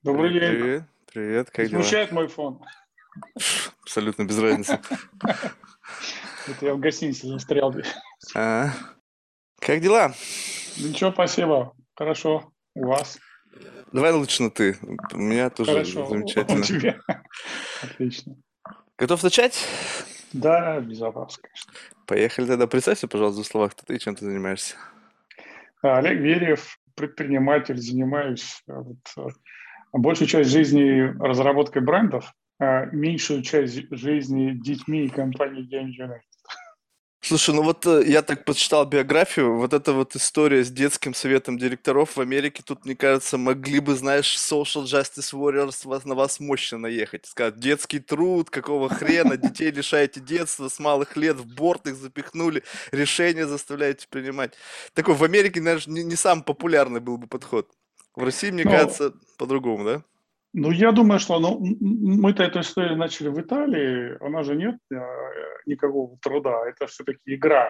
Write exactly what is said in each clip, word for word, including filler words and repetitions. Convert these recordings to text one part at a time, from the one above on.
Добрый Привет, день. привет, привет, Не как дела? смущает мой фон? Абсолютно без разницы. Это я в гостинице застрял здесь. А, как дела? Да ничего, спасибо. Хорошо. У вас? Давай лучше на ты. У меня тоже Хорошо. У замечательно. тебя? Отлично. Готов начать? Да, без вопросов, конечно. Поехали тогда. Представься, пожалуйста, в словах, кто ты и чем ты занимаешься. А, Олег Верев, предприниматель, занимаюсь а, вот, а, большую часть жизни разработкой брендов, а меньшую часть жизни детьми и компанией Game United. Слушай, ну вот э, я так почитал биографию, вот эта вот история с детским советом директоров в Америке, тут, мне кажется, могли бы, знаешь, social justice warriors вас, на вас мощно наехать. Сказать, детский труд, какого хрена, детей лишаете детства, с малых лет в борт их запихнули, решения заставляете принимать. Такой в Америке, наверное, не, не самый популярный был бы подход. В России, мне Ну, кажется, по-другому, да? Ну, я думаю, что ну, м- м- мы-то эту историю начали в Италии, у нас же нет э, никакого труда, это все-таки игра.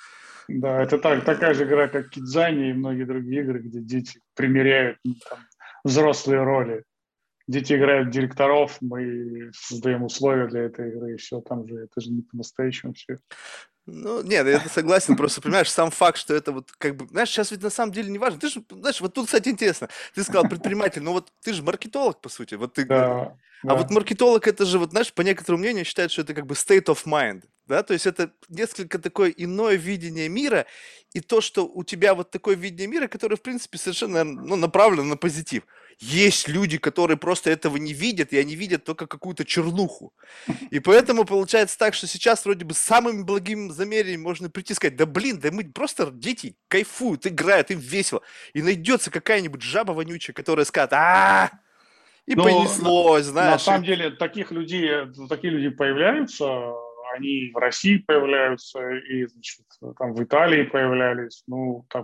Да, это так, такая же игра, как Кидзани и многие другие игры, где дети примеряют ну, там, взрослые роли. Дети играют директоров, мы создаем условия для этой игры, и все, там же, это же не по-настоящему все. Ну, нет, я это согласен, просто, понимаешь, сам факт, что это вот, как бы, знаешь, сейчас ведь на самом деле не важно. Ты же, знаешь, вот тут, кстати, интересно, ты сказал предприниматель, ну вот ты же маркетолог, по сути, вот ты, э, Да, а вот да. маркетолог это же, вот, знаешь, по некоторому мнению считают, что это как бы state of mind, да, то есть это несколько такое иное видение мира, и то, что у тебя вот такое видение мира, которое, в принципе, совершенно, ну, направлено на позитив. Есть люди, которые просто этого не видят, и они видят только какую-то чернуху. И поэтому получается так, что сейчас вроде бы с самым благим замерением можно прийти и сказать, да блин, да мы просто дети кайфуют, играют, им весело. И найдется какая-нибудь жаба вонючая, которая скажет, а и Ну, на, понеслось, на знаешь. И... самом деле, таких людей, э, такие люди появляются, они в России появляются, и, значит, там в Италии появлялись, ну, там,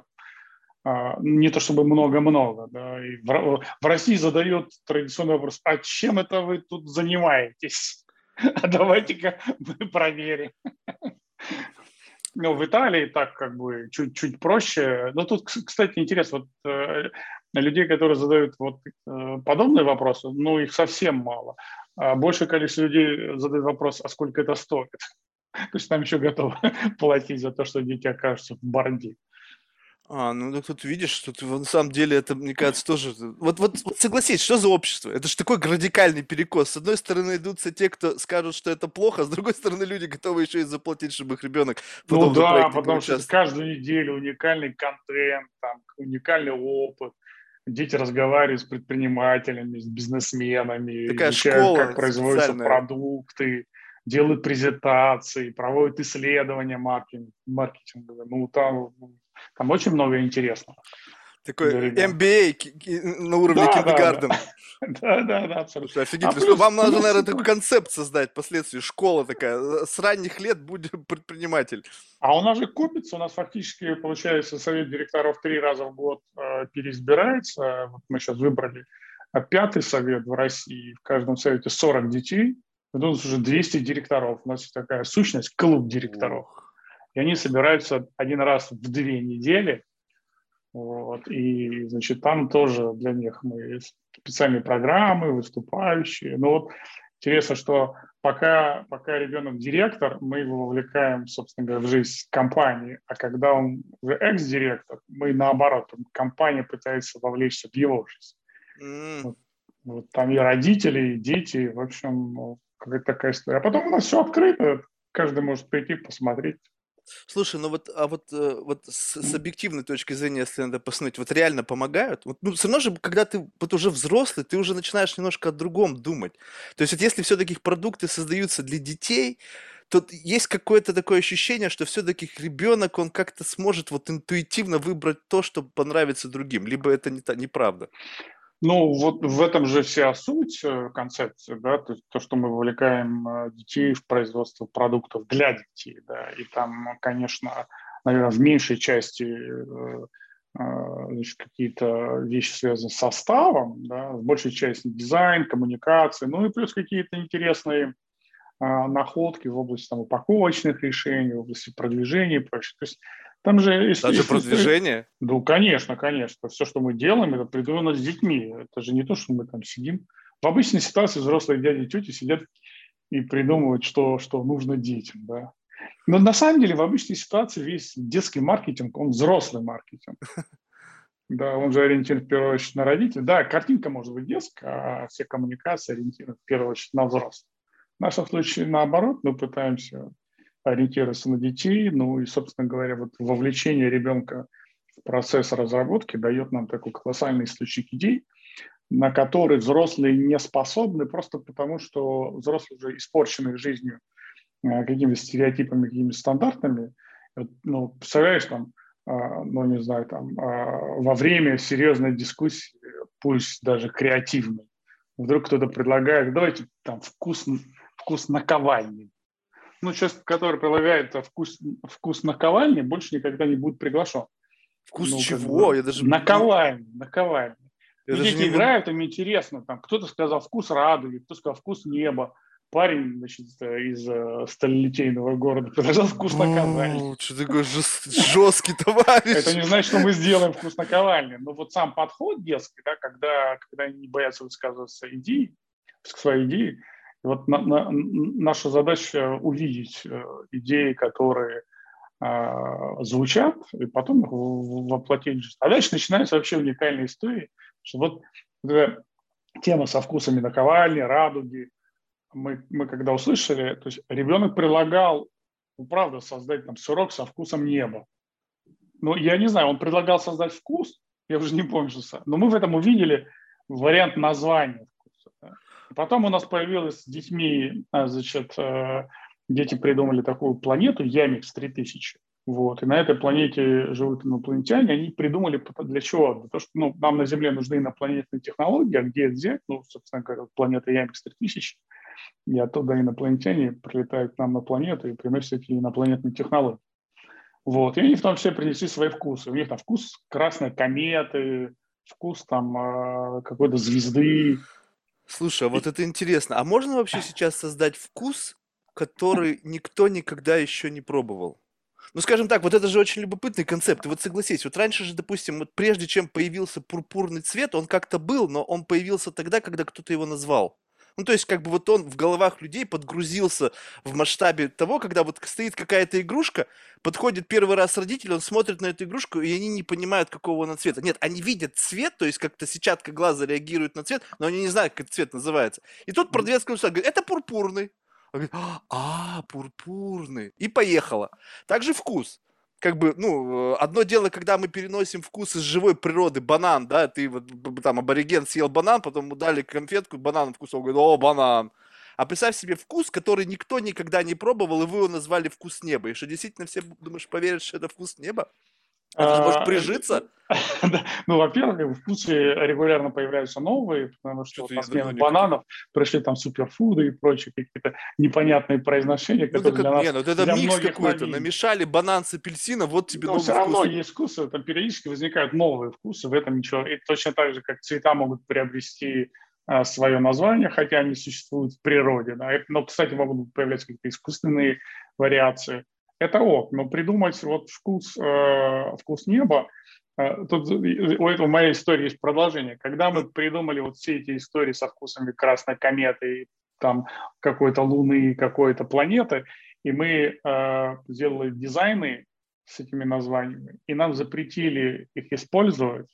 а, не то чтобы много-много, да, и в, в России задают традиционный вопрос, а чем это вы тут занимаетесь? А давайте-ка мы проверим. Ну, в Италии так как бы чуть-чуть проще. Но тут, кс- кстати, интересно, вот э, людей, которые задают вот э, подобные вопросы, ну, их совсем мало. А большее количество людей задают вопрос, а сколько это стоит? То есть там еще готовы платить за то, что дети окажутся в барде. А, ну так тут видишь, тут на самом деле это, мне кажется, тоже... Вот, вот, вот согласись, что за общество? Это же такой радикальный перекос. С одной стороны идутся те, кто скажут, что это плохо, а с другой стороны люди готовы еще и заплатить, чтобы их ребенок в Ну подобном да, проекте потому что это поучаствовал. каждую неделю уникальный контент, там, уникальный опыт. Дети разговаривают с предпринимателями, с бизнесменами, Такая изучают, как школа производятся специальная. продукты, делают презентации, проводят исследования маркетинг, маркетинговые. Ну, там, там очень много интересного для Такой ребенка. эм би эй ки- ки- на уровне Да, да, да. киндергарден. Да, да, да, абсолютно. Слушай, А офигительно. Слушай, плюс, вам надо, плюс наверное, такой это. концепт создать впоследствии. Школа такая. э, С ранних лет будь предприниматель. А у нас же копится, у нас фактически, получается, совет директоров три раза в год э, переизбирается. Вот мы сейчас выбрали а, пятый совет в России, в каждом совете сорок детей. Вот у нас уже двести директоров. У нас есть такая сущность, клуб директоров. Ух. И они собираются один раз в две недели. Вот, и, значит, там тоже для них мы специальные программы, выступающие. Но вот интересно, что пока, пока ребенок директор, мы его вовлекаем, собственно говоря, в жизнь компании, а когда он уже экс-директор, мы наоборот, компания пытается вовлечься в его жизнь. М. Вот, вот там и родители, и дети, в общем, ну, какая-то такая история. А потом у нас все открыто, каждый может прийти, посмотреть. Слушай, ну вот, а вот, э, вот с, с объективной точки зрения, если надо посмотреть, вот реально помогают? Вот, ну, все равно же, когда ты вот уже взрослый, ты уже начинаешь немножко о другом думать. То есть вот если все-таки их продукты создаются для детей, то т- есть какое-то такое ощущение, что все-таки ребенок, он как-то сможет вот интуитивно выбрать то, что понравится другим. Либо это не та, неправда. Ну, вот в этом же вся суть э, концепции, да, то есть то, что мы вовлекаем э, детей в производство продуктов для детей, да, и там, конечно, наверное, в меньшей части э, э, значит, какие-то вещи связаны с составом, да, в большей части дизайн, коммуникации, ну и плюс какие-то интересные э, находки в области там, упаковочных решений, в области продвижения и прочее. То есть Там же, если, Даже если стоит... продвижение? Ну, конечно, конечно. Все, что мы делаем, это придумано с детьми. Это же не то, что мы там сидим. В обычной ситуации взрослые дяди и тети сидят и придумывают, что, что нужно детям. Да? Но на самом деле в обычной ситуации весь детский маркетинг, он взрослый маркетинг. Да, он же ориентирован в первую очередь на родителей. Да, картинка может быть детская, а все коммуникации ориентированы в первую очередь на взрослых. В нашем случае наоборот, мы пытаемся ориентироваться на детей, ну и, собственно говоря, вот вовлечение ребенка в процесс разработки дает нам такой колоссальный источник идей, на который взрослые не способны, просто потому что взрослые уже испорчены жизнью какими-то стереотипами, какими-то стандартами. Ну, представляешь, там, ну, не знаю, там, во время серьезной дискуссии, пусть даже креативной, вдруг кто-то предлагает, давайте там вкус, вкус наковальни. Ну, человек, который предлагает вкус, вкус наковальни, больше никогда не будет приглашен. Вкус ну, чего? Как бы, Я даже... наковальни, наковальни. Я ну, даже дети не... играют, им интересно. Там, кто-то сказал вкус радуги, кто сказал вкус неба. Парень, значит, из uh, сталелитейного города предложил вкус наковальни. Что такой жесткий товарищ? Это не значит, что мы сделаем вкус наковальни. Но вот сам подход детский, да, когда, когда они не боятся высказываться идеи, свои идеи, вот на, на, наша задача увидеть идеи, которые э, звучат, и потом их воплотить в жизнь. А дальше начинается вообще уникальная история, что вот эта тема со вкусами наковальни, радуги, мы, мы когда услышали, то есть ребенок предлагал, ну, правда, создать там сырок со вкусом неба. Ну, я не знаю, он предлагал создать вкус, я уже не помню, что, но мы в этом увидели вариант названия вкуса. Да. Потом у нас появилось с детьми, значит, дети придумали такую планету Ямикс три тысячи. Вот. И на этой планете живут инопланетяне. Они придумали для чего? Для того, что ну, нам на Земле нужны инопланетные технологии, а где взять? Ну, собственно говоря, планета Ямикс три тысячи. И оттуда инопланетяне прилетают к нам на планету и приносят эти инопланетные технологии. Вот. И они в том числе принесли свои вкусы. У них там вкус красной кометы, вкус там какой-то звезды. Слушай, а вот это интересно. А можно вообще сейчас создать вкус, который никто никогда еще не пробовал? Ну, скажем так, вот это же очень любопытный концепт. И вот согласись, вот раньше же, допустим, вот прежде чем появился пурпурный цвет, он как-то был, но он появился тогда, когда кто-то его назвал. Ну, то есть, как бы вот он в головах людей подгрузился в масштабе того, когда вот стоит какая-то игрушка, подходит первый раз родитель, он смотрит на эту игрушку, и они не понимают, какого она цвета. Нет, они видят цвет, то есть как-то сетчатка глаза реагирует на цвет, но они не знают, как этот цвет называется. И тут продавец говорит, это пурпурный. Он говорит, а, пурпурный. И поехала. Также вкус. Как бы, ну, одно дело, когда мы переносим вкус из живой природы, банан, да, ты вот там абориген съел банан, потом ему дали конфетку, банан вкус, он говорит, о, банан. А представь себе вкус, который никто никогда не пробовал, и вы его назвали вкус неба. И что, действительно все, думаешь, поверят, что это вкус неба? Это же может прижиться? Ну, во-первых, вкусы регулярно появляются новые, потому что на смену бананов пришли там суперфуды и прочие какие-то непонятные произношения, которые для нас, не, ну это микс какой-то, намешали банан с апельсином, вот тебе новый вкус. Но все равно есть вкусы, там периодически возникают новые вкусы, в этом ничего. И точно так же, как цвета могут приобрести свое название, хотя они существуют в природе. Да. Но, кстати, могут появляться какие-то искусственные вариации. Это ок, но придумать вот вкус, э, вкус неба, э, тут у этого в моей истории есть продолжение. Когда мы придумали вот все эти истории со вкусами красной кометы, там какой-то луны, какой-то планеты, и мы э, сделали дизайны с этими названиями, и нам запретили их использовать,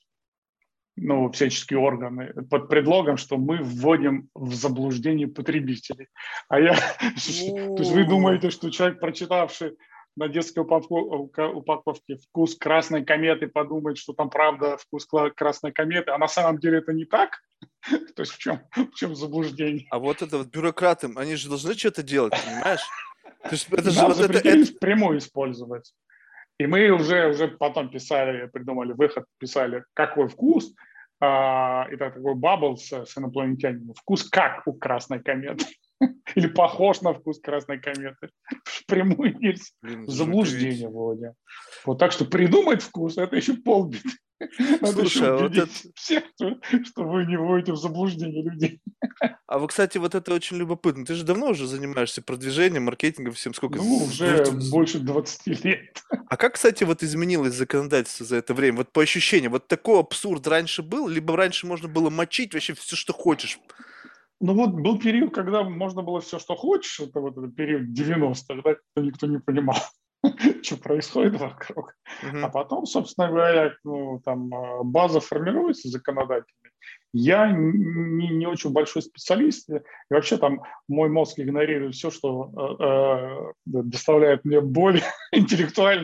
ну, всяческие органы, под предлогом, что мы вводим в заблуждение потребителей. А я... То есть вы думаете, что человек, прочитавший на детской упаковке вкус красной кометы, подумает, что там правда вкус красной кометы, а на самом деле это не так? То есть в чем, в чем заблуждение? А вот это вот бюрократы, они же должны что-то делать, понимаешь? То есть это же вот это... впрямую использовать. И мы уже, уже потом писали, придумали выход, писали, какой вкус, а, и так, такой бабл с, с инопланетянином. Вкус как у красной кометы. Или похож на вкус красной кометы. Впрямую есть заблуждение, Володя. Вот так что придумать вкус, это еще полбеды. Надо Слушай, еще вот убедить это... всех, что, что вы не вводите в заблуждение людей. А вот, кстати, вот это очень любопытно. Ты же давно уже занимаешься продвижением, маркетингом, всем сколько? Ну, С двух- уже с- больше двадцати лет. А как, кстати, вот изменилось законодательство за это время? Вот по ощущениям, вот такой абсурд раньше был, либо раньше можно было мочить вообще все, что хочешь? Ну вот был период, когда можно было все, что хочешь, это вот этот период девяностых, да, когда никто не понимал, что происходит вокруг. А Мгм. потом, собственно говоря, ну, там э, база формируется законодательной. Я н- не, не очень большой специалист, и вообще там мой мозг игнорирует все, что э, э, доставляет мне боль интеллектуально.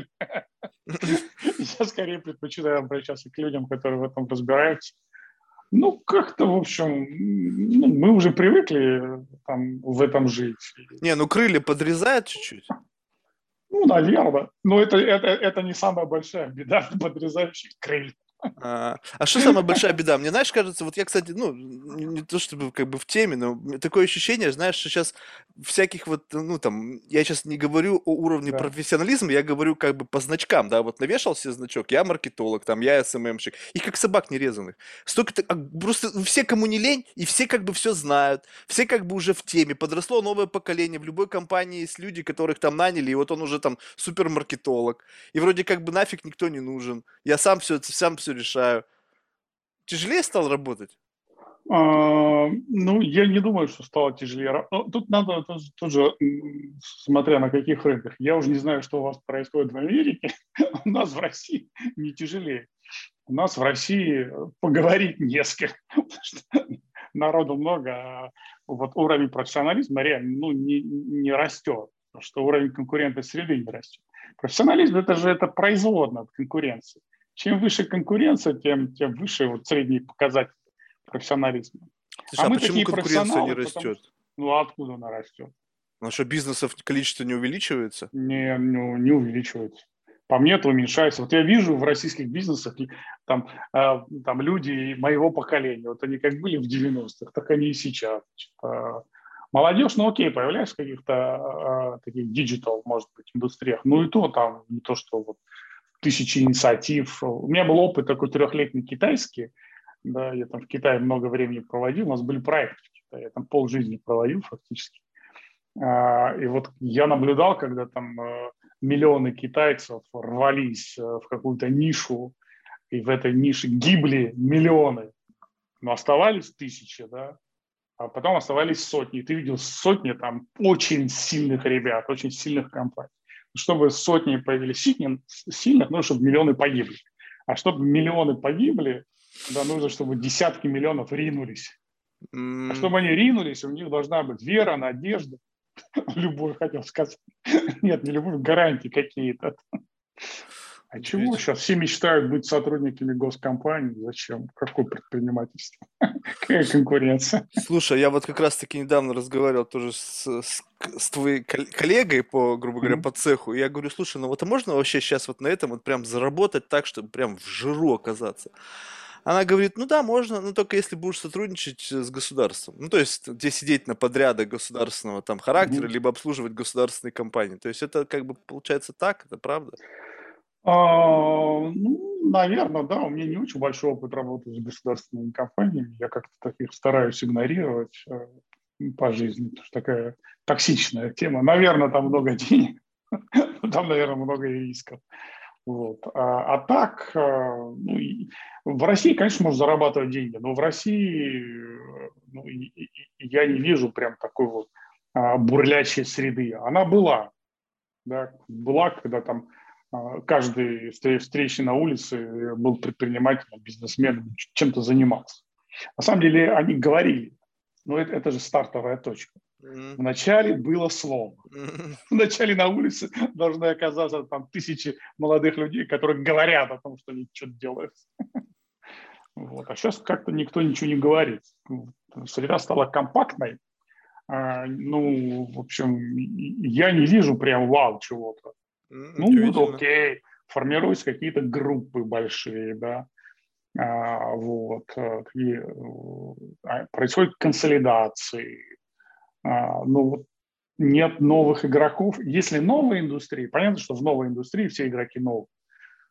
Я скорее предпочитаю обращаться к людям, которые в этом разбираются. Ну, как-то, в общем, ну, мы уже привыкли там в этом жить. Не, ну крылья подрезают чуть-чуть. Ну, наверное. Но это, это, это не самая большая беда подрезающих крылья. А, а что самая большая беда? Мне, знаешь, кажется, вот я, кстати, ну, не, не то чтобы как бы в теме, но у меня такое ощущение, знаешь, что сейчас всяких вот, ну, там, я сейчас не говорю о уровне Да. профессионализма, я говорю как бы по значкам, да, вот навешал себе значок, я маркетолог, там, я эс эм эм-щик, их как собак нерезанных. Столько, а, просто все, кому не лень, и все как бы все знают, все как бы уже в теме, подросло новое поколение, в любой компании есть люди, которых там наняли, и вот он уже там супермаркетолог, и вроде как бы нафиг никто не нужен. Я сам все, сам все решаю. Тяжелее стал работать? А, ну, я не думаю, что стало тяжелее. Ра- ну, Тут надо тоже, тоже, м, смотря на каких рынках. Я уже не знаю, что у вас происходит в Америке. У нас в России не тяжелее. У нас в России поговорить не с кем, потому что народу много, а вот уровень профессионализма реально ну, не, не растет, потому что уровень конкурентной среды не растет. Профессионализм – это же это производно от конкуренции. Чем выше конкуренция, тем, тем выше вот средний показатель профессионализма. А Слушай, а мы почему такие конкуренция не профессионалы, потому что, растет? ну а откуда она растет? Ну что, бизнесов количество не увеличивается? Не, ну, не увеличивается. По мне, это уменьшается. Вот я вижу в российских бизнесах там, э, там люди моего поколения, вот они как были в девяностых, так они и сейчас. Значит, э, молодежь, ну окей, появляется в каких-то э, таких диджитал, может быть, индустриях. Ну и то там, не то, что вот тысячи инициатив. У меня был опыт такой трехлетний китайский, да, я там в Китае много времени проводил, у нас были проекты в Китае, я там полжизни проводил фактически. А, И вот я наблюдал, когда там э, миллионы китайцев рвались э, в какую-то нишу, и в этой нише гибли миллионы, но оставались тысячи, да, а потом оставались сотни. И ты видел сотни там очень сильных ребят, очень сильных компаний. Чтобы сотни появились сильных, сильных, нужно, чтобы миллионы погибли. А чтобы миллионы погибли, да, нужно, чтобы десятки миллионов ринулись. А М, чтобы они ринулись, у них должна быть вера, надежда, любовь, хотел сказать. Нет, не любовь, гарантии какие-то. А чего удивительно. сейчас? Все мечтают быть сотрудниками госкомпаний. Зачем? Какое предпринимательство? Какая конкуренция? Слушай, я вот как раз-таки недавно разговаривал тоже с, с, к- с твоей кол- коллегой по, грубо говоря, Мгм. по цеху. И я говорю, слушай, ну вот а можно вообще сейчас вот на этом вот прям заработать так, чтобы прям в жиру оказаться? Она говорит, ну да, можно, но только если будешь сотрудничать э, с государством. Ну, то есть, где сидеть на подрядах государственного там характера, Мгм. либо обслуживать государственные компании. То есть, это как бы получается так, это правда? А, ну, наверное, да. У меня не очень большой опыт работы с государственными компаниями. Я как-то таких стараюсь игнорировать э, по жизни, потому что такая токсичная тема. Наверное, там много денег, там, наверное, много и рисков. Вот. А, а так, э, ну, и в России, конечно, можно зарабатывать деньги, но в России э, ну, и- и- и я не вижу прям такой вот а, бурлящей среды. Она была, да, была, когда там а, каждый встре- встречный на улице был предпринимателем, бизнесменом, чем-то занимался. На самом деле они говорили, но это, это же стартовая точка. М, Вначале было слово. м. Вначале на улице должны оказаться там тысячи молодых людей, которые говорят о том, что они что-то делают. Вот. А сейчас как-то никто ничего не говорит. Среда стала компактной. А, ну, в общем, я не вижу прям вау чего-то. М, Ну, вот удивительно. окей, формируются какие-то группы большие, да. А, вот, а, такие, а, происходят консолидации. А, ну, вот нет новых игроков. Если новые индустрии, понятно, что в новой индустрии все игроки новые.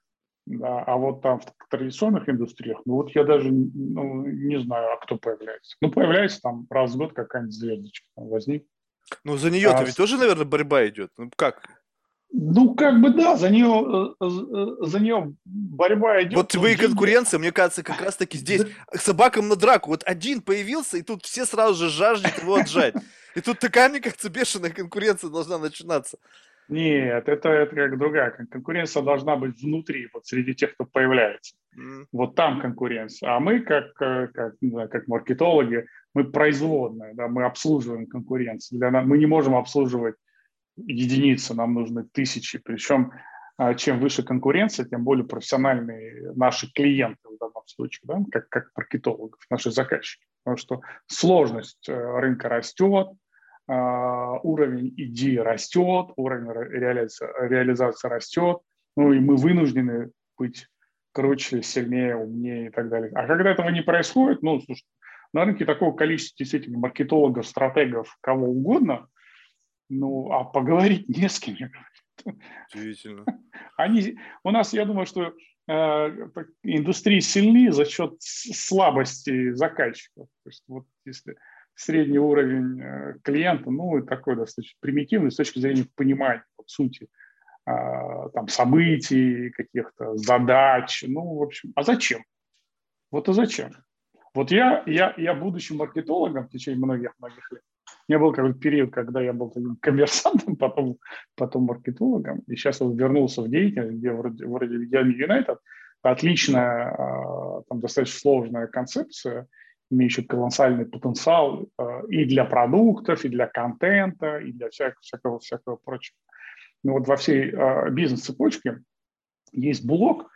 Да, а вот там в традиционных индустриях, ну вот я даже ну, не знаю, а кто появляется. Ну, появляется там раз в год какая-нибудь звездочка там возник. Ну, за нее-то А, ведь тоже, наверное, борьба идет. Ну, как? ну, как бы да, за нее, за нее борьба идет, Вот но вы и деньги... конкуренция, мне кажется, как раз-таки здесь Да, к собакам на драку. Вот один появился, и тут все сразу же жаждут его отжать. И тут такая, мне кажется, бешеная конкуренция должна начинаться. нет, это, это как другая. Конкуренция должна быть внутри, вот среди тех, кто появляется. М. Вот там конкуренция. А мы, как, э, как, не знаю, как маркетологи, мы производные, да, мы обслуживаем конкуренцию. Для нас, мы не можем обслуживать единицы, нам нужны тысячи. Причем а, чем выше конкуренция, тем более профессиональные наши клиенты в данном случае, да, как, как маркетологов, наши заказчики. Потому что сложность э, рынка растет, а, уровень идеи растет, уровень реализации, реализации растет, ну и мы вынуждены быть круче, сильнее, умнее и так далее. А когда этого не происходит, ну, слушай, на рынке такого количества действительно маркетологов, стратегов, кого угодно, ну, а поговорить не с кем. Удивительно. Они, у нас, я думаю, что э, индустрии сильны за счет слабости заказчиков. То есть вот если средний уровень э, клиента, ну, и такой достаточно примитивный с точки зрения понимания вот, сути э, там, событий, каких-то задач. Ну, в общем, а зачем? Вот а зачем? Вот я, я, я будучи маркетологом в течение многих-многих лет, у меня был какой-то период, когда я был таким коммерсантом, потом, потом маркетологом, и сейчас вот вернулся в деятельность, где вроде, вроде я Юнайтед, отличная, а, там достаточно сложная концепция, имеющая колоссальный потенциал а, и для продуктов, и для контента, и для всякого, всякого, всякого прочего. Но вот во всей а, бизнес-цепочке есть блок,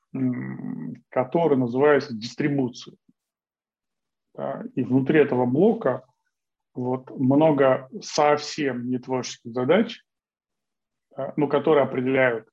который называется дистрибуция. Да, и внутри этого блока вот много совсем не творческих задач, да, но которые определяют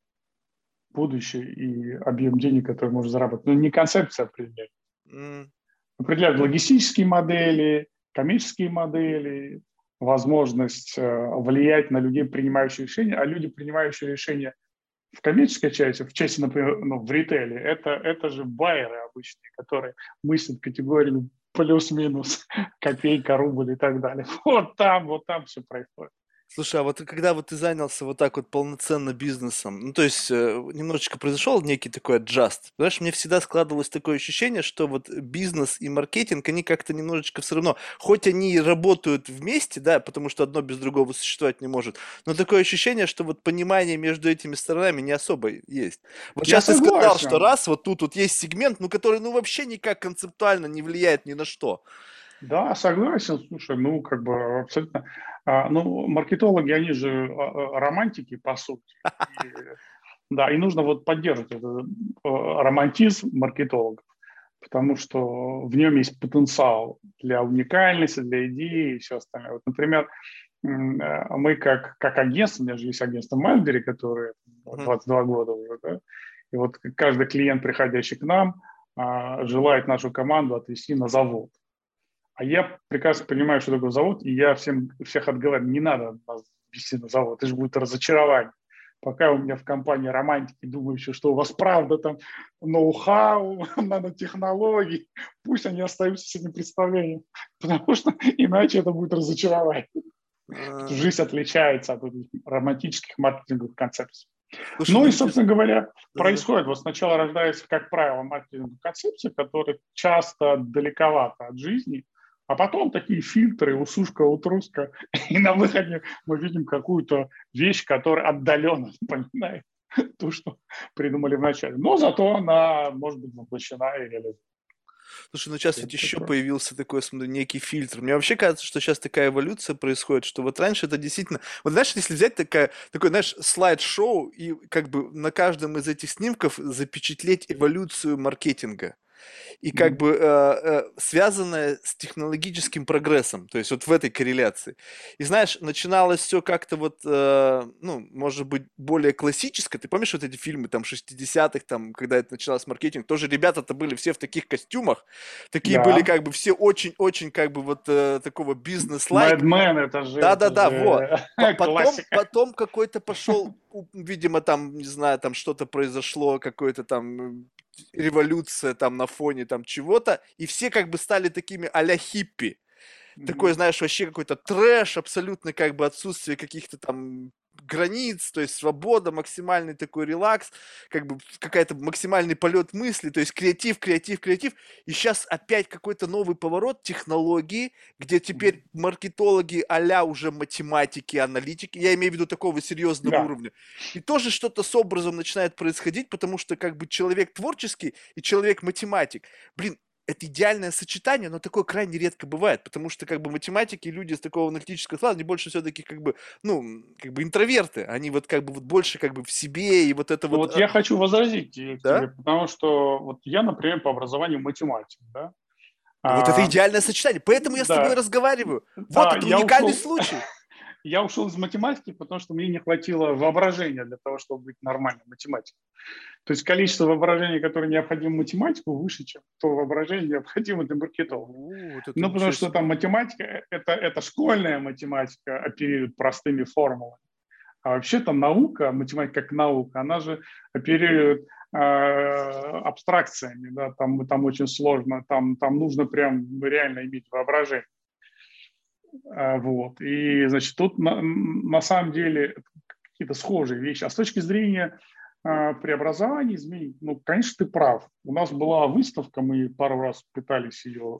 будущее и объем денег, который можно заработать. Но не концепция определяет. М. Определяют логистические модели, коммерческие модели, возможность э, влиять на людей, принимающих решения, а люди, принимающие решения в коммерческой части, в части, например, ну, в ритейле, это, это же байеры обычные, которые мыслят категориями плюс-минус, копейка, рубль и так далее. Вот там, вот там все происходит. Слушай, а вот когда вот ты занялся вот так вот полноценно бизнесом, ну, то есть э, немножечко произошел некий такой аджаст. Знаешь, мне всегда складывалось такое ощущение, что вот бизнес и маркетинг, они как-то немножечко все равно, хоть они и работают вместе, да, потому что одно без другого существовать не может, но такое ощущение, что вот понимание между этими сторонами не особо есть. Вот Я сейчас ты сказал, что согласен. раз, вот тут вот есть сегмент, ну, который, ну, вообще никак концептуально не влияет ни на что. Да, согласен. Слушай, ну, как бы абсолютно. А, ну, маркетологи, они же а, а, романтики, по сути. И, да, и нужно вот поддерживать этот а, романтизм маркетологов, потому что в нем есть потенциал для уникальности, для идеи и все остальное. Вот, например, м, э, мы как, как агентство, у меня же есть агентство Мальбери, которое Мгм. двадцать два года уже, да, и вот каждый клиент, приходящий к нам, а, желает нашу команду отвезти на завод. А я прекрасно понимаю, что такое завод, и я всем, всех отговариваю, не надо нас вести на завод, это же будет разочарование. Пока у меня в компании романтики, думающие, что у вас правда там ноу-хау, нанотехнологии, пусть они остаются с этим представлением, потому что иначе это будет разочарование. А, Жизнь отличается от этих романтических маркетинговых концепций. Слушай, Ну ну и, интересно. собственно говоря, Да-да-да. происходит. Вот сначала рождается, как правило, маркетинговая концепция, которая часто далековата от жизни, а потом такие фильтры, усушка, утруска, и на выходе мы видим какую-то вещь, которая отдаленно напоминает ту, что придумали вначале. Но зато она может быть воплощена и реализована. Слушай, ну сейчас Это ведь еще такое. появился такой, смотрю, некий фильтр. Мне вообще кажется, что сейчас такая эволюция происходит, что вот раньше это действительно... Вот знаешь, если взять такая, такой, знаешь, слайд-шоу и как бы на каждом из этих снимков запечатлеть эволюцию маркетинга. и как Мгм. бы э, э, связанное с технологическим прогрессом, то есть вот в этой корреляции. И знаешь, начиналось все как-то вот, э, ну, может быть, более классическое. Ты помнишь вот эти фильмы там шестидесятых, там, когда это начиналось маркетинг, тоже ребята-то были все в таких костюмах, такие были Да. как бы все очень-очень как бы вот э, такого бизнес-лайк. Мэдмен, это же, это Да-да-да, во. же По- Потом, классика. потом какой-то пошел, у- видимо, там, не знаю, там что-то произошло, какой-то там м, революция там на фоне там чего-то, и все как бы стали такими а-ля хиппи. Такой, Мгм. знаешь, вообще какой-то трэш, абсолютно как бы отсутствие каких-то там границ, то есть свобода, максимальный такой релакс, как бы какая-то максимальный полет мысли, то есть креатив, креатив, креатив. И сейчас опять какой-то новый поворот технологии, где Мгм. теперь маркетологи а-ля уже математики, аналитики, я имею в виду такого серьезного Да. уровня. И тоже что-то с образом начинает происходить, потому что как бы человек творческий и человек математик. Блин, это идеальное сочетание, но такое крайне редко бывает, потому что как бы математики, люди с такого аналитического склада, они больше все-таки как бы, ну, как бы интроверты, они вот как бы вот больше как бы в себе и вот это Ну вот, вот э, я хочу возразить те- тебе, да? потому что вот я, например, по образованию математик, да. Ну вот это А, идеальное сочетание, поэтому я с тобой да, разговариваю. Вот да, это я уникальный ушел, случай. я ушел из математики, потому что мне не хватило воображения для того, чтобы быть нормальным математиком. То есть количество воображения, которое необходимо математику, выше, чем то воображение, необходимо для маркетолога. О, вот это Ну, потому ничего что там себе. математика, э, это, это школьная математика, оперирует простыми формулами. А вообще там наука, математика как наука, она же оперирует э, абстракциями, да, там, там очень сложно, там, там нужно прям реально иметь воображение. А, вот. И, значит, тут на, на самом деле какие-то схожие вещи. А с точки зрения а, преобразования, изменений, ну, конечно, ты прав. У нас была выставка, мы пару раз пытались ее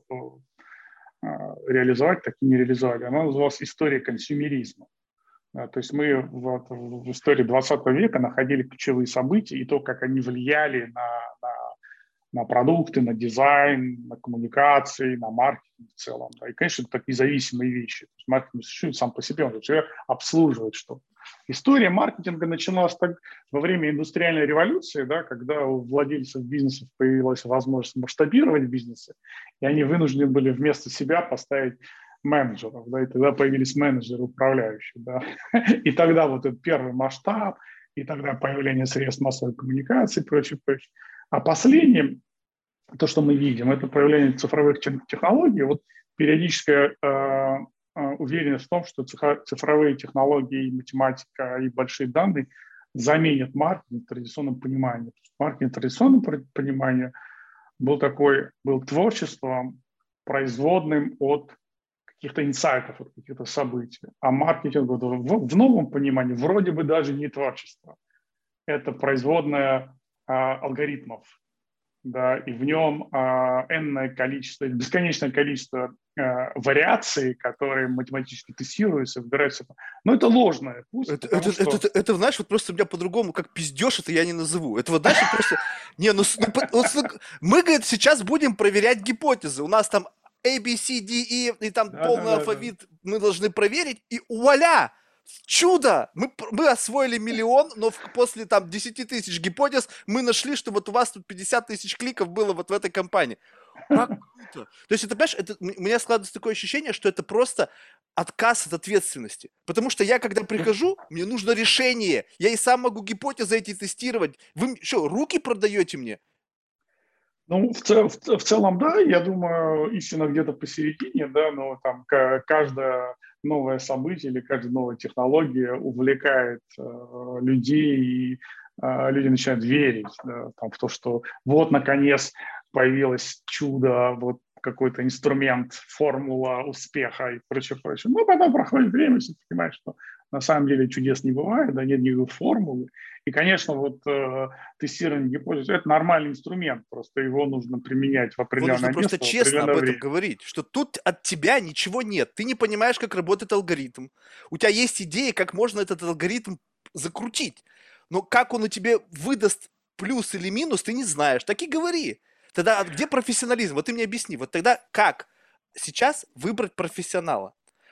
а, реализовать, так и не реализовали. Она называлась «История консюмеризма». Да, то есть мы в, в истории двадцатого века находили ключевые события и то, как они влияли на, на, на продукты, на дизайн, на коммуникации, на маркетинг в целом. Да. И, конечно, это такие зависимые вещи. То есть маркетинг существует сам по себе, он же обслуживает что-то. История маркетинга начиналась так во время индустриальной революции, да, когда у владельцев бизнесов появилась возможность масштабировать бизнесы, и они вынуждены были вместо себя поставить менеджеров, да, и тогда появились менеджеры управляющие, да, и тогда вот этот первый масштаб, и тогда появление средств массовой коммуникации и прочее, прочее. А последним, то, что мы видим, это появление цифровых технологий, вот периодическая э, уверенность в том, что цифровые технологии, математика и большие данные заменят маркетинг в традиционном понимании. Маркетинг в традиционном понимании был такой, был творчеством, производным от каких-то инсайтов, от каких-то событий. А маркетинг в, в новом понимании вроде бы даже не творчество. Это производная а, алгоритмов, да, и в нем а, энное количество, бесконечное количество а, вариаций, которые математически тестируются, выбираются. Но это ложная пусть, Это, это, потому это, это, что... это, знаешь, вот просто у меня по-другому, как пиздеж, это я не назову. Это вот, знаешь, вот просто... Не, ну, с- ну, по- вот с- мы, говорит, сейчас будем проверять гипотезы. У нас там A, B, C, D, E, и там Да, да, полный да, да. алфавит мы должны проверить, и вуаля! Чудо! Мы, п- мы освоили миллион, но в- после там десяти тысяч гипотез мы нашли, что вот у вас тут пятьдесят тысяч кликов было вот в этой компании. Как круто! То есть, это, понимаешь, это, м- у меня складывается такое ощущение, что это просто отказ от ответственности. Потому что я, когда прихожу, мне нужно решение. Я и сам могу гипотезы эти тестировать. Вы что, руки продаете мне? Ну, в, цел, в, в целом, да, я думаю, истина где-то посередине, да, но там к- каждое новое событие или каждая новая технология увлекает э, людей, и э, люди начинают верить, да, там, в то, что вот, наконец, появилось чудо, вот какой-то инструмент, формула успеха и прочее, прочее. Но потом проходит время, все понимаешь, что на самом деле чудес не бывает, да, нет никакой формулы. И, конечно, вот э, тестирование гипотез – это нормальный инструмент, просто его нужно применять в Его нужно определенное просто место, в честно об определенное этом время. говорить, что тут от тебя ничего нет. Ты не понимаешь, как работает алгоритм. У тебя есть идея, как можно этот алгоритм закрутить. Но как он у тебе выдаст плюс или минус, ты не знаешь. Так и говори. Тогда где профессионализм? Вот ты мне объясни. Вот тогда как сейчас выбрать профессионала?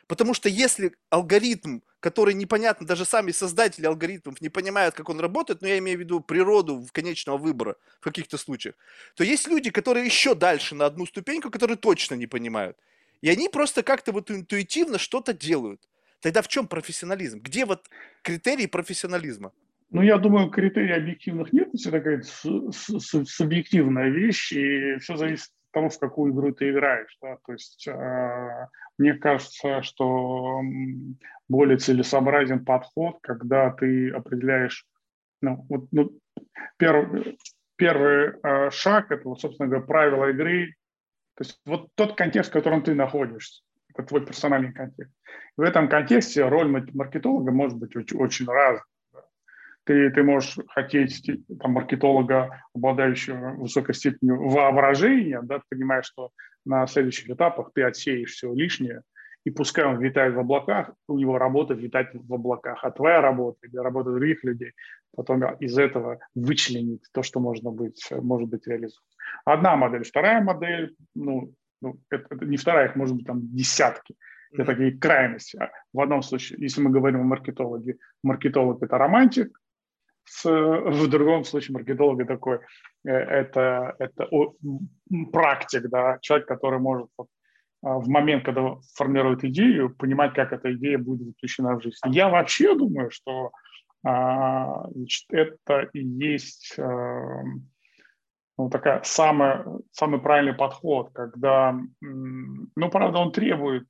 Потому что если алгоритм, который непонятно, даже сами создатели алгоритмов не понимают, как он работает, но я имею в виду природу конечного выбора в каких-то случаях, то есть люди, которые еще дальше на одну ступеньку, которые точно не понимают. И они просто как-то вот интуитивно что-то делают. Тогда в чем профессионализм? Где вот критерии профессионализма? Ну, я думаю, критерий объективных нет, это такая субъективная вещь, и все зависит от того, в какую игру ты играешь. Да? То есть э, мне кажется, что более целесообразен подход, когда ты определяешь, ну, вот, ну, первый, первый э, шаг, это, вот, собственно говоря, правила игры, то есть вот тот контекст, в котором ты находишься, это твой персональный контекст. В этом контексте роль маркетолога может быть очень, очень разной. Ты, ты можешь хотеть там, маркетолога, обладающего высокой степенью воображения, да, ты понимаешь, что на следующих этапах ты отсеешь все лишнее, и пускай он витает в облаках, у него работа витать в облаках, а твоя работа или работа других людей потом из этого вычленить то, что можно быть, может быть реализовано. Одна модель, вторая модель, ну, ну это, это не вторая, их может быть там десятки. Это такие крайности. В одном случае, если мы говорим о маркетологе, маркетолог – это романтик, с, в другом случае маркетолог такой, это, это о, практик, да, человек, который может вот, в момент, когда формирует идею, понимать, как эта идея будет заключена в жизнь. Я вообще думаю, что а, значит, это и есть а, ну, такая самая, самый правильный подход, когда, ну, правда, он требует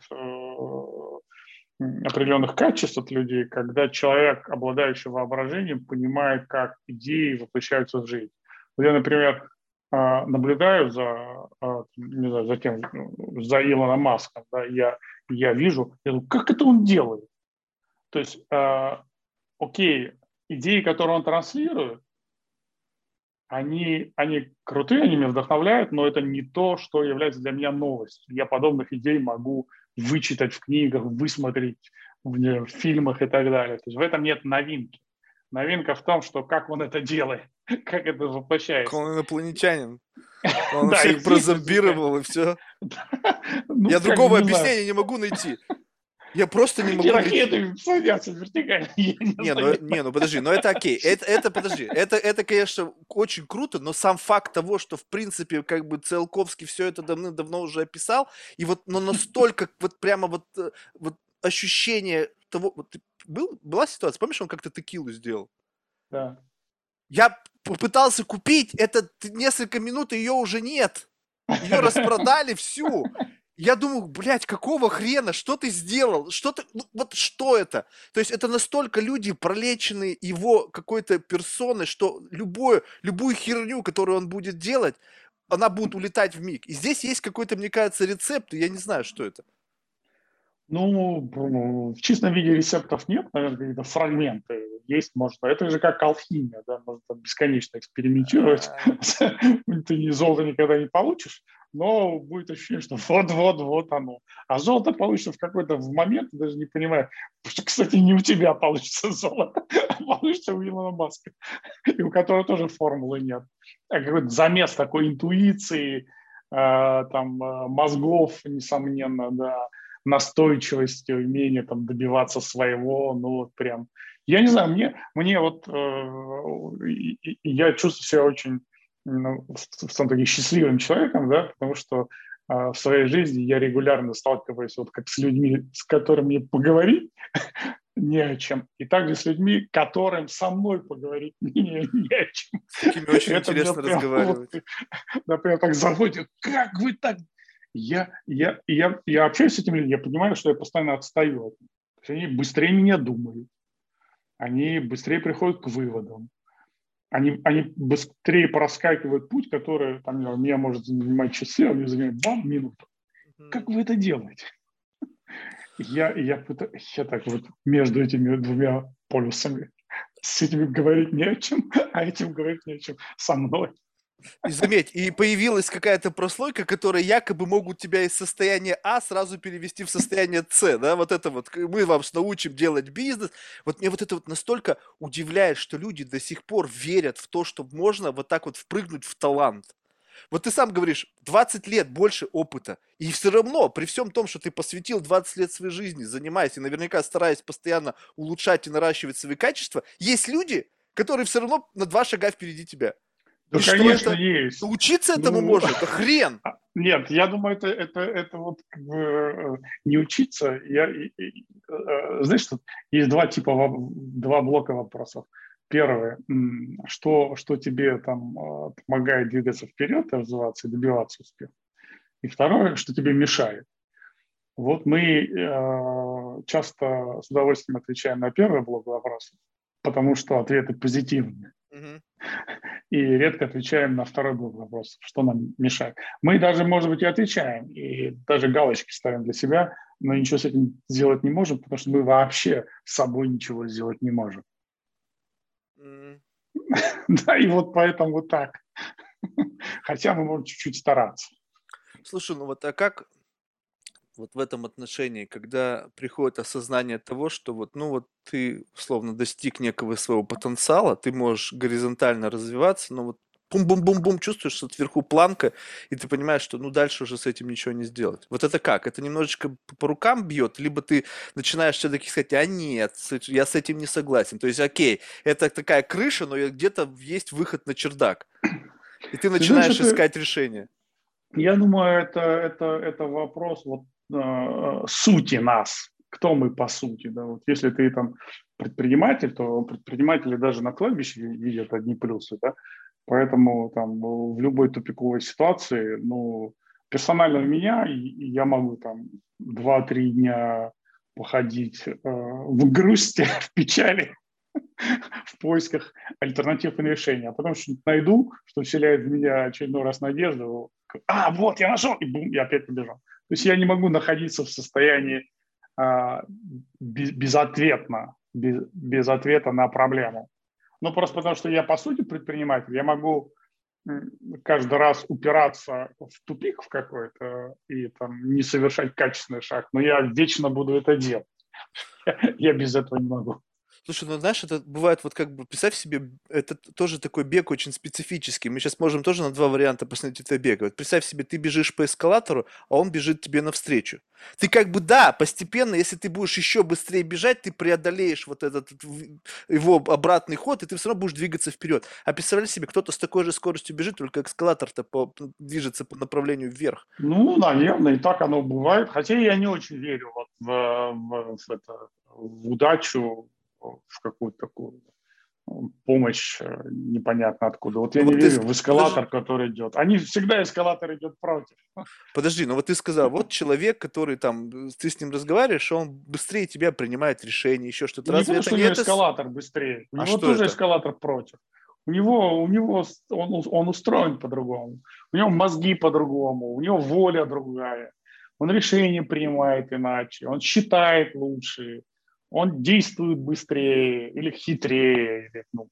определенных качеств от людей, когда человек, обладающий воображением, понимает, как идеи воплощаются в жизнь. Вот я, например, наблюдаю за, не знаю, за тем, за Илоном Маском, да, я, я вижу, я думаю, как это он делает? То есть, окей, идеи, которые он транслирует, они, они крутые, они меня вдохновляют, но это не то, что является для меня новостью. Я подобных идей могу вычитать в книгах, высмотреть в, в фильмах и так далее. То есть в этом нет новинки. Новинка в том, что как он это делает, как это воплощается. Он инопланетянин. Он всех прозомбировал и все. Я другого объяснения не могу найти. Я просто не могу... И ракеты садятся вертикально. Не, ну, не, ну подожди, но это окей. Это, это подожди, это, это, конечно, очень круто, но сам факт того, что, в принципе, как бы Циолковский все это давно-давно уже описал, и вот, но настолько вот прямо вот, вот ощущение того... Вот, был, была ситуация, помнишь, он как-то текилу сделал? Да. Я попытался купить, это несколько минут, и ее уже нет. Ее распродали всю. Я думаю, блядь, какого хрена, что ты сделал? Что ты, ну, вот что это? То есть это настолько люди пролечены его какой-то персоной, что любую, любую херню, которую он будет делать, она будет улетать в миг. И здесь есть какой-то, мне кажется, рецепт, и я не знаю, что это. Ну, в чистом виде рецептов нет, наверное, какие-то фрагменты есть, можно. Это же как алхимия, да, можно там бесконечно экспериментировать. Ты золото никогда не получишь, но будет ощущение, что вот-вот-вот оно. А золото получится в какой-то момент, ты даже не понимаешь, что, кстати, не у тебя получится золото, а получится у Илона Маска, и у которого тоже формулы нет. А какой-то замес такой интуиции, там, мозгов, несомненно, да, настойчивости, умение там добиваться своего, ну вот прям, я не знаю, мне, мне вот, э, я чувствую себя очень, ну, в том таки счастливым человеком, да, потому что э, в своей жизни я регулярно сталкиваюсь вот как с людьми, с которыми поговорить не о чем, и также с людьми, которым со мной поговорить не, не о чем. С такими очень Это интересно прям, разговаривать. Вот, например, так заводит, как вы так... Я, я, я, я общаюсь с этими людьми, я понимаю, что я постоянно отстаю от них. То есть они быстрее меня думают, они быстрее приходят к выводам, они, они быстрее проскакивают путь, который там, меня может занимать часы, а мне занимает бам, минуту. Mm-hmm. Как вы это делаете? Я, я, я так вот между этими двумя полюсами. С этими говорить не о чем, а этим говорить не о чем со мной. И заметь, и появилась какая-то прослойка, которая якобы могут тебя из состояния А сразу перевести в состояние С, да, вот это вот, мы вам научим делать бизнес. Вот мне вот это вот настолько удивляет, что люди до сих пор верят в то, что можно вот так вот впрыгнуть в талант. Вот ты сам говоришь, двадцать лет больше опыта, и все равно, при всем том, что ты посвятил двадцать лет своей жизни, занимаясь и наверняка стараясь постоянно улучшать и наращивать свои качества, есть люди, которые все равно на два шага впереди тебя. Да, И что конечно, это? есть. Учиться этому Ну, можно? Да хрен! а, нет, я думаю, это, это, это вот как бы э, не учиться. Я, и- и, э, знаешь, тут есть два типа, во- два блока вопросов. Первое, м, что, что тебе там э, помогает двигаться вперед, развиваться и добиваться успеха. И второе, что тебе мешает. Вот мы э, часто с удовольствием отвечаем на первый блок вопросов, потому что ответы позитивные. Мгм. И редко отвечаем на второй блок вопросов, что нам мешает. Мы даже, может быть, и отвечаем, и даже галочки ставим для себя, но ничего с этим сделать не можем, потому что мы вообще с собой ничего сделать не можем. М. Да, и вот поэтому вот так. Хотя мы можем чуть-чуть стараться. Слушай, ну вот а как вот в этом отношении, когда приходит осознание того, что вот, ну вот ты условно достиг некого своего потенциала, ты можешь горизонтально развиваться, но вот бум-бум-бум-бум, чувствуешь, что сверху планка, и ты понимаешь, что ну дальше уже с этим ничего не сделать. Вот это как? Это немножечко п- по рукам бьет, либо ты начинаешь все-таки сказать, а нет, с эт- я с этим не согласен. То есть, окей, это такая крыша, но где-то есть выход на чердак. И ты Ты знаешь, начинаешь это, искать решение. я думаю, это, это, это вопрос вот, э, сути нас. Кто мы по сути? Да? Вот если ты там предприниматель, то предприниматели даже на кладбище видят одни плюсы. Да? Поэтому там в любой тупиковой ситуации, ну, персонально у меня, и, и я могу там два-три дня походить э, в грусти, в печали, в поисках альтернатив и решения. А потом что-нибудь найду, что вселяет в меня очередной раз надежду. А, вот, я нашел, и бум, я опять побежал. То есть я не могу находиться в состоянии а, без, безответно, без, без ответа на проблему. Ну, просто потому что я, по сути, предприниматель, я могу каждый раз упираться в тупик в какой-то и там не совершать качественный шаг, но я вечно буду это делать. Я без этого не могу. Слушай, ну знаешь, это бывает вот как бы, представь себе, это т- тоже такой бег очень специфический. Мы сейчас можем тоже на два варианта посмотреть это бега. Вот представь себе, ты бежишь по эскалатору, а он бежит тебе навстречу. Ты как бы, да, постепенно, если ты будешь еще быстрее бежать, ты преодолеешь вот этот в- его обратный ход, и ты все равно будешь двигаться вперед. А представляешь себе, кто-то с такой же скоростью бежит, только эскалатор-то по- движется по направлению вверх. Ну, наверное, и так оно бывает. Хотя я не очень верю вот в, в- в это, в удачу, в какую-то такую помощь э, непонятно откуда. Вот Ну я не вот ты, верю ск- в подожди, эскалатор, который идет. Они всегда эскалатор идет против. Подожди, ну вот ты сказал, вот человек, который там, э, ты с ним разговариваешь, он быстрее тебя принимает решение, еще что-то. Ну, не Разве то, это что у не него это? с- эскалатор быстрее. У А него что тоже это? эскалатор против. У него, у него с- он, он устроен по-другому. У него мозги по-другому, у него воля другая. Он решения принимает иначе, он считает лучше, он действует быстрее или хитрее. Или, ну,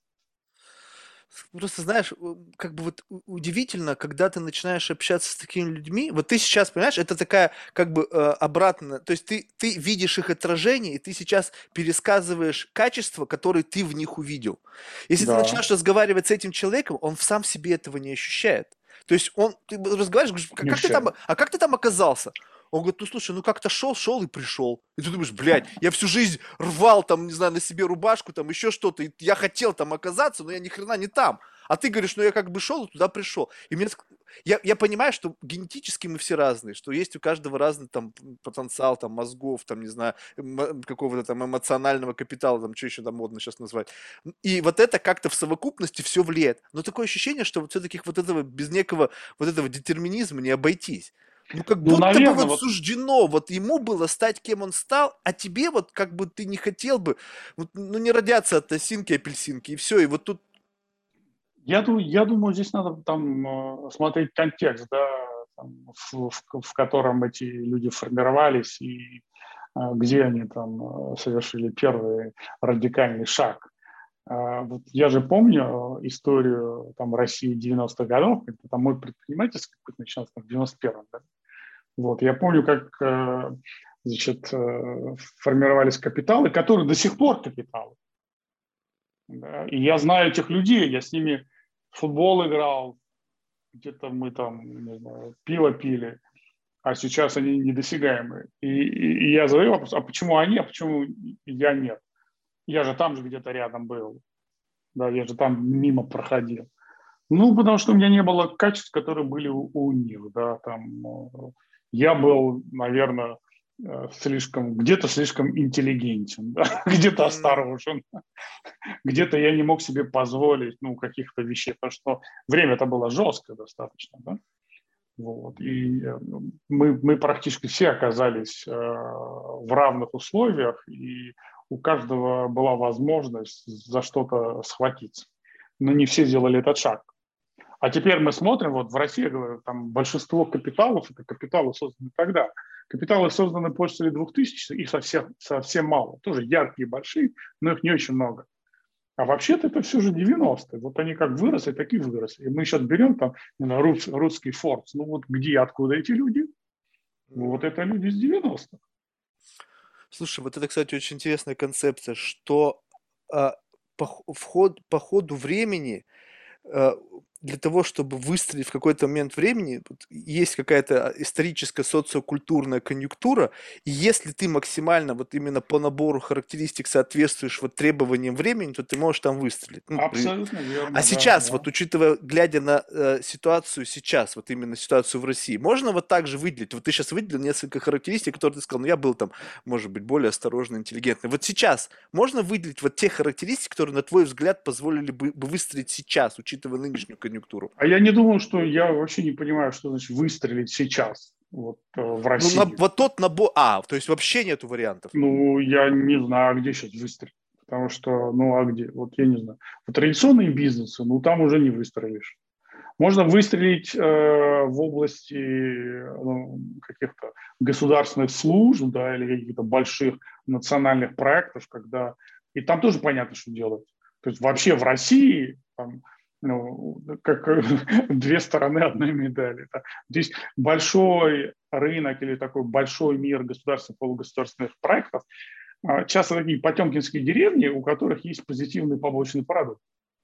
Просто знаешь, у- как бы вот у- удивительно, когда ты начинаешь общаться с такими людьми, вот ты сейчас, понимаешь, это такая как бы э, обратно, то есть ты, ты видишь их отражение, и ты сейчас пересказываешь качества, которые ты в них увидел. Если ты да, начинаешь разговаривать с этим человеком, он сам в себе этого не ощущает. То есть он, ты разговариваешь, говоришь, как, не как ты там, ощущает. а как ты там оказался? Он говорит, ну слушай, ну как-то шел, шел и пришел. И ты думаешь, блядь, я всю жизнь рвал там, не знаю, на себе рубашку, там еще что-то, и я хотел там оказаться, но я ни хрена не там. А ты говоришь, ну я как бы шел и туда пришел. И мне, ск- я, я понимаю, что генетически мы все разные, что есть у каждого разный там потенциал, там мозгов, там, не знаю, эмо- какого-то там эмоционального капитала, там, что еще там модно сейчас назвать. И вот это как-то в совокупности все влияет. Но такое ощущение, что вот все-таки вот этого без некого вот этого детерминизма не обойтись. Ну, как Ну, будто бы наверное, вот вот суждено вот ему было стать, кем он стал, а тебе вот как бы ты не хотел бы, вот, ну, не родятся от осинки апельсинки, и все, и вот тут, я, ду- я думаю, здесь надо там э, смотреть контекст, да, там, в, в- в котором эти люди формировались и э, где они там э, совершили первый радикальный шаг. А, вот я же помню историю там, России девяностых годов, когда там мой предпринимательский путь начался в девяносто первом году. Вот, я помню, как э, значит, э, формировались капиталы, которые до сих пор капиталы. Да? И я знаю этих людей, я с ними в футбол играл, где-то мы там, не знаю, пиво пили, а сейчас они недосягаемые. И, и, и я задаю вопрос, а почему они, а почему я нет? Я же там же где-то рядом был, да, я же там мимо проходил. Ну, потому что у меня не было качеств, которые были у, у них, да, там э, я был, наверное, э, слишком, где-то слишком интеллигентен, да, где-то осторожен, где-то я не мог себе позволить, ну, каких-то вещей, потому что время-то было жесткое достаточно, да. Вот. И мы, мы практически все оказались э, в равных условиях, и у каждого была возможность за что-то схватиться. Но не все сделали этот шаг. А теперь мы смотрим, вот в России, я говорю, там большинство капиталов, это капиталы созданы тогда. Капиталы созданы после двухтысячных, их совсем, совсем мало. Тоже яркие, большие, но их не очень много. А вообще-то это все же девяностые. Вот они как выросли, так и выросли. И мы сейчас берем там рус, русский Форбс. Ну вот где, откуда эти люди? Ну, вот это люди из девяностых. Слушай, вот это, кстати, очень интересная концепция, что а, по, в ход, по ходу времени э, для того, чтобы выстрелить в какой-то момент времени, вот есть какая-то историческая социокультурная конъюнктура, и если ты максимально вот именно по набору характеристик соответствуешь вот требованиям времени, то ты можешь там выстрелить. Ну, при- Абсолютно верно, А да, сейчас, да. вот учитывая, глядя на э, ситуацию сейчас, вот именно ситуацию в России, можно вот так же выделить? Вот ты сейчас выделил несколько характеристик, которые ты сказал, ну я был там, может быть, более осторожный, интеллигентный. Вот сейчас можно выделить вот те характеристики, которые, на твой взгляд, позволили бы, бы выстрелить сейчас, учитывая нынешнюю конъюнктуру? А я не думаю, что я вообще не понимаю, что значит выстрелить сейчас вот, э, в Ну, на, России. вот тот набор... А, то есть вообще нету вариантов. Ну, я не знаю, а где сейчас выстрелить. Потому что, ну, а где? Вот я не знаю. Вот традиционные бизнесы, ну, там уже не выстрелишь. Можно выстрелить э, в области ну, каких-то государственных служб, да, или каких-то больших национальных проектов, когда и там тоже понятно, что делать. То есть вообще в России там, ну, как две стороны одной медали. Да. Здесь большой рынок или такой большой мир государственных, полугосударственных проектов, часто такие потемкинские деревни, у которых есть позитивный побочный продукт.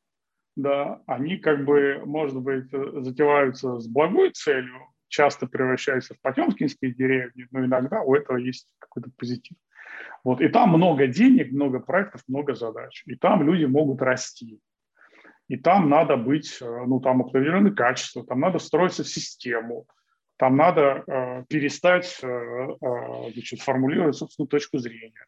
Да, они как бы, может быть, затеваются с благой целью, часто превращаются в потемкинские деревни, но иногда у этого есть какой-то позитив. Вот. И там много денег, много проектов, много задач. И там люди могут расти. И там надо быть, ну, там определенные качества, там надо встроиться в систему, там надо э, перестать э, э, значит, формулировать собственную точку зрения.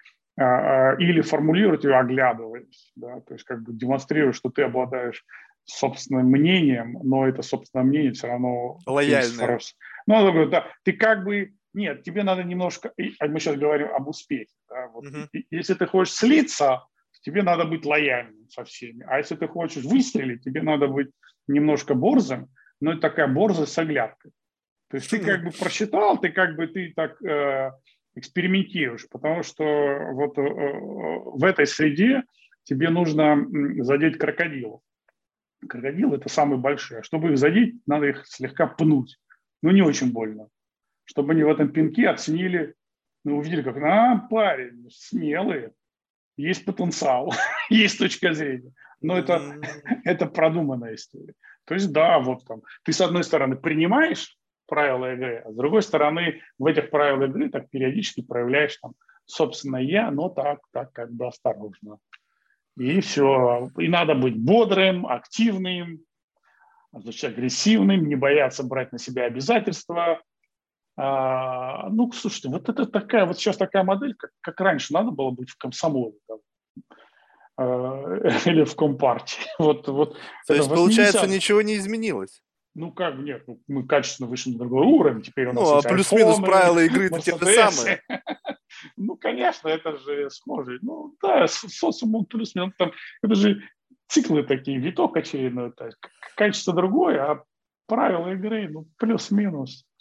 Или формулировать ее, оглядываясь, да, то есть как бы демонстрируя, что ты обладаешь собственным мнением, но это собственное мнение все равно Лояльное. Ну, да, ты как бы, нет, тебе надо немножко, мы сейчас говорим об успехе, да, вот, Угу. если ты хочешь слиться, тебе надо быть лояльным со всеми, а если ты хочешь выстрелить, тебе надо быть немножко борзым, но это такая борзость с оглядкой. То есть ты как бы просчитал, ты как бы, ты так... экспериментируешь, потому что вот в этой среде тебе нужно задеть крокодилов. Крокодилы – это самые большие. Чтобы их задеть, надо их слегка пнуть. Ну, не очень больно. Чтобы они в этом пинке оценили, ну, увидели, как, а, парень, смелый, есть потенциал, есть точка зрения. Но это, это продуманная история. То есть, да, вот там, ты с одной стороны принимаешь правила игры, а с другой стороны в этих правилах игры так периодически проявляешь там собственное я, но так, так как бы осторожно. И все. И надо быть бодрым, активным, значит, агрессивным, не бояться брать на себя обязательства. А, ну, слушайте, вот это такая, вот сейчас такая модель, как, как раньше надо было быть в комсомоле там, э, или в компартии. Вот, вот То это есть, получается, восьмидесятые. ничего не изменилось? Ну как, нет, ну, мы качественно вышли на другой уровень, теперь у нас Ну, а есть плюс-минус айфоны, правила игры-то те же самые. мерседесы. Ну, конечно, это же схоже. Ну, да, социум плюс-минус, там, это же циклы такие, виток очередной, то есть качество другое, а правила игры, ну, плюс-минус.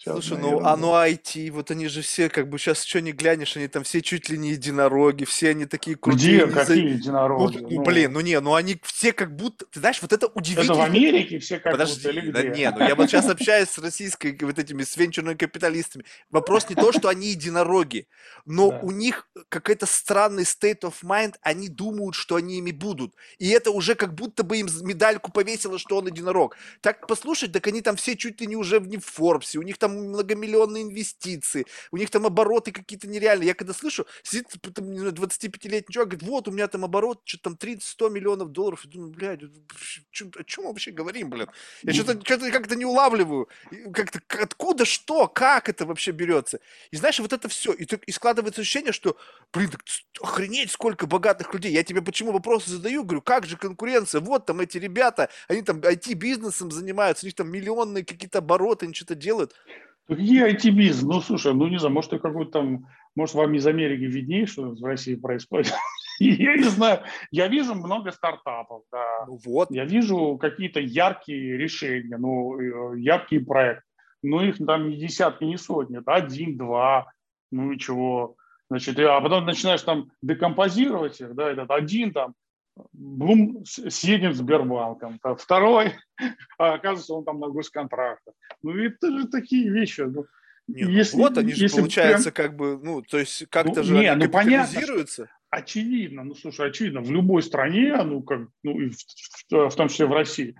Сейчас, Слушай, ну, а наверное, ну ай ти, вот они же все, как бы, сейчас что не глянешь, они там все чуть ли не единороги, все они такие крутые, где, не за... какие Ну, единороги? ну, блин, Ну, ну не, ну они все как будто, ты знаешь, вот это это в удивительно. Америке все Да как будто или подожди, да где? не, ну я вот сейчас общаюсь с российской вот этими с венчурными капиталистами. Вопрос не то, что они единороги, но у Да. них какой-то странный state of mind, они думают, что они ими будут. И это уже как будто бы им медальку повесило, что он единорог. Так послушать, так они там все чуть ли не уже не в Форбсе, у них там многомиллионные инвестиции, у них там обороты какие-то нереальные. Я когда слышу, сидит там, не знаю, двадцатипятилетний чувак, говорит, вот у меня там оборот, что-то там тридцать-сто миллионов долларов. Я думаю, блядь, чё- о чем мы вообще говорим, блин? Я что-то Ну, что как-то не улавливаю. И Как-то к- откуда, что, как это вообще берется? И знаешь, вот это все. И, так- и складывается ощущение, что, блин, так с- охренеть, сколько богатых людей. Я тебе почему вопросы задаю? Говорю, как же конкуренция? Вот там эти ребята, они там ай ти-бизнесом занимаются, у них там миллионные какие-то обороты, они что-то делают. какие ай ти-бизнес? Ну, слушай, ну, не знаю, может, ты какой-то там, может, вам из Америки виднее, что в России происходит. Я не знаю. Я вижу много стартапов, да. Ну вот. Я вижу какие-то яркие решения, ну, э, яркие проекты. Ну, их там не десятки, не сотни. Это один, два, ну и чего. Значит, и- а потом начинаешь там декомпозировать их, да, этот один там, бум, с- съедет Сбербанком. Там, второй, а оказывается, он там на госконтрактах. Ну, это же такие вещи. Ну, Не, ну если, вот, они же, если получается, прям, как бы, ну, то есть ну, как-то же не, они ну, понятно, что капитализируются. очевидно, ну, слушай, очевидно, в любой стране, ну, как, ну, и в, в- в том числе в России,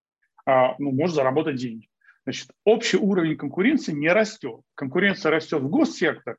а, ну, может заработать деньги. Значит, общий уровень конкуренции не растет. Конкуренция растет в госсектор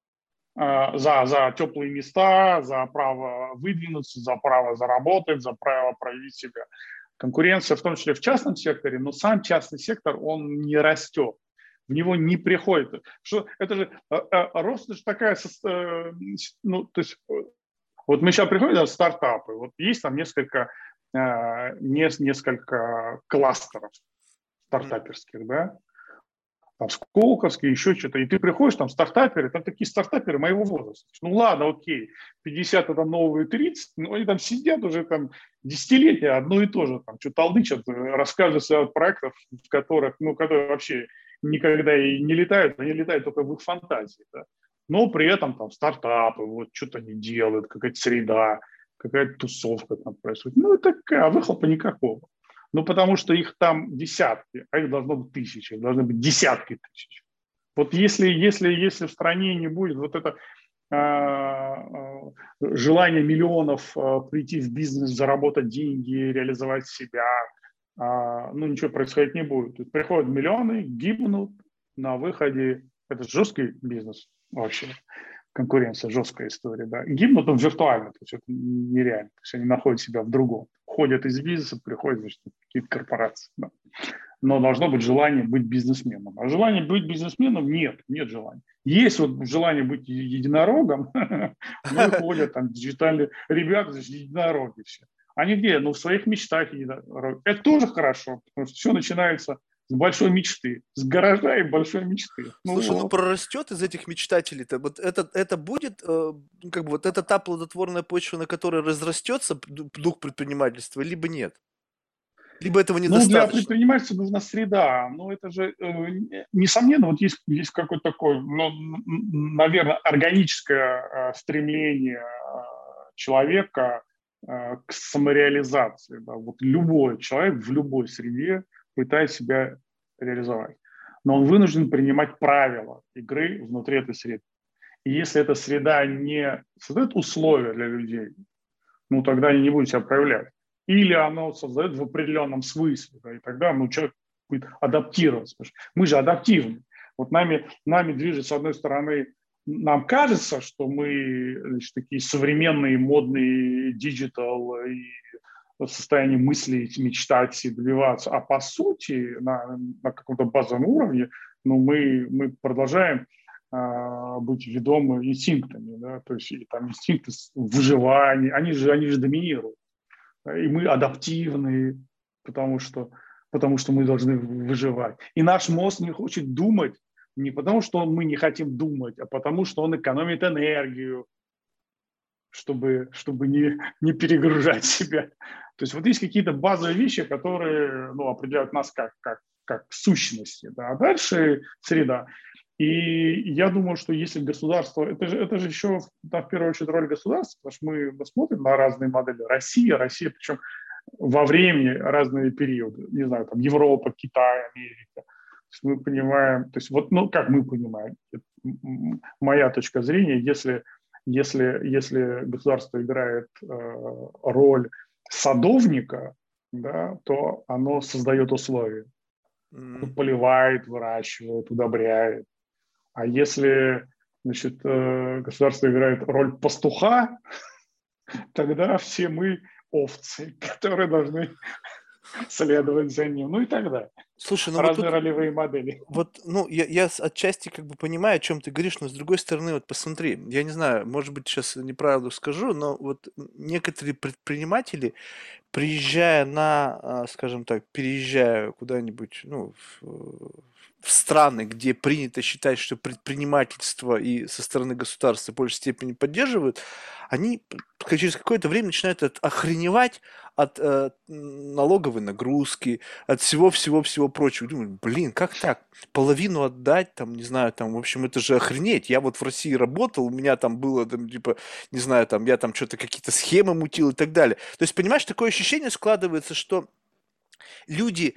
а, за, за теплые места, за право выдвинуться, за право заработать, за право проявить себя. Конкуренция в том числе в частном секторе, но сам частный сектор, он не растет. В него не приходит. Что, это же э, э, рост, это же такая, э, ну, то есть, э, вот мы сейчас приходим на стартапы, вот есть там несколько, э, не, несколько кластеров Мгм. стартаперских, да, там Сколковский, еще что-то, и ты приходишь, там стартаперы, там такие стартаперы моего возраста. Ну ладно, окей, пятьдесят это новые тридцать, но они там сидят уже там десятилетия, одно и то же, там что толдычат, рассказывают о проектах, в которых, ну, которые вообще никогда и не летают, они летают только в их фантазии, да. Но при этом там стартапы, вот что-то они делают, какая-то среда, какая-то тусовка там происходит. Ну, это такая, а выхлопа никакого. Ну, потому что их там десятки, а их должно быть тысячи, должны быть десятки тысяч. Вот если, если, если в стране не будет вот это а, а, желание миллионов а, прийти в бизнес, заработать деньги, реализовать себя, а, ну, ничего происходить не будет. То есть приходят миллионы, гибнут на выходе. Это жесткий бизнес вообще. Конкуренция, жесткая история, да. Гибнут он виртуально, то есть это нереально. То есть они находят себя в другом. Ходят из бизнеса, приходят, значит, в какие-то корпорации. Да. Но должно быть желание быть бизнесменом. А желание быть бизнесменом нет, нет желания. Есть вот желание быть единорогом, ну и ходят там диджитальные ребята, значит, единороги все. Они где? Ну, в своих мечтах единороги. Это тоже хорошо, потому что все начинается с большой мечты, с гаража и большой мечты. Ну Слушай, ну вот. прорастет из этих мечтателей-то, вот это, это будет, э, ну, как бы, вот это та плодотворная почва, на которой разрастется ду- дух предпринимательства, либо нет? Либо этого Ну, для недостаточно? предпринимательства нужна среда. Ну, это же, э, несомненно, вот есть, есть какое-то такое, ну, наверное, органическое э, стремление э, человека э, к самореализации. Да. Вот любой человек в любой среде пытается себя реализовать. Но он вынужден принимать правила игры внутри этой среды. И если эта среда не создает условия для людей, ну, тогда они не будут себя проявлять. Или оно создает в определенном смысле, да, и тогда ну, человек будет адаптироваться. Мы же адаптивны. Вот нами, нами движет, с одной стороны, нам кажется, что мы значит, такие современные, модные, диджитал и в состоянии мыслить, мечтать и добиваться. А по сути, на, на каком-то базовом уровне, ну, мы, мы продолжаем а, быть ведомы инстинктами, да, то есть и там инстинкты выживания, они же, они же доминируют. Да, и мы адаптивны, потому что, потому что мы должны выживать. И наш мозг не хочет думать не потому, что мы не хотим думать, а потому, что он экономит энергию, чтобы, чтобы не, не перегружать себя. То есть вот есть какие-то базовые вещи, которые ну, определяют нас как, как, как сущности, да, а дальше среда. И я думаю, что если государство, это же, это же еще да, в первую очередь роль государства, потому что мы, мы смотрим на разные модели. Россия, Россия, причем во времени разные периоды, не знаю, там Европа, Китай, Америка. То есть мы понимаем, то есть вот, ну, как мы понимаем, моя точка зрения, если, если, если государство играет э, роль садовника, да, то оно создает условия. Mm-hmm. Поливает, выращивает, удобряет. А если, значит, э, государство играет роль пастуха, тогда все мы овцы, которые должны следовать за ним, ну и так далее. Слушай, ну разные вот тут, ролевые модели. Вот, ну, я, я отчасти как бы понимаю, о чем ты говоришь, но с другой стороны, вот посмотри, я не знаю, может быть, сейчас неправду скажу, но вот некоторые предприниматели, приезжая на, скажем так, переезжая куда-нибудь, ну, в, в страны, где принято считать, что предпринимательство и со стороны государства в большей степени поддерживают, они через какое-то время начинают от, охреневать от э, налоговой нагрузки, от всего-всего-всего прочего. Думаю, блин, как так? Половину отдать, там, не знаю, там, в общем, это же охренеть. Я вот в России работал, у меня там было, там, типа, не знаю, там, я там что-то какие-то схемы мутил и так далее. То есть, понимаешь, такое ощущение складывается, что люди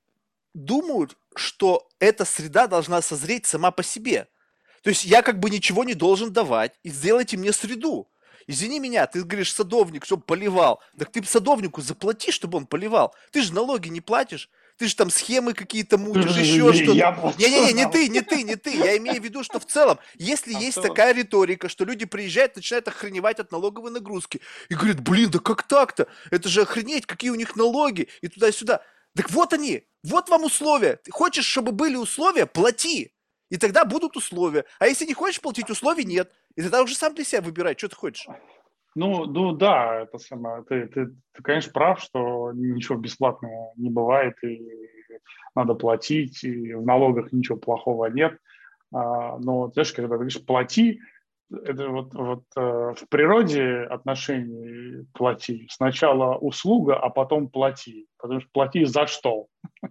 думают, что эта среда должна созреть сама по себе. То есть я как бы ничего не должен давать, и сделайте мне среду. Извини меня, ты говоришь, садовник, чтобы поливал. Так ты садовнику заплати, чтобы он поливал. Ты же налоги не платишь. Ты же там схемы какие-то мутишь, еще что-то. Не-не-не, не ты, не ты, не ты. Я имею в виду, что в целом, если а есть такая риторика, что люди приезжают, начинают охреневать от налоговой нагрузки. И говорят, блин, да как так-то? Это же охренеть, какие у них налоги. И туда-сюда. Так вот они, вот вам условия. Ты хочешь, чтобы были условия, плати. И тогда будут условия. А если не хочешь платить, условий нет. И тогда уже сам для себя выбирай, что ты хочешь. Ну, ну да, это самое. Ты, ты, ты, конечно, прав, что ничего бесплатного не бывает, и надо платить, и в налогах ничего плохого нет. А, но, знаешь, когда ты говоришь «плати», это вот, вот в природе отношений плати. Сначала услуга, а потом плати. Потому что плати за что?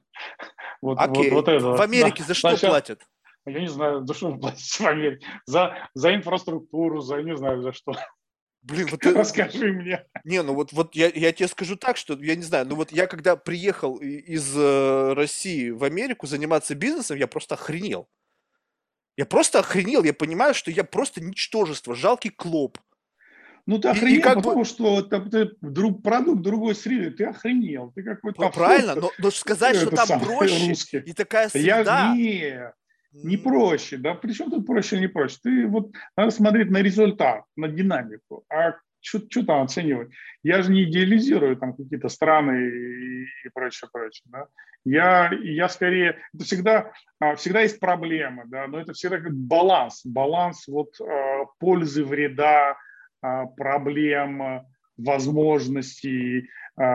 Вот, Окей. Вот, вот это. В Америке за что Сначала... платят? Я не знаю, за что платят в Америке. За, за инфраструктуру, за не знаю за что. Блин, вот расскажи мне. Не, ну вот, вот я, я тебе скажу так, что я не знаю, ну вот я когда приехал из э, России в Америку заниматься бизнесом, я просто охренел. Я просто охренел, я понимаю, что я просто ничтожество, жалкий клоп. Ну, ты охренел, и, и как потому бы... что ты, ты друг, продукт другой среды, ты охренел. Ты какой-то Правильно, но, но сказать, что там проще русский. И такая среда... Я не, не проще, да, при чем тут проще, не проще? Ты вот надо смотреть на результат, на динамику, а что там оценивать? Я же не идеализирую там какие-то страны и, и прочее, прочее, да. Я, я скорее, это всегда, всегда есть проблемы, да, но это всегда как баланс, баланс вот пользы, вреда, проблем, возможностей.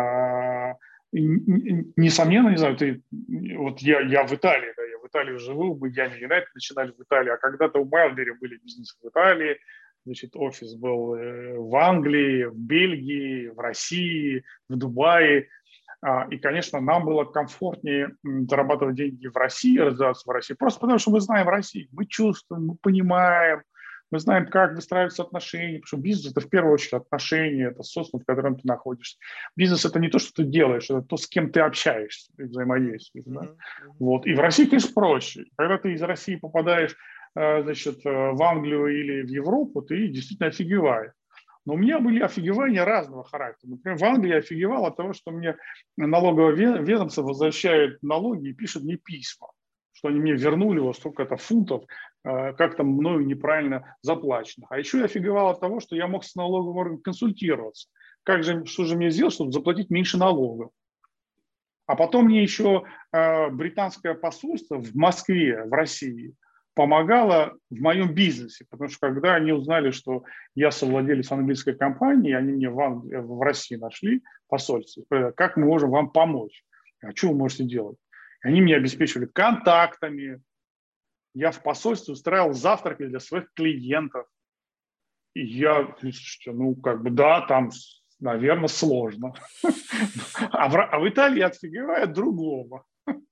Несомненно, не знаю, ты, вот я, я в Италии, да, я в Италии живу, мы Ями Юнайтед начинали в Италии, а когда-то у Майлдбери были бизнесы в Италии, значит, офис был в Англии, в Бельгии, в России, в Дубае. И, конечно, нам было комфортнее зарабатывать деньги в России, развиваться в России, просто потому что мы знаем Россию, мы чувствуем, мы понимаем, мы знаем, как выстраиваются отношения, потому что бизнес – это в первую очередь отношения, это социум, в котором ты находишься. Бизнес – это не то, что ты делаешь, это то, с кем ты общаешься, ты взаимодействуешь. Да? Mm-hmm. Вот. И в России, конечно, проще. Когда ты из России попадаешь, значит, в Англию или в Европу, ты действительно офигеваешь. Но у меня были офигевания разного характера. Например, в Англии я офигевал от того, что мне налоговое ведомство возвращает налоги и пишет мне письма, что они мне вернули вот столько-то фунтов, как там мною неправильно заплачено. А еще я офигевал от того, что я мог с налоговым органом консультироваться. Как же, что же мне сделать, чтобы заплатить меньше налогов? А потом мне еще британское посольство в Москве, в России, помогало в моем бизнесе, потому что когда они узнали, что я совладелец английской компании, они мне в, Англии, в России нашли посольство, как мы можем вам помочь? А что вы можете делать? Они меня обеспечивали контактами. Я в посольстве устраивал завтраки для своих клиентов. И я, ну, как бы, да, там, наверное, сложно. А в, а в Италии я офигеваю от другого.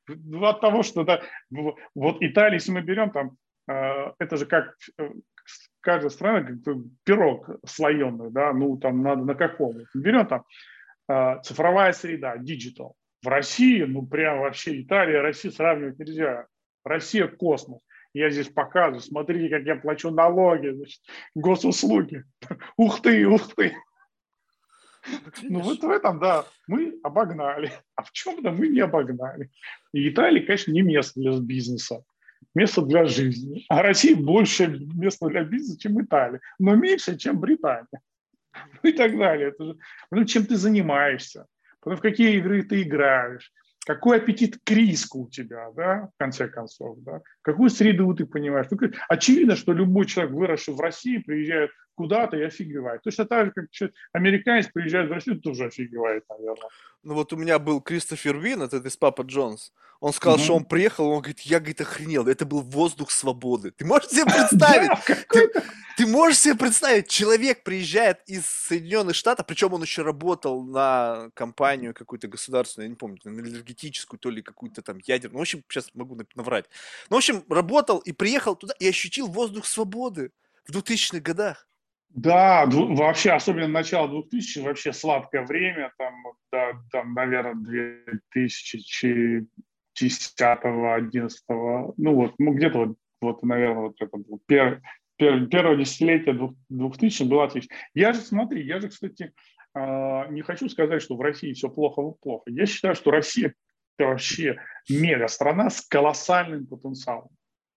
Ну, от того, что да, вот Италия, если мы берем, там, э, это же как э, каждая страна, как пирог слоеный, да, ну, там надо на каком. Берем там э, цифровая среда, digital. В России, ну, прям вообще Италия, Россия сравнивать нельзя. Россия – космос. Я здесь показываю, смотрите, как я плачу налоги, значит, госуслуги. Ух ты, ух ты. Вот Ну видишь? вот в этом, да, мы обогнали. А в чем-то мы не обогнали. И Италия, конечно, не место для бизнеса, место для жизни. А Россия больше место для бизнеса, чем Италия, но меньше, чем Британия. Ну и так далее. Это же, ну, чем ты занимаешься, потом в какие игры ты играешь, какой аппетит к риску у тебя, да, в конце концов, да, какую среду ты понимаешь. Ну, очевидно, что любой человек, выросший в России, приезжает куда-то и офигевает. Точно так же, как американец приезжает в Россию, тоже офигевает, наверное. Ну вот у меня был Кристофер Вин, это из Папа Джонс. Он сказал, что он Угу. приехал, он говорит, я, говорит, охренел, это был воздух свободы. Ты можешь себе представить? Да, Ты, какой-то. ты можешь себе представить, человек приезжает из Соединенных Штатов, причем он еще работал на компанию какую-то государственную, я не помню, на энергетическую, то ли какую-то там ядерную. В общем, сейчас могу наврать. Ну, в общем, работал и приехал туда и ощутил воздух свободы в двухтысячных годах. Да, дву- вообще, особенно начало двухтысячных, вообще сладкое время, там, да, там, наверное, две тысячи десятого, одиннадцатого, ну вот, ну где-то вот, вот, наверное, вот это было пер, пер- первое десятилетие двух- двухтысячных было отлично. Я же, смотри, я же, кстати, а, не хочу сказать, что в России все плохо-плохо. Я считаю, что Россия это вообще мега страна с колоссальным потенциалом.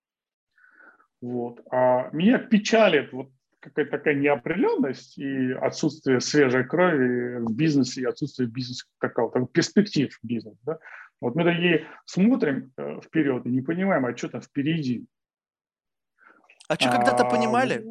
Вот. А меня печалит вот какая-то такая неопределенность и отсутствие свежей крови в бизнесе, и отсутствие бизнеса такого, такого перспектив бизнеса. Да? Вот мы такие смотрим э, вперед и не понимаем, а что там впереди. А что когда-то А, понимали?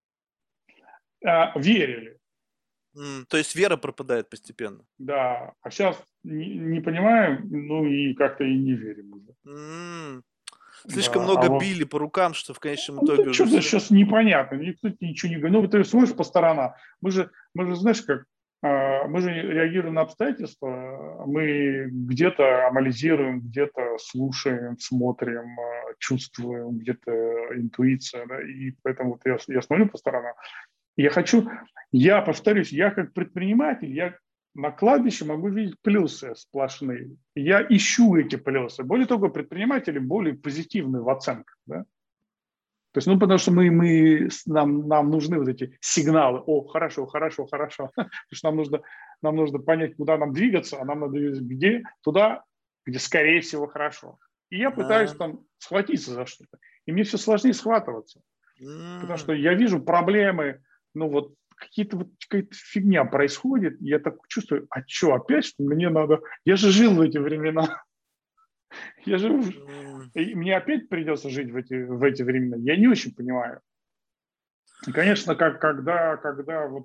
а, верили, М, то есть вера пропадает постепенно. да, а сейчас не, не понимаем, ну и как-то и не верим уже. М, Слишком Да, а много вот били по рукам, что в конечном ну, итоге да уже что-то все. сейчас непонятно, никто тебе ничего не говорит. Ну, ты смотришь по сторонам, мы же, мы же знаешь, как а, мы же реагируем на обстоятельства, мы где-то анализируем, где-то слушаем, смотрим, а, чувствуем, где-то интуиция, да, и поэтому вот я, я смотрю по сторонам. И я хочу, я повторюсь, я как предприниматель, я на кладбище могу видеть плюсы сплошные. Я ищу эти плюсы. Более того, предприниматели более позитивны в оценках, да. То есть, ну, потому что мы, мы, нам, нам нужны вот эти сигналы. О, хорошо, хорошо, хорошо. Потому что нам нужно, нам нужно понять, куда нам двигаться, а нам надо двигаться где? Туда, где, скорее всего, хорошо. И я пытаюсь А, там схватиться за что-то. И мне все сложнее схватываться. Потому м. что я вижу проблемы, ну, вот какие-то вот какая-то фигня происходит, и я так чувствую, а что, опять, что мне надо... Я же жил в эти времена. Я живу, М, и мне опять придется жить в эти, в эти времена. Я не очень понимаю. И, конечно, как, когда, когда вот,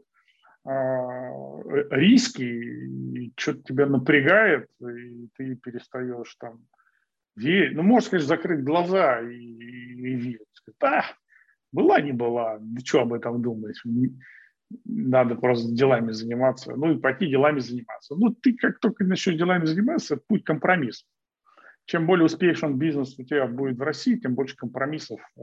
а, риски, и что-то тебя напрягает, и ты перестаешь там верить. Ну, можешь, конечно, закрыть глаза и, и, и верить. Да, была, не была, ну, что об этом думать? Надо просто делами заниматься. Ну, и пойти делами заниматься. Ну, ты как только начнешь делами заниматься, путь компромисс. Чем более успешен бизнес у тебя будет в России, тем больше компромиссов, э,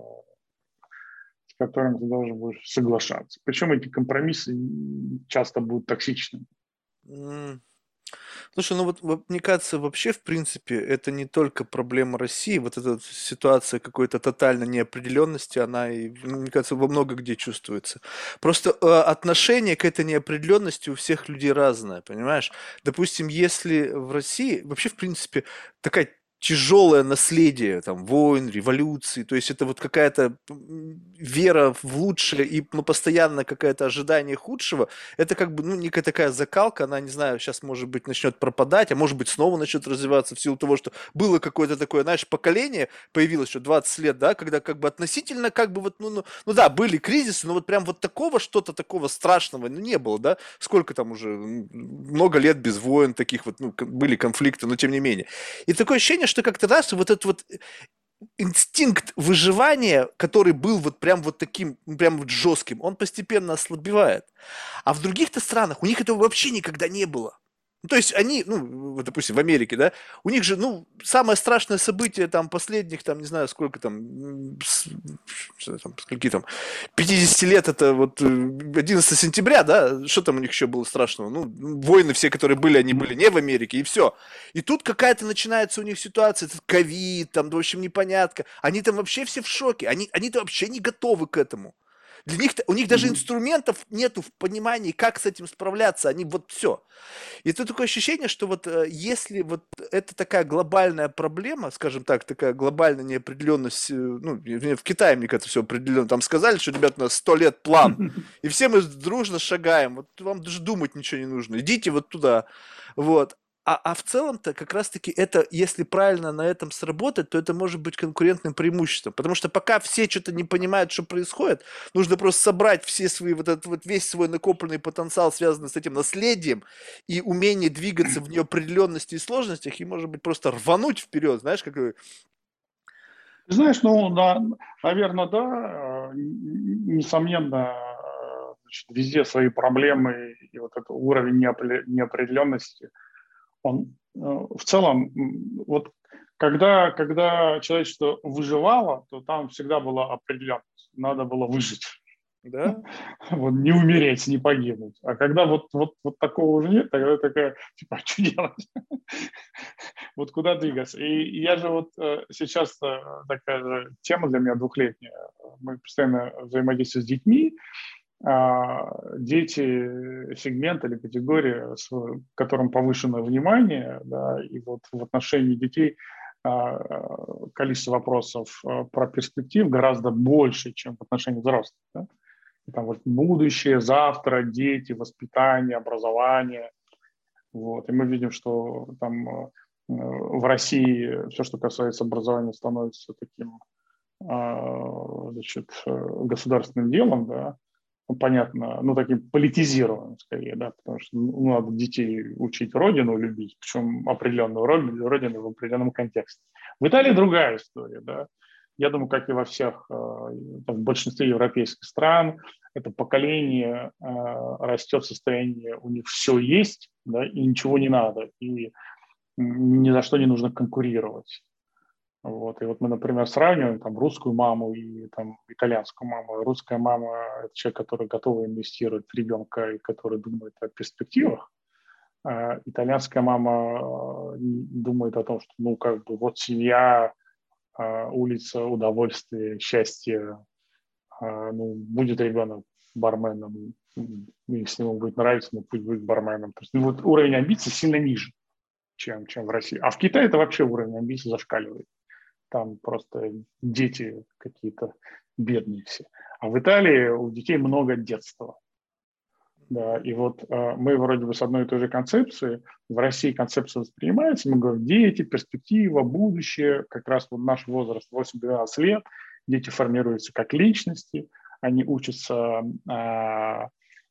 с которыми ты должен будешь соглашаться. Причем эти компромиссы часто будут токсичными. м. Слушай, ну вот, вот мне кажется, вообще, в принципе, это не только проблема России, вот эта вот ситуация какой-то тотальной неопределенности, она, и, ну, мне кажется, во много где чувствуется. Просто э, отношение к этой неопределенности у всех людей разное, понимаешь? Допустим, если в России, вообще, в принципе, такая тяжелое наследие там войн, революций, то есть это вот какая-то м, вера в лучшее и ну, постоянно какое-то ожидание худшего, это как бы, ну, некая такая закалка, она, не знаю, сейчас, может быть, начнет пропадать, а может быть, снова начнет развиваться в силу того, что было какое-то такое, знаешь, поколение, появилось еще двадцать лет, да, когда как бы относительно, как бы вот, ну, ну, ну да, были кризисы, но вот прям вот такого, что-то такого страшного, ну, не было, да, сколько там уже, м, много лет без войн таких вот, ну, к- были конфликты, но тем не менее. И такое ощущение, что как-то раз вот этот вот инстинкт выживания, который был вот прям вот таким, ну, прям вот жестким, он постепенно ослабевает. А в других-то странах у них этого вообще никогда не было. Ну, то есть они, ну, вот, допустим, в Америке, да, у них же, ну, самое страшное событие там последних, там, не знаю, сколько там, м, с- что там, скольки там, пятьдесят лет, это вот э, одиннадцатого сентября, да, что там у них еще было страшного? Ну, войны все, которые были, они были не в Америке, и все. И тут какая-то начинается у них ситуация, этот ковид, там, в общем, непонятка. Они там вообще все в шоке, они, они-то вообще не готовы к этому. Для них, у них даже Мгм. инструментов нету в понимании, как с этим справляться. Они вот все. И тут такое ощущение, что вот э, если вот это такая глобальная проблема, скажем так, такая глобальная неопределенность, э, ну, в в Китае, мне кажется, все определенно, там сказали, что, ребят, у нас сто лет план, и все мы дружно шагаем, вот вам даже думать ничего не нужно, идите вот туда, вот. А, а в целом-то как раз-таки это, если правильно на этом сработать, то это может быть конкурентным преимуществом. Потому что пока все что-то не понимают, что происходит, нужно просто собрать все свои, вот этот вот весь свой накопленный потенциал, связанный с этим наследием, и умение двигаться в неопределенности и сложностях, и, может быть, просто рвануть вперед, знаешь, как... э, Ты знаешь, ну, да, наверное, да, э, н- несомненно, э, значит, везде свои проблемы, и вот этот уровень неопре- неопределенности, он э, в целом, м, вот когда, когда человечество выживало, то там всегда была определенность, надо было выжить. Да? Вот, не умереть, не погибнуть. А когда вот, вот, вот такого уже нет, тогда такая, типа, а что делать? Вот куда двигаться? И, и я же вот э, сейчас э, такая же тема для меня двухлетняя. Мы постоянно взаимодействуем с детьми. А, дети сегмент или категория, с которым повышенное внимание, да, и вот в отношении детей а, количество вопросов а, про перспектив гораздо больше, чем в отношении взрослых. Да? И там вот будущее, завтра, дети, воспитание, образование. Вот. И мы видим, что там э, в России все, что касается образования, становится таким а, значит, э, государственным делом, да, ну, понятно, ну, таким политизированным скорее, да, потому что ну, надо детей учить родину любить, причем определенную родину, родину в определенном контексте. В Италии другая история, да. Я думаю, как и во всех, э, в большинстве европейских стран, это поколение э, растет в состоянии, у них все есть, да, и ничего не надо, и ни за что не нужно конкурировать. Вот. И вот мы, например, сравниваем там русскую маму и там итальянскую маму. Русская мама – это человек, который готов инвестировать в ребенка и который думает о перспективах. А итальянская мама э, думает о том, что, ну, как бы, вот семья, э, улица, удовольствие, счастье. Э, ну, будет ребенок барменом, если ему будет нравиться, ну, пусть будет барменом. То есть, ну, вот уровень амбиций сильно ниже, чем, чем в России. А в Китае это вообще уровень амбиций зашкаливает. Там просто дети какие-то бедные все. А в Италии у детей много детства. Да, и вот э, мы вроде бы с одной и той же концепции, в России концепция воспринимается, мы говорим, дети, перспектива, будущее, как раз вот наш возраст восемь-двенадцать лет, дети формируются как личности, они учатся э,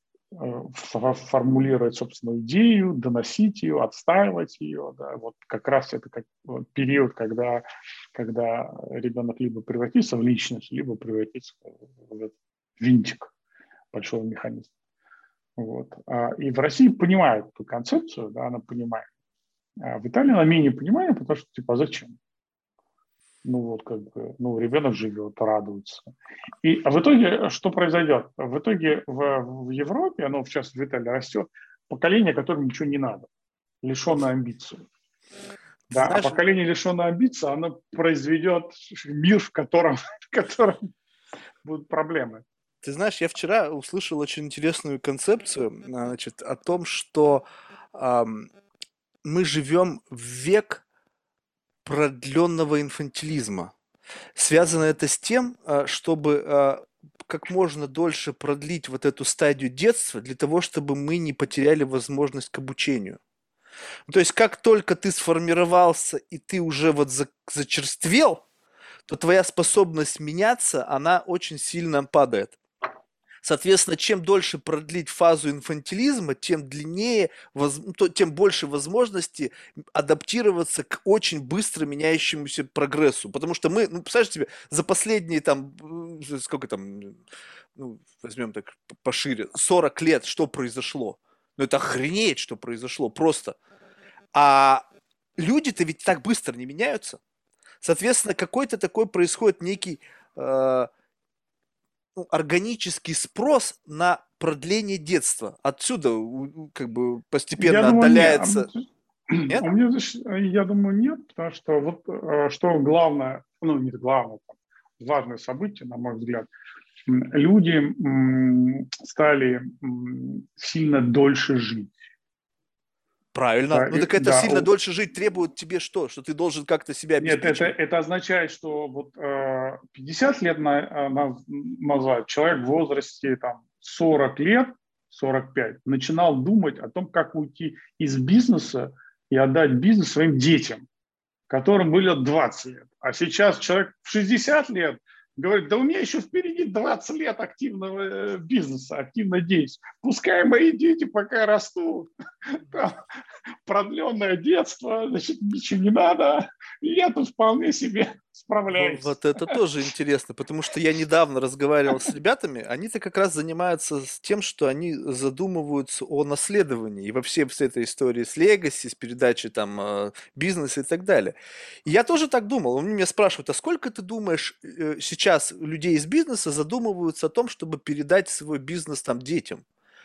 формулировать собственную идею, доносить ее, отстаивать ее. Да. Вот как раз это как вот период, когда, когда ребенок либо превратится в личность, либо превратится в этот винтик большого механизма. Вот. И в России понимают эту концепцию, да, она понимает. А в Италии она менее понимает, потому что, типа, а зачем? Ну вот, как бы, ну, ребенок живет, радуется. И а в итоге что произойдет? В итоге в, в Европе, оно, в частности, в Италии растет поколение, которому ничего не надо, лишенное амбиций. Ты Да, а знаешь, поколение, лишенное амбиций, оно произведет мир, в котором, в котором будут проблемы. ты знаешь, я вчера услышал очень интересную концепцию, значит, о том, что ам, мы живем в век продленного инфантилизма. Связано это с тем, а, чтобы а, как можно дольше продлить вот эту стадию детства для того, чтобы мы не потеряли возможность к обучению. То есть, как только ты сформировался и ты уже вот за- зачерствел, то твоя способность меняться, она очень сильно падает. Соответственно, чем дольше продлить фазу инфантилизма, тем длиннее, воз- ну, то- тем больше возможности адаптироваться к очень быстро меняющемуся прогрессу. Потому что мы, ну, представляешь себе, за последние там, э, сколько там, ну, возьмем так пошире, сорок лет, что произошло? Ну это охренеть, что произошло просто. А люди-то ведь так быстро не меняются. Соответственно, какой-то такой происходит некий э, ну, органический спрос на продление детства. Отсюда у- у, как бы Я постепенно думаю, нет. А, отдаляется. Нет? У меня, знаешь, я думаю, нет, потому что вот э, что главное, ну, не главное, там, важное событие, на мой взгляд, м, люди м, стали м, сильно дольше жить. Правильно. Да, Ну и- так это да, сильно у- дольше жить требует тебе что? Что ты должен как-то себя нет, это, обеспечивать? это означает, что вот э, пятьдесят лет на- э, на- назад человек в возрасте там, сорок лет, сорок пять, начинал думать о том, как уйти из бизнеса и отдать бизнес своим детям, которым было двадцать лет. А сейчас человек в шестьдесят лет говорит, да у меня еще впереди двадцать лет активного э, бизнеса, активной деятельности. Пускай мои дети пока растут, там, продленное детство, значит, ничего не надо, и я тут вполне себе Ну, справляюсь. вот это тоже интересно, потому что я недавно разговаривал с ребятами, они-то как раз занимаются с тем, что они задумываются о наследовании и вообще с этой историей с легаси, с передачей там э, бизнеса и так далее. И я тоже так думал. Они меня спрашивают, а сколько ты думаешь э, сейчас людей из бизнеса задумываются о том, чтобы передать свой бизнес там детям?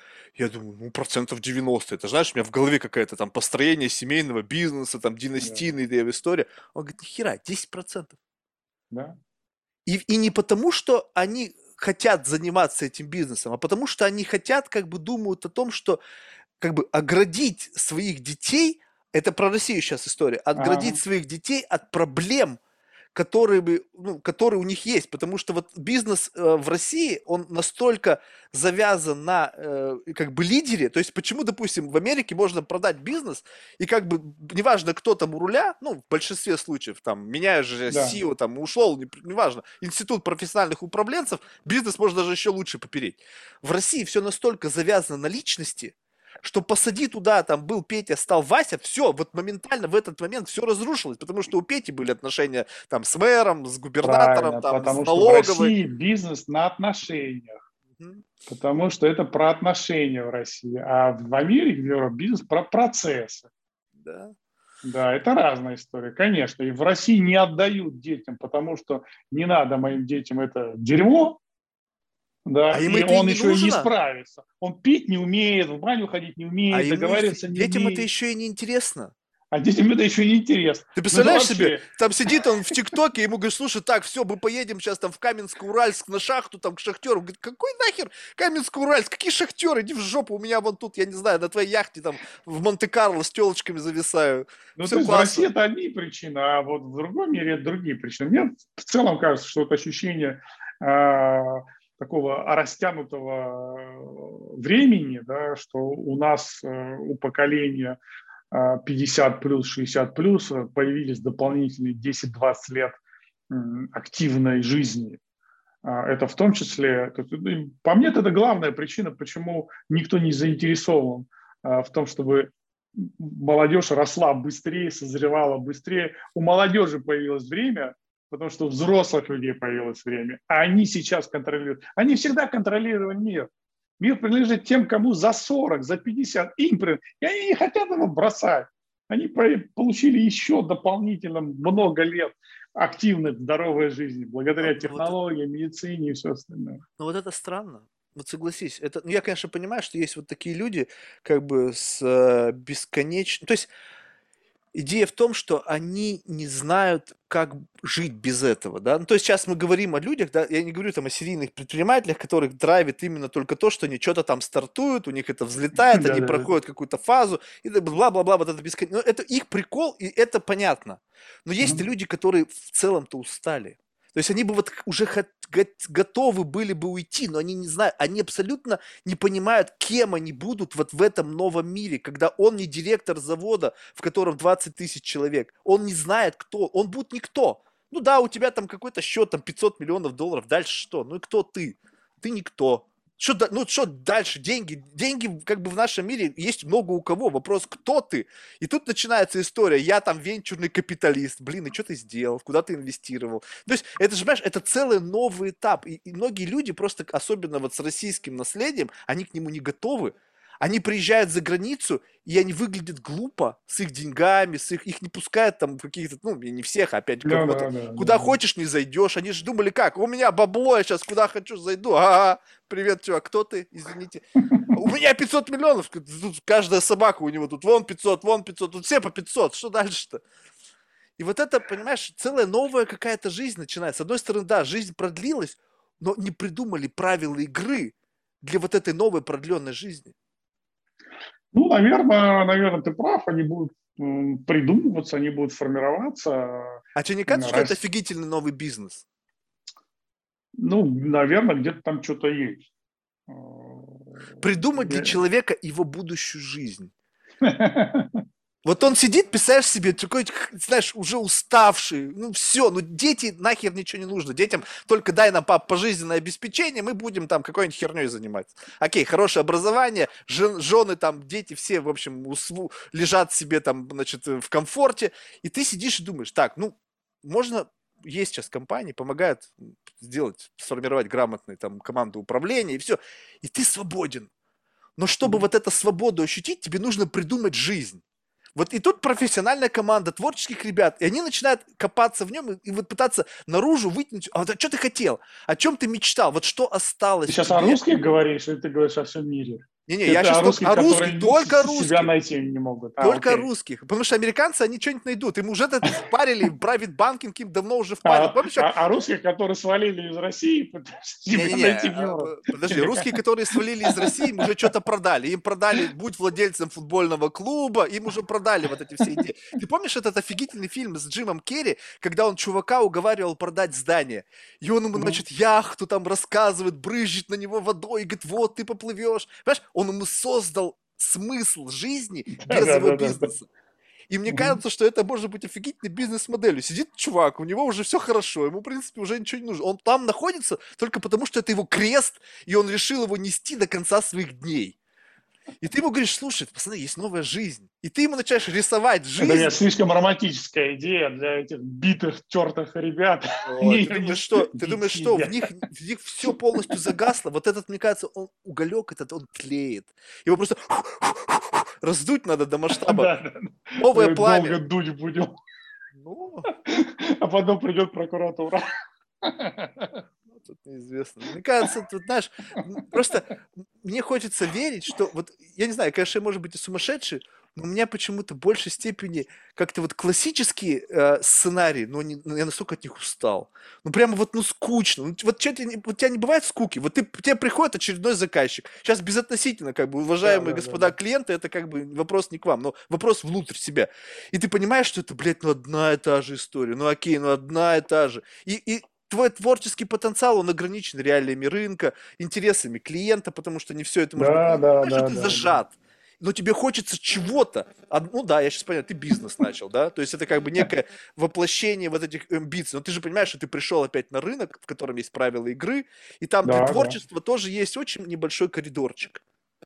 Я думаю, ну, процентов девяносто. Это, знаешь, у меня в голове какая-то там построение семейного бизнеса, там Да, династийная история. Он говорит, нихера, десять процентов. да. И, и не потому, что они хотят заниматься этим бизнесом, а потому что они хотят, как бы думают о том, что как бы оградить своих детей, это про Россию сейчас история, отградить Ага. своих детей от проблем, которые, бы, ну, которые у них есть. Потому что вот бизнес э, в России, он настолько завязан на э, как бы лидере. То есть почему, допустим, в Америке можно продать бизнес, и как бы неважно, кто там у руля, ну, в большинстве случаев, там, меняешь же Да. си и о, там, ушел, не- неважно, институт профессиональных управленцев, бизнес можно даже еще лучше попереть. В России все настолько завязано на личности, что посади туда, там был Петя, стал Вася, все, вот моментально в этот момент все разрушилось, потому что у Пети были отношения там с мэром, с губернатором, Правильно, там, с потому что в налоговой. России бизнес на отношениях. Мгм. Потому что это про отношения в России. А в Америке, в Европе, бизнес про процессы. Да. Да, это разная история, конечно. И в России не отдают детям, потому что не надо моим детям это дерьмо, да, А им и это и он не еще и не нужно, справится. Он пить не умеет, в баню ходить не а умеет, ему еще- договариваться не детям это умеет, еще и не интересно. а детям это еще не интересно. Ты Ну это представляешь себе, вообще, там сидит он в ТикТоке, ему говорят, слушай, так, все, мы поедем сейчас там в Каменск-Уральск на шахту, там к шахтеру. Он говорит, какой нахер Каменск-Уральск, какие шахтеры, иди в жопу, у меня вон тут, я не знаю, на твоей яхте там в Монте-Карло с телочками зависаю. ну то Все есть в России классно. это одни причины, а вот в другом мире это другие причины. Мне в целом кажется, что это ощущение э, такого растянутого э, времени, да, что у нас, э, у поколения пятьдесят плюс, шестьдесят плюс, появились дополнительные десять-двадцать лет активной жизни. Это в том числе, по мне, это главная причина, почему никто не заинтересован в том, чтобы молодежь росла быстрее, созревала быстрее. У молодежи появилось время, потому что у взрослых людей появилось время, а они сейчас контролируют. Они всегда контролировали мир. Мир принадлежит тем, кому за сорок, за пятьдесят, им принадлежит. И они не хотят его бросать. Они получили еще дополнительно много лет активной, здоровой жизни, Ну, благодаря ну вот технологиям, медицине и все остальное. Ну вот это странно. Вот согласись, это, ну я, конечно, понимаю, что есть вот такие люди, как бы с э, бесконечно... То есть идея в том, что они не знают, как жить без этого, да. Ну, то есть сейчас мы говорим о людях, да, я не говорю там о серийных предпринимателях, которых драйвит именно только то, что они что-то там стартуют, у них это взлетает, они Да-да-да. проходят какую-то фазу, и бла-бла-бла, вот это бесконечно. Это их прикол, и это понятно. Но есть и люди, которые в целом-то устали. То есть они бы вот уже хот- гот- готовы были бы уйти, но они не знают, они абсолютно не понимают, кем они будут вот в этом новом мире, когда он не директор завода, в котором двадцать тысяч человек. Он не знает, кто. Он будет никто. Ну да, у тебя там какой-то счет, там пятьсот миллионов долларов. Дальше что? Ну и кто ты? Ты никто. Что, да- ну что дальше? Деньги. Деньги как бы в нашем мире есть много у кого. Вопрос, кто ты? И тут начинается история. Я там венчурный капиталист. Блин, и что ты сделал? Куда ты инвестировал? То есть это же, понимаешь, это целый новый этап. И, и многие люди просто, особенно вот с российским наследием, они к нему не готовы. Они приезжают за границу, и они выглядят глупо с их деньгами, с их, их не пускают там в каких-то, ну, не всех, а опять Да, кого-то. да, да, Куда да. хочешь, не зайдешь. Они же думали, как, у меня бабло, я сейчас куда хочу зайду. Ага, привет, чувак, кто ты? Извините. У меня пятьсот миллионов. Тут каждая собака у него тут вон пятьсот, вон пятьсот, тут все по пятьсот. Что дальше-то? И вот это, понимаешь, целая новая какая-то жизнь начинается. С одной стороны, да, жизнь продлилась, но не придумали правила игры для вот этой новой продленной жизни. Ну, наверное, наверное, ты прав, они будут м, придумываться, они будут формироваться. А тебе не кажется, что это Рас- офигительный новый бизнес? Ну, наверное, где-то там что-то есть. Э, Придумать для я- человека его будущую жизнь. Вот он сидит, представляешь себе, такой, знаешь, уже уставший, ну все, ну дети нахер ничего не нужно, детям только дай нам, пап, пожизненное обеспечение, мы будем там какой-нибудь херней заниматься. Окей, хорошее образование, жен, жены там, дети все, в общем, усву, лежат себе там, значит, в комфорте, и ты сидишь и думаешь, так, ну, можно, есть сейчас компании, помогают сделать, сформировать грамотную там команду управления, и все, и ты свободен. Но чтобы вот эту свободу ощутить, тебе нужно придумать жизнь. Вот и тут профессиональная команда творческих ребят, и они начинают копаться в нем и, и вот пытаться наружу вытянуть, а вот а что ты хотел, о чем ты мечтал, вот что Ты осталось сейчас о тебе. русских говоришь, или ты говоришь о всем мире? Не-не, я Это сейчас о только русских, о русских, которые только о с- себя русских. найти не могут. А, Только окей. русских. Потому что американцы, они что-нибудь найдут. Им уже это впарили, Private Banking им давно уже впарил. А, Помнишь, как... а, а русских, которые свалили из России, пытаются себя Не-не-не, найти в а, Европе. п- подожди, Или русские, как? которые свалили из России, им уже что-то продали. Им продали, будь владельцем футбольного клуба, им уже продали вот эти все идеи. Ты помнишь этот офигительный фильм с Джимом Керри, когда он чувака уговаривал продать здание? И он ему, Мгм. значит, яхту там рассказывает, брызжет на него водой, и говорит, вот ты поплывешь. Понимаешь, он ему создал смысл жизни Да, без да, его да, да, да. бизнеса. И мне Мгм. кажется, что это может быть офигительной бизнес-моделью. Сидит чувак, у него уже все хорошо, ему, в принципе, уже ничего не нужно. Он там находится только потому, что это его крест, и он решил его нести до конца своих дней. И ты ему говоришь, слушай, пацаны, есть новая жизнь. И ты ему начинаешь рисовать Это нет, жизнь. слишком романтическая идея для этих битых, тертых ребят. Ой, Они ты ее не думаешь, что, ты думаешь, бить что в себя. них, в них все полностью загасло? Вот этот, мне кажется, он, уголек этот, он тлеет. Его просто раздуть надо до масштаба. Да, да. Новое Мы пламя. долго дуть будем, Ну, а потом придет прокуратура. ну, тут неизвестно. Мне кажется, тут, знаешь, просто мне хочется верить, что вот, я не знаю, конечно, я, может быть, и сумасшедший, но у меня почему-то в большей степени как-то вот классические э, сценарии, но не- ну, я настолько от них устал. Ну, прямо вот, ну, скучно. Ну, вот, чё тебе не- вот у тебя не бывает скуки? Вот ты, тебе приходит очередной заказчик. Сейчас безотносительно, как бы, Да, уважаемые да, да, господа да. клиенты, это как бы вопрос не к вам, но вопрос внутрь себя. И ты понимаешь, что это, блядь, ну, одна и та же история. Ну, окей, ну, одна и та же. И, и твой творческий потенциал, он ограничен реалиями рынка, интересами клиента, потому что не все это может быть. Да, Ну, да, понимаешь, что да, ты да, да. зажат. Но тебе хочется чего-то. А, ну да, я сейчас понял, ты бизнес начал, да? То есть это как бы некое воплощение вот этих амбиций. Но ты же понимаешь, что ты пришел опять на рынок, в котором есть правила игры, и там для Да, да. творчества тоже есть очень небольшой коридорчик.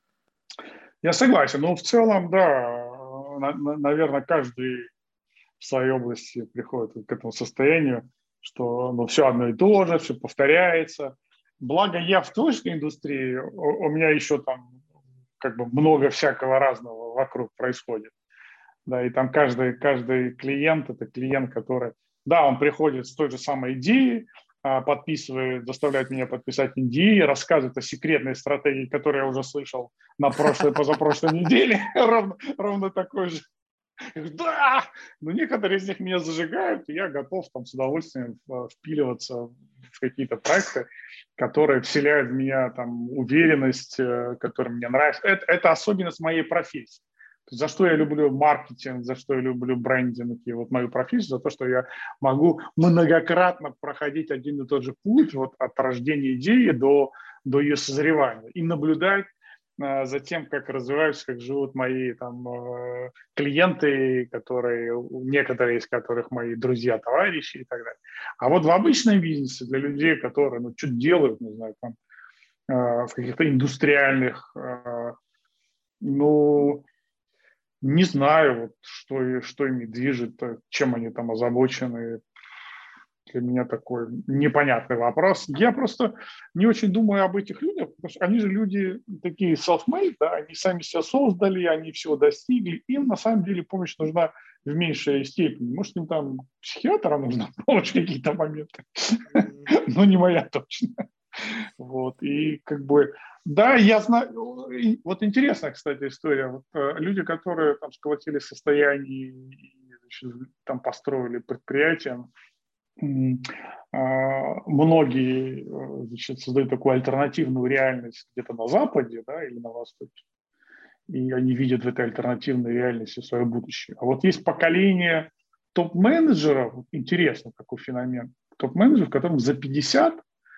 Я согласен. Но в целом, да, на- на- наверное, каждый в своей области приходит к этому состоянию, что ну, все одно и то же, все повторяется. Благо я в творческой индустрии, у, у меня еще там как бы много всякого разного вокруг происходит. Да, и там каждый, каждый клиент – это клиент, который, да, он приходит с той же самой идеей, а, подписывает, заставляет меня подписать эн ди эй, рассказывает о секретной стратегии, которую я уже слышал на прошлой, позапрошлой неделе, ровно, ровно такой же. Да! Но некоторые из них меня зажигают, и я готов там с удовольствием впиливаться в какие-то проекты, которые вселяют в меня там уверенность, э, которая мне нравится. Это, это особенность моей профессии. За что я люблю маркетинг, за что я люблю брендинг и вот мою профессию, за то, что я могу многократно проходить один и тот же путь вот от рождения идеи до, до ее созревания и наблюдать э, за тем, как развиваются, как живут мои там, э, клиенты, которые, некоторые из которых мои друзья, товарищи и так далее. А вот в обычном бизнесе для людей, которые ну, что-то делают, не знаю, там, э, в каких-то индустриальных, э, ну, не знаю, вот, что, что ими движет, чем они там озабочены. для меня такой непонятный вопрос. Я просто не очень думаю об этих людях, потому что они же люди такие self-made, да, они сами себя создали, они всего достигли. Им на самом деле помощь нужна в меньшей степени. Может, им там психиатра нужна помощь в какие-то моменты, но не моя точно. Вот, и как бы, да, я знаю, вот интересная, кстати, история. Вот, э, люди, которые там сколотили состояние и значит, там построили предприятия, многие значит, создают такую альтернативную реальность где-то на Западе, да, или на Востоке, и они видят в этой альтернативной реальности свое будущее. А вот есть поколение топ-менеджеров, интересно, какой феномен, топ-менеджеров, которым за пятьдесят,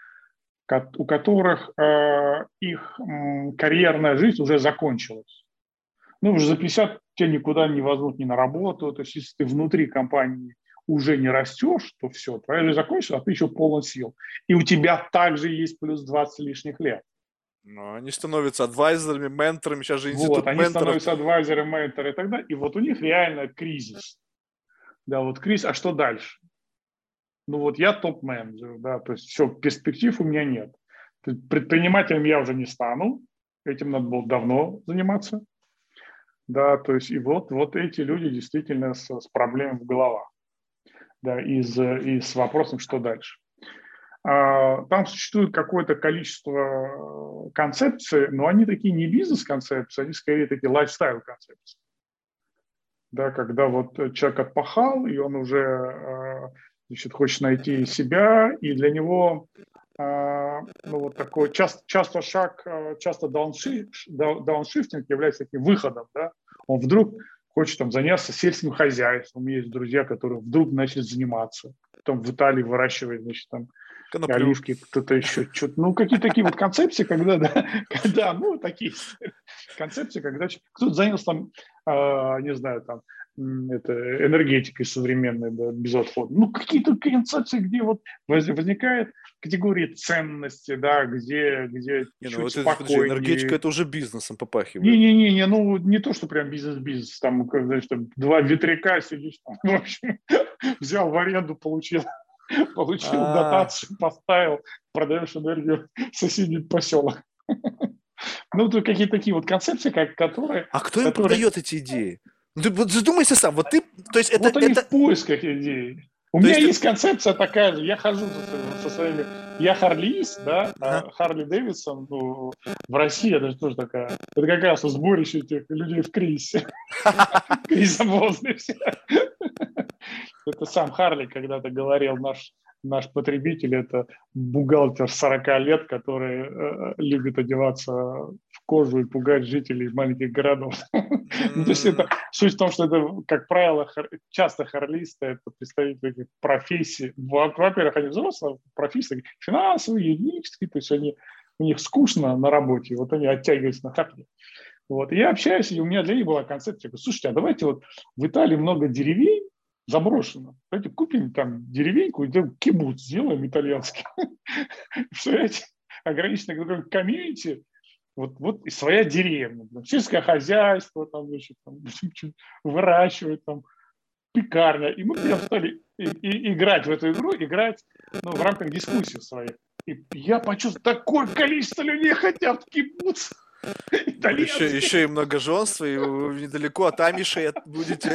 у которых э, их э, карьерная жизнь уже закончилась. Ну, уже за пятьдесят тебя никуда не возьмут ни на работу, то есть если ты внутри компании уже не растешь, то все, твоя жизнь закончилась, а ты еще полон сил. И у тебя также есть плюс двадцать лишних лет. Ну, они становятся адвайзерами, менторами, сейчас же институт Вот, они менторов. становятся адвайзеры, менторы и так далее. И вот у них реально кризис. Да, вот кризис, а что дальше? Ну вот я топ-менеджер, да, то есть все, перспектив у меня нет. Предпринимателем я уже не стану, этим надо было давно заниматься. Да, то есть и вот, вот эти люди действительно с, с проблемами в головах. Да, и, с, и с вопросом, что дальше. А, там существует какое-то количество концепций, но они такие не бизнес-концепции, они скорее такие лайфстайл-концепции. Да, когда вот человек отпахал, и он уже значит, хочет найти себя, и для него ну, вот такой часто, часто шаг, часто дауншифтинг является таким выходом. Да? Он вдруг хочет там, заняться сельским хозяйством. У меня есть друзья, которые вдруг начали заниматься. Потом в Италии выращивают, значит, там, Коноплю. оливки, кто-то еще что-то. Ну, какие-то такие вот концепции, когда, да, когда, ну, такие концепции, когда кто-то занялся там, э, не знаю, там, это, энергетикой современной, да, безотходной. Ну, какие-то концепции, где вот возникает категории ценности, да, где, где не, чуть ну, вот спокойнее. Это, энергетика, это уже бизнесом попахивает. Не-не-не, не, ну, не то, что прям бизнес-бизнес, там, как, знаешь, там, два ветряка сидишь, там, в общем, взял в аренду, получил Получил А-а-а. дотацию, поставил, продаешь энергию в соседний поселок. Ну, тут какие-то такие вот концепции, как, которые... А кто им которые... продает эти идеи? Ну, ты вот задумайся сам, вот ты... То есть это, вот они это... в поисках идей. У то меня есть, есть концепция такая же, я хожу со, со своими... Я харлиист, да, ага. а Харли Дэвидсон ну, в России, это же тоже такая... Это как раз сборище этих людей в кризисе. Кризис возрасте. Это сам Харли когда-то говорил, наш, наш потребитель – это бухгалтер сорок лет, который э, любит одеваться в кожу и пугать жителей маленьких городов. Ну, то есть это суть в том, что это, как правило, часто харлисты – это представители профессий. Во-первых, они взрослые профессии, финансовые, юридические, то есть они, у них скучно на работе, вот они оттягиваются на Харли. Вот. И я общаюсь, и у меня для них была концепция, слушайте, а давайте вот в Италии много деревень, заброшено. Давайте купим там деревеньку, идем кибуц сделаем итальянский. Представляете, ограниченное комьюнити, вот, вот и своя деревня. Там, сельское хозяйство, там, значит, там, выращивать, там, пекарня. И мы прям стали и, и, играть в эту игру, играть ну, в рамках дискуссий своих. И я почувствовал, такое количество людей хотят в кибуц. Еще, еще и многоженство, и вы недалеко от Амишей будете.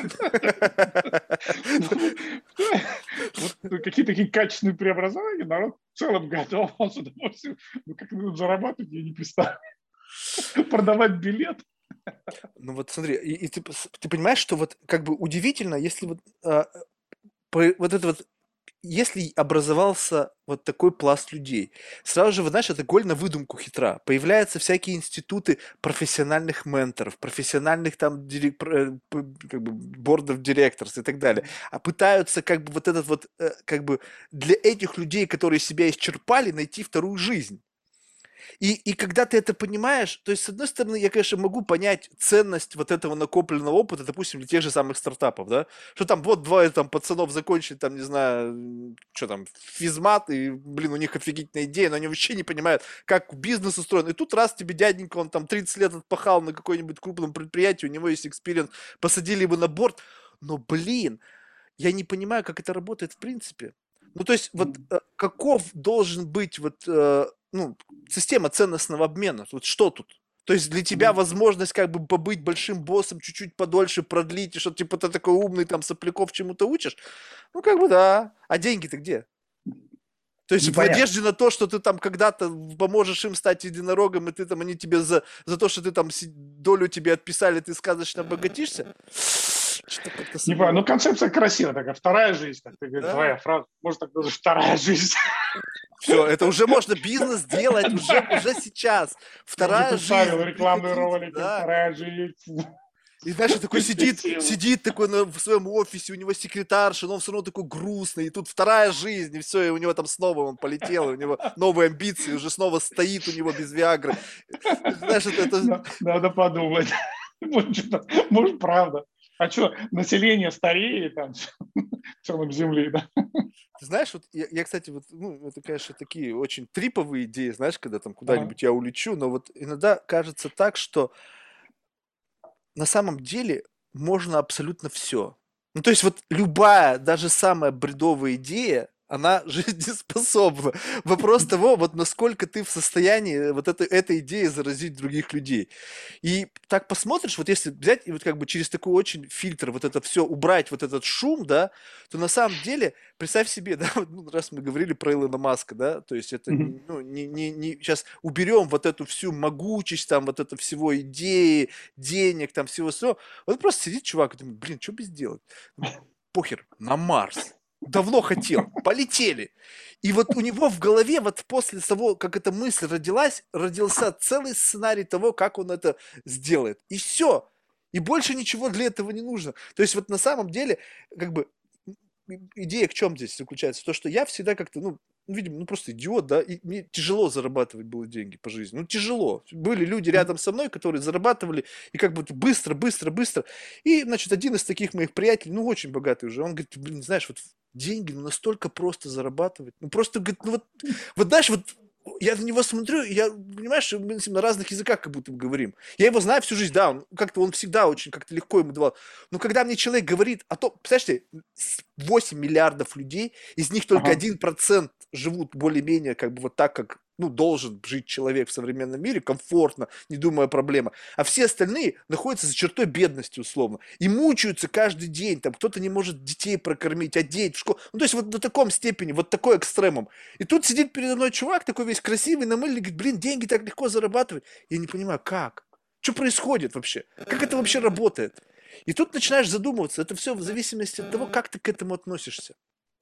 Какие-то такие качественные преобразования, народ в целом готов с удовольствием. Ну, как зарабатывать, я не представляю. Продавать билет. Ну вот смотри, и, и ты, ты понимаешь, что вот как бы удивительно, если вот, а, вот это вот если образовался вот такой пласт людей, сразу же, вы знаешь, это голь на выдумку хитра. Появляются всякие институты профессиональных менторов, профессиональных там дирек, как бы бордов директоров и так далее. А пытаются как бы вот этот вот, как бы для этих людей, которые себя исчерпали, найти вторую жизнь. И, и когда ты это понимаешь, то есть, с одной стороны, я, конечно, могу понять ценность вот этого накопленного опыта, допустим, для тех же самых стартапов, да, что там вот двое там пацанов закончили, там, не знаю, что там, физмат, и, блин, у них офигительная идея, но они вообще не понимают, как бизнес устроен. И тут раз тебе дяденька, он там тридцать лет отпахал на какой-нибудь крупном предприятии, у него есть экспириенс, посадили его на борт, но, блин, я не понимаю, как это работает в принципе. Ну, то есть, вот э, каков должен быть вот, э, ну, система ценностного обмена? Вот что тут? То есть для тебя Мгм. возможность как бы побыть большим боссом чуть-чуть подольше продлить, и что типа ты такой умный, там, сопляков чему-то учишь? Ну, как бы да. А деньги-то где? То есть в Непонятно. надежде на то, что ты там когда-то поможешь им стать единорогом, и ты там, они тебе за, за то, что ты там си- долю тебе отписали, ты сказочно обогатишься? Что-то как-то Не понимаю, ну сомневаюсь. концепция красивая такая, вторая жизнь, как ты говоришь, Да. твоя фраза, может так даже вторая жизнь. Все, это уже можно бизнес делать уже, уже сейчас. Я уже Вторая представил жизнь, рекламные приходите, ролики, да. вторая жизнь, И знаешь, он такой сидит, перспектива. сидит такой на, в своем офисе, у него секретарша, но он все равно такой грустный, и тут вторая жизнь, и все, и у него там снова он полетел, и у него новые амбиции, уже снова стоит у него без Виагры. Знаешь, это, это Да, надо подумать. Может, что-то- может, правда. А что, население стареет, там, целом Земли, да? Ты знаешь, вот я, я, кстати, вот, ну, это, конечно, такие очень триповые идеи, знаешь, когда там Ага. куда-нибудь я улечу, но вот иногда кажется так, что на самом деле можно абсолютно все. Ну, то есть вот любая, даже самая бредовая идея, она жизнеспособна. Вопрос того, вот насколько ты в состоянии вот этой, этой идеей заразить других людей. И так посмотришь, вот если взять и вот как бы через такой очень фильтр вот это все убрать, вот этот шум, да, то на самом деле, представь себе, да, вот, ну, раз мы говорили про Илона Маска, да, то есть это, Мгм. ну, не, не, не, сейчас уберем вот эту всю могучесть, там, вот это всего идеи, денег, там, всего-всего. Вот просто сидит чувак и думает, блин, что бы сделать? Похер, на Марс. Давно хотел, полетели. И вот у него в голове, вот после того, как эта мысль родилась, родился целый сценарий того, как он это сделает. И все. И больше ничего для этого не нужно. То есть вот на самом деле, как бы, идея в чем здесь заключается? То, что я всегда как-то, ну, ну, видимо, ну просто идиот, да, и мне тяжело зарабатывать было деньги по жизни. Ну, тяжело. Были люди рядом со мной, которые зарабатывали, и как бы быстро, быстро, быстро. И, значит, один из таких моих приятелей, ну, очень богатый уже, он говорит, блин, знаешь, вот деньги, ну, настолько просто зарабатывать. Ну, просто, говорит, ну, вот, вот знаешь, вот я на него смотрю, и я, понимаешь, мы с ним на разных языках как будто бы говорим. Я его знаю всю жизнь, да, он как-то, он всегда очень как-то легко ему давал. Но когда мне человек говорит, а то, представляешь, восемь миллиардов людей, из них только Ага. один процент живут более-менее как бы вот так, как ну, должен жить человек в современном мире, комфортно, не думая о проблемах. А все остальные находятся за чертой бедности, условно. И мучаются каждый день. Там кто-то не может детей прокормить, одеть в школу. Ну, то есть вот до таком степени, вот такой экстремум. И тут сидит передо мной чувак такой весь красивый, намыленный, говорит, блин, деньги так легко зарабатывать. Я не понимаю, как? Что происходит вообще? Как это вообще работает? И тут начинаешь задумываться. Это все в зависимости от того, как ты к этому относишься.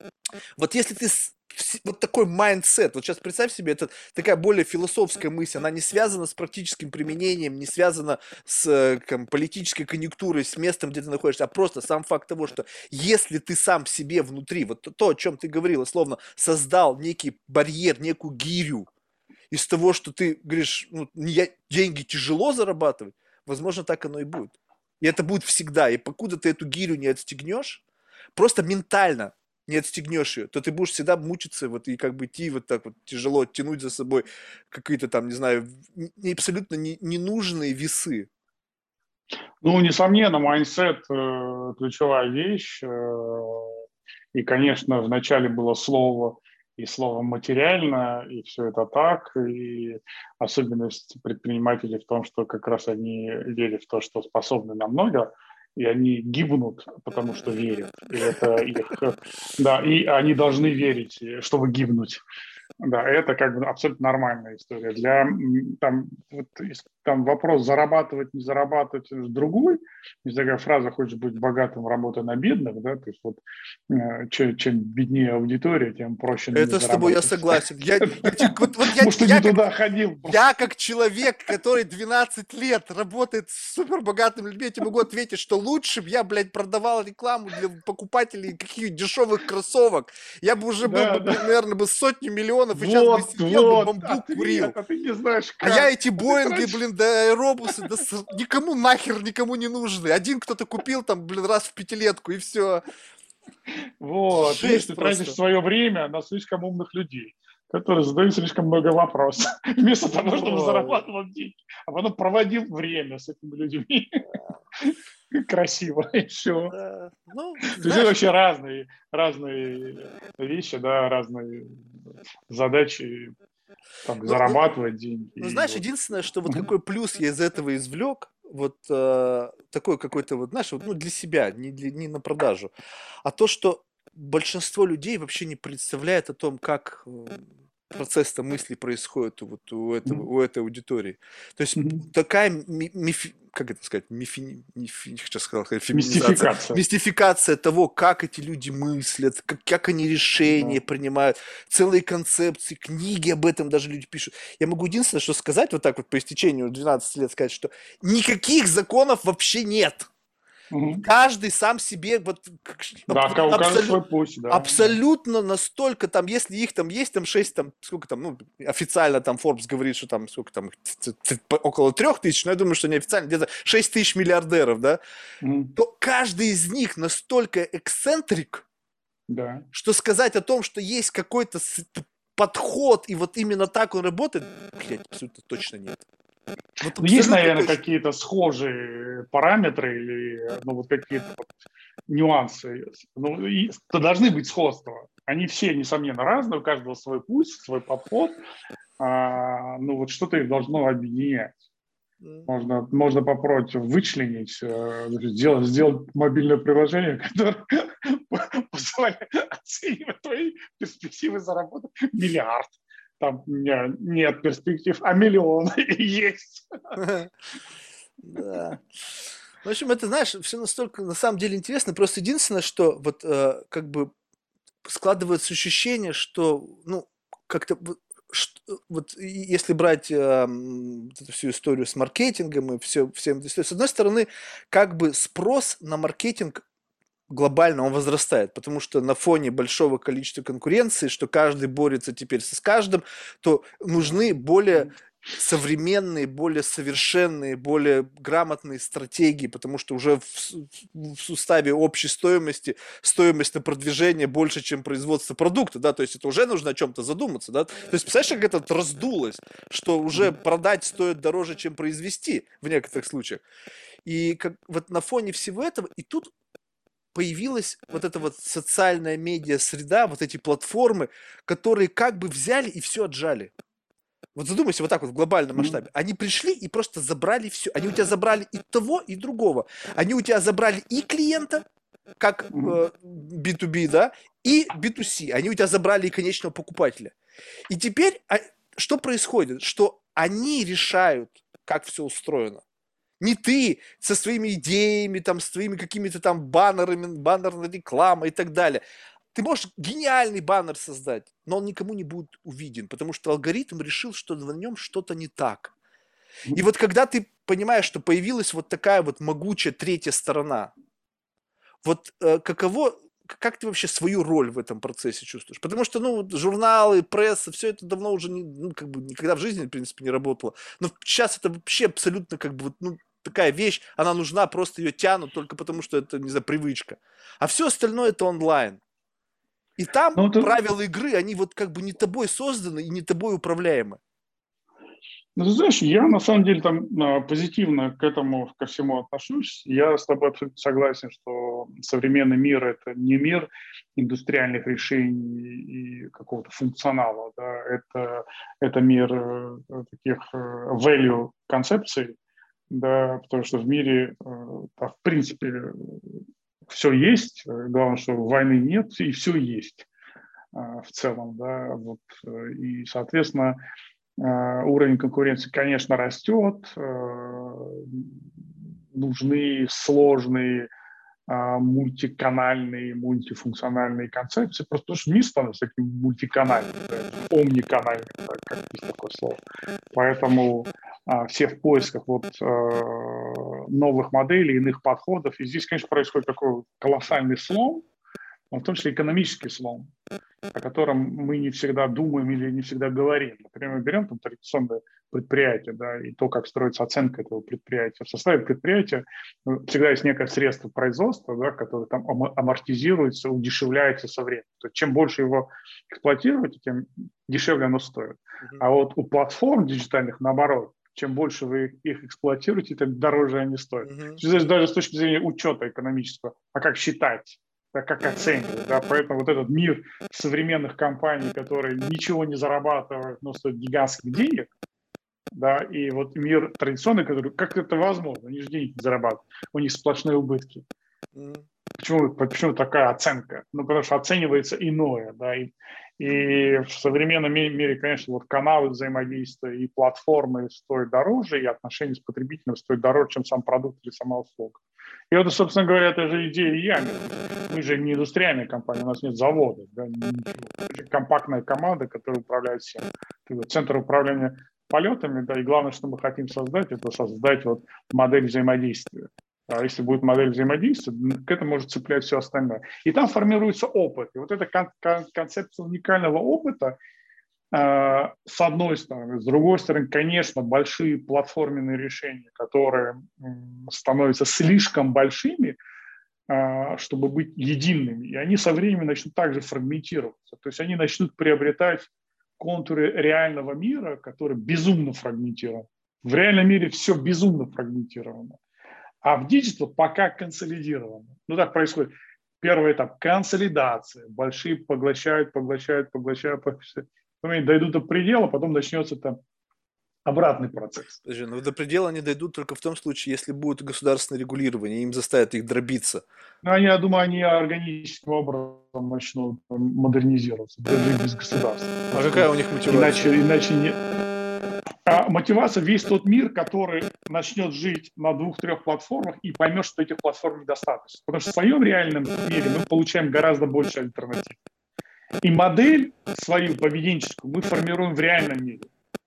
Вот если ты с- вс- вот такой майндсет, вот сейчас представь себе, это такая более философская мысль, она не связана с практическим применением, не связана с э, там, политической конъюнктурой, с местом, где ты находишься, а просто сам факт того, что если ты сам в себе внутри, вот то, то, о чем ты говорил, словно создал некий барьер, некую гирю из того, что ты говоришь, ну, не я- деньги тяжело зарабатывать, возможно, так оно и будет. И это будет всегда. И покуда ты эту гирю не отстегнешь, просто ментально не отстегнешь ее, то ты будешь всегда мучиться вот и как бы идти вот так вот тяжело, тянуть за собой какие-то там, не знаю, не, абсолютно не, ненужные весы. Ну, несомненно, майндсет э, ключевая вещь. Э, и, конечно, вначале было слово и слово материально, и все это так. И особенность предпринимателей в том, что как раз они верят в то, что способны на много, и они гибнут, потому что верят. И это их, э, да, и они должны верить, э, чтобы гибнуть. Да, это как бы абсолютно нормальная история. Для м, там, вот, ис- там вопрос зарабатывать, не зарабатывать э, другой. Есть такая фраза: хочешь быть богатым, работай на бедных, да, то есть вот э, че- чем беднее аудитория, тем проще на нее Это с тобой я зарабатывать. согласен. Я, я, те- вот, вот я, Может, ты не я как туда ходил Я просто. как человек, который двенадцать лет работает с супербогатыми людьми, я тебе могу ответить, что лучше бы я, блядь, продавал рекламу для покупателей каких дешевых кроссовок. Я бы уже был бы, Да, блин, да. наверное, бы сотню миллионов и сейчас бы Вот, сидел бы, вот, бамбук ответ, курил. а ты не знаешь А я как. эти А ты Боинги, тратишь. блин, да аэробусы, да с- никому нахер никому не нужны. Один кто-то купил там, блин, раз в пятилетку и все. Вот, видишь, Жесть ты тратишь просто. свое время на слишком умных людей, которые задают слишком много вопросов, вместо того, чтобы Вот. зарабатывать деньги, а потом проводил время с этими людьми. красиво, и все. Да. Ну, То есть это знаешь, вообще разные, разные вещи, да, разные задачи, там, ну, ну, зарабатывать деньги. ну, И знаешь, вот. единственное, что вот Мгм. какой плюс я из этого извлек, вот э, такой какой-то вот, знаешь, вот, ну, для себя, не, для, не на продажу, а то, что большинство людей вообще не представляет о том, как э, процесс-то мысли происходит у, вот, у, этого, Мгм. у этой аудитории. То есть Мгм. такая, ми- мифи- как это сказать, мифи, мифи, сейчас сказал, сказать, феминизация, Мистификация. мистификация того, как эти люди мыслят, как, как они решения Да. принимают, целые концепции, книги об этом даже люди пишут. Я могу единственное, что сказать, вот так вот по истечению двенадцати лет сказать, что никаких законов вообще нет. Мгм. Каждый сам себе вот, Да, у ка- у каждого абсолютно, свой путь, да. Да. абсолютно настолько там, если их там есть там шесть, там сколько там, ну, официально там Forbes говорит, что там сколько там, ц- ц- около трех тысяч, но я думаю, что неофициально где-то шесть тысяч миллиардеров, да, Мгм. то каждый из них настолько эксцентрик, Да. что сказать о том, что есть какой-то с- подход, и вот именно так он работает, блядь, абсолютно точно нет. Вот Ну, есть, абсолютно наверное, точно. какие-то схожие параметры или, ну, вот какие-то вот нюансы. Ну, и то должны быть сходства. Они все, несомненно, разные, у каждого свой путь, свой подход. А, ну, вот что-то их должно объединять. М. Можно, можно попробовать вычленить, э, значит, сделать, сделать мобильное приложение, которое позволяет оценивать твои перспективы заработать миллиард. Там не- нет перспектив, а миллион есть. Да. В общем, это, знаешь, все настолько на самом деле интересно. Просто единственное, что вот э, как бы складывается ощущение, что, ну, как-то вот, что- вот и- если брать ам, вот эту всю историю с маркетингом и все, всем, с одной стороны, как бы спрос на маркетинг глобально он возрастает, потому что на фоне большого количества конкуренции, что каждый борется теперь с каждым, то нужны более современные, более совершенные, более грамотные стратегии, потому что уже в, с- в суставе общей стоимости стоимость на продвижение больше, чем производство продукта, да, то есть это уже нужно о чем-то задуматься, да, то есть представляешь, как это раздулось, что уже продать стоит дороже, чем произвести в некоторых случаях, и как вот на фоне всего этого, и тут появилась вот эта вот социальная медиа-среда, вот эти платформы, которые как бы взяли и все отжали. Вот задумайся вот так вот в глобальном масштабе. Они пришли и просто забрали все. Они у тебя забрали и того, и другого. Они у тебя забрали и клиента, как э, би ту би, да, и би ту си. Они у тебя забрали и конечного покупателя. И теперь а, что происходит? Что они решают, как все устроено. Не ты со своими идеями, там, с твоими какими-то там баннерами, баннерной рекламой и так далее. Ты можешь гениальный баннер создать, но он никому не будет увиден, потому что алгоритм решил, что на нем что-то не так. И вот когда ты понимаешь, что появилась вот такая вот могучая третья сторона, вот э, каково, как ты вообще свою роль в этом процессе чувствуешь? Потому что, ну, вот журналы, пресса, все это давно уже, не, ну, как бы никогда в жизни, в принципе, не работало. Но сейчас это вообще абсолютно, как бы, вот, ну, такая вещь, она нужна, просто ее тянут только потому, что это, не знаю, привычка. А все остальное это онлайн. И там Ну, это, правила игры, они вот как бы не тобой созданы и не тобой управляемы. ну, ты знаешь, я на самом деле там а, позитивно к этому, ко всему отношусь. Я с тобой абсолютно согласен, что современный мир – это не мир индустриальных решений и какого-то функционала. Да? Это, это мир э, таких э, value концепций, да, потому что в мире, э, да, в принципе, все есть. Главное, что войны нет, и все есть э, в целом. Да? Вот, э, и, соответственно, Э, уровень конкуренции, конечно, растет. Э, Нужны сложные э, мультиканальные, мультифункциональные концепции, просто потому что мир становится таким мультиканальным, да, омниканальным, да, как есть такое слово. Поэтому а, все в поисках вот, э, новых моделей, иных подходов. И здесь, конечно, происходит такой колоссальный слом, в том числе экономический слом, о котором мы не всегда думаем или не всегда говорим. Например, мы берем там традиционное предприятие, да, и то, как строится оценка этого предприятия. В составе предприятия ну, всегда есть некое средство производства, да, которое там амортизируется, удешевляется со временем. То есть чем больше его эксплуатировать, тем дешевле оно стоит. Мгм. А вот у платформ диджитальных наоборот, Чем больше вы их эксплуатируете, тем дороже они стоят. Мгм. Даже, даже с точки зрения учета экономического, а как считать, а как оценивать. Да? Поэтому вот этот мир современных компаний, которые ничего не зарабатывают, но стоят гигантских денег, да, и вот мир традиционный, который, как это возможно, они же денег не зарабатывают, у них сплошные убытки. Мгм. Почему, почему такая оценка? Ну, потому что оценивается иное, да, и, и в современном ми- мире, конечно, вот каналы взаимодействия и платформы стоят дороже, и отношения с потребителем стоят дороже, чем сам продукт или сама услуга. И вот, собственно говоря, это же идея Ями. Мы же не индустриальная компания, у нас нет заводов, да, ничего. Мы же компактная команда, которая управляет всем. Центр управления полетами, да, и главное, что мы хотим создать, это создать вот модель взаимодействия. А если будет модель взаимодействия, к этому может цеплять все остальное. И там формируется опыт. И вот эта кон- кон- концепция уникального опыта, э, с одной стороны. С другой стороны, конечно, большие платформенные решения, которые м, становятся слишком большими, э, чтобы быть едиными. И они со временем начнут также фрагментироваться. То есть они начнут приобретать контуры реального мира, который безумно фрагментирован. В реальном мире все безумно фрагментировано. А в диджитал пока консолидировано. Ну, так происходит. Первый этап – консолидация. Большие поглощают, поглощают, поглощают, поглощают. Потом они дойдут до предела, потом начнется там обратный процесс. Подожди, но до предела они дойдут только в том случае, если будет государственное регулирование, им заставят их дробиться. Но они, я думаю, они органическим образом начнут модернизироваться, даже без государства. А какая у них мотивация? Иначе, иначе не... А мотивация – весь тот мир, который начнет жить на двух-трех платформах и поймет, что этих платформ недостаточно. Потому что в своем реальном мире мы получаем гораздо больше альтернатив. И модель свою поведенческую мы формируем в реальном мире.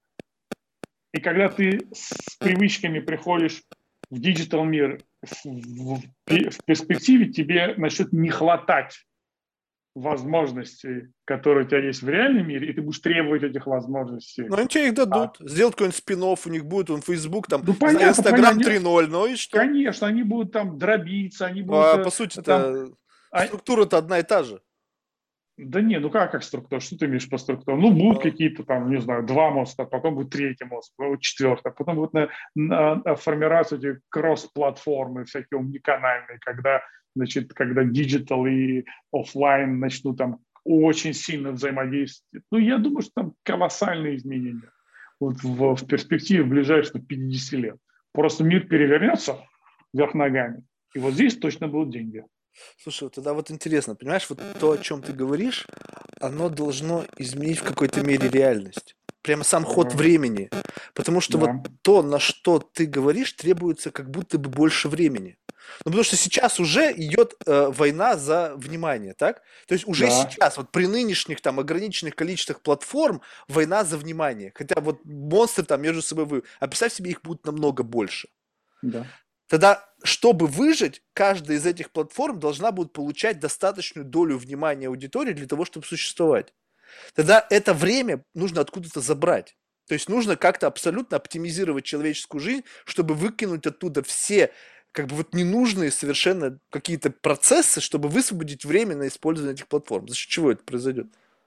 И когда ты с привычками приходишь в диджитал мир, в, в, в перспективе тебе начнет не хватать возможностей, которые у тебя есть в реальном мире, и ты будешь требовать этих возможностей. Ну, они тебе их дадут. А. Сделать какой-нибудь спин-офф у них будет, он Facebook, там, ну, понятно, Инстаграм три ноль, ну и что? Конечно, они будут там дробиться, они будут... А по сути-то там... структура-то одна и та же. Да не, ну как, как структура? Что ты имеешь по структуре? Ну, будут а. какие-то там, не знаю, два моста, потом будет третий мост, потом будет четвертый, потом будут на, на, формироваться эти кросс-платформы всякие умниканальные, когда, значит, когда диджитал и офлайн начнут там очень сильно взаимодействовать. Ну, я думаю, что там колоссальные изменения вот в, в перспективе в ближайших пятьдесят лет. Просто мир перевернется вверх ногами, и вот здесь точно будут деньги. Слушай, тогда вот интересно, понимаешь, вот то, о чем ты говоришь, оно должно изменить в какой-то мере реальность. Прямо сам ход да. времени. Потому что да. вот то, на что ты говоришь, требуется как будто бы больше времени. Ну, потому что сейчас уже идет э, война за внимание, так? То есть уже да. сейчас, вот при нынешних там ограниченных количествах платформ, война за внимание. Хотя вот монстры там между собой вы... А представь себе, их будет намного больше. Да. Тогда, чтобы выжить, каждая из этих платформ должна будет получать достаточную долю внимания аудитории для того, чтобы существовать. Тогда это время нужно откуда-то забрать. То есть нужно как-то абсолютно оптимизировать человеческую жизнь, чтобы выкинуть оттуда все как бы вот ненужные совершенно какие-то процессы, чтобы высвободить время на использование этих платформ. За счет чего это произойдет?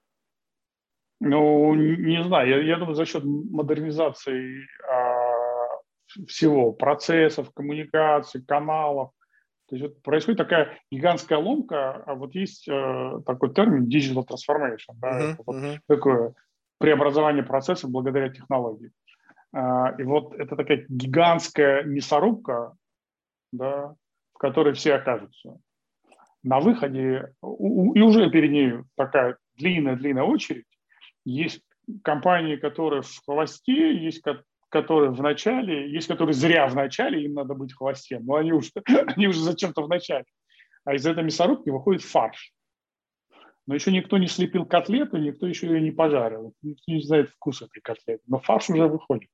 Ну, не знаю. Я, я думаю, за счет модернизации а, всего, процессов, коммуникаций, каналов. То есть вот происходит такая гигантская ломка, а вот есть э, такой термин digital transformation, да, uh-huh, это вот uh-huh. такое преобразование процессов благодаря технологии. А, и вот это такая гигантская мясорубка, да, в которой все окажутся. На выходе, у, и уже перед ней такая длинная-длинная очередь, есть компании, которые в хвосте, есть которые в начале, есть которые зря в начале, им надо быть в хвосте, но они уже, они уже зачем-то в начале. А из этой мясорубки выходит фарш. Но еще никто не слепил котлету, никто еще ее не пожарил. Никто не знает вкус этой котлеты, но фарш уже выходит.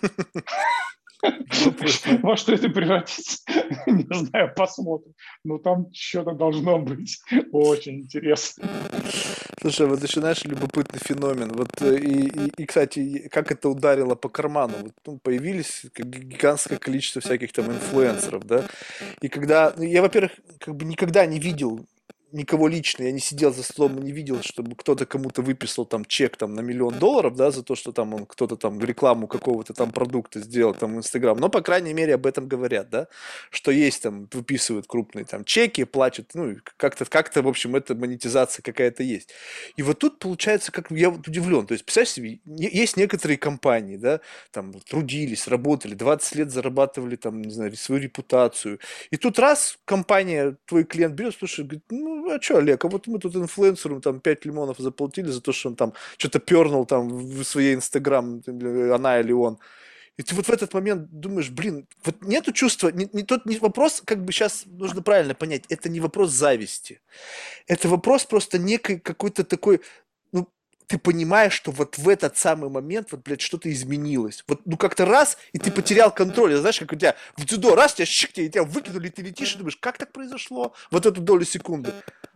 Во что это превратится, не знаю, посмотрим. Но там что-то должно быть очень интересно. Слушай, вот еще, знаешь, любопытный феномен. Вот и, и, и кстати, как это ударило по карману. Вот, ну, появились гигантское количество всяких там инфлюенсеров, да. И когда... Я, во-первых, как бы никогда не видел никого лично, я не сидел за столом и не видел, чтобы кто-то кому-то выписал там чек там на миллион долларов, да, за то, что там он кто-то там рекламу какого-то там продукта сделал там в Инстаграм, но, по крайней мере, об этом говорят, да, что есть там, выписывают крупные там чеки, платят, ну, как-то, как-то, в общем, это монетизация какая-то есть. И вот тут получается, как я вот удивлен, то есть, представь себе, есть некоторые компании, да, там трудились, работали, двадцать лет зарабатывали там, не знаю, свою репутацию, и тут раз компания, твой клиент берет, слушай, говорит, ну, а что, Олег, а вот мы тут инфлюенсеру там пять лимонов заплатили за то, что он там что-то пернул там в своей Инстаграм, она или он. И ты вот в этот момент думаешь, блин, вот нету чувства, не, не тот не вопрос, как бы сейчас нужно правильно понять, это не вопрос зависти, это вопрос просто некой какой-то такой, ну, ты понимаешь, что вот в этот самый момент вот, блядь, что-то изменилось. Вот, ну, как-то раз, и ты потерял контроль. Знаешь, как у тебя в дзюдо раз, тебя щик, и тебя выкинули, ты летишь, и думаешь, как так произошло? Вот эту долю секунды.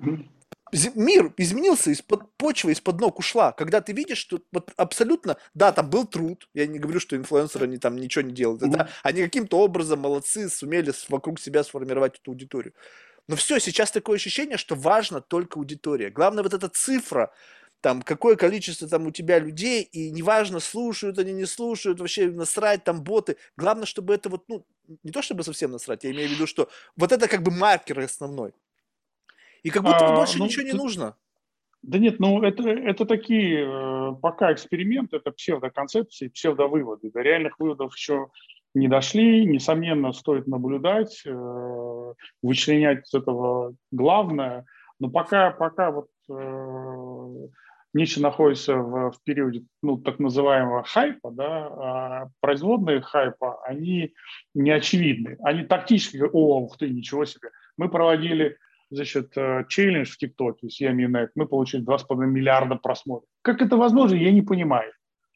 Мир изменился, из-под почвы, из-под ног ушла. Когда ты видишь, что вот абсолютно, да, там был труд, я не говорю, что инфлюенсеры, они там ничего не делают, да, они каким-то образом молодцы, сумели вокруг себя сформировать эту аудиторию. Но все, сейчас такое ощущение, что важно только аудитория. Главное вот эта цифра, там, какое количество там у тебя людей, и неважно, слушают они, не слушают, вообще насрать, там, боты. Главное, чтобы это вот, ну, не то чтобы совсем насрать, я имею в виду, что вот это как бы маркер основной. И как будто бы А, больше ну, ничего не ты- нужно. да нет, ну это, это такие э, пока эксперименты, это псевдоконцепции, псевдовыводы. До реальных выводов еще не дошли. Несомненно, стоит наблюдать, э, вычленять из этого главное. Но пока, пока вот э, нечто находится в, в периоде ну, так называемого хайпа, да, а производные хайпа, они не очевидны. Они тактически, о, ух ты, ничего себе. Мы проводили значит, челлендж в ТикТоке с Яминет, мы получили два с половиной миллиарда просмотров. Как это возможно, я не понимаю.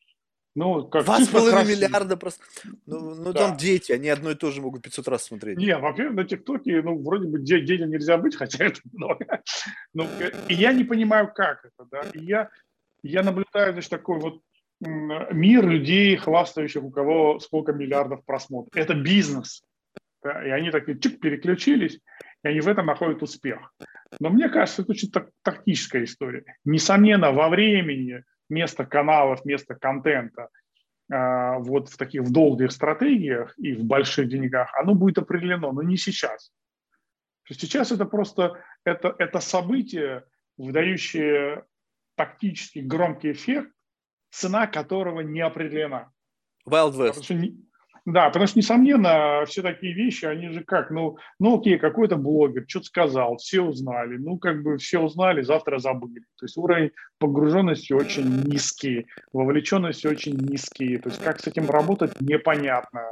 Ну, как Два с цифра половиной красивая. миллиарда просто. Ну, ну, там Да. дети, они одно и то же могут пятьсот раз смотреть. Не, вообще на ТикТоке, ну, вроде бы де- детям нельзя быть, хотя это много. Ну, и я не понимаю, как это, да. И я, я наблюдаю, значит, такой вот мир людей, хвастающих, у кого сколько миллиардов просмотров. Это бизнес. Да, и они такие чик, переключились, и они в этом находят успех. Но мне кажется, это очень так, тактическая история. Несомненно, во времени место каналов, место контента э, вот в таких в долгих стратегиях и в больших деньгах, оно будет определено, но не сейчас. То есть сейчас это просто это, это событие, выдающее тактически громкий эффект, цена которого не определена. Wild Да, потому West. что, да, потому что, несомненно, все такие вещи, они же как, ну, ну окей, какой-то блогер что-то сказал, все узнали, ну, как бы все узнали, завтра забыли. То есть уровень погруженности очень низкий, вовлеченности очень низкий. То есть как с этим работать, непонятно.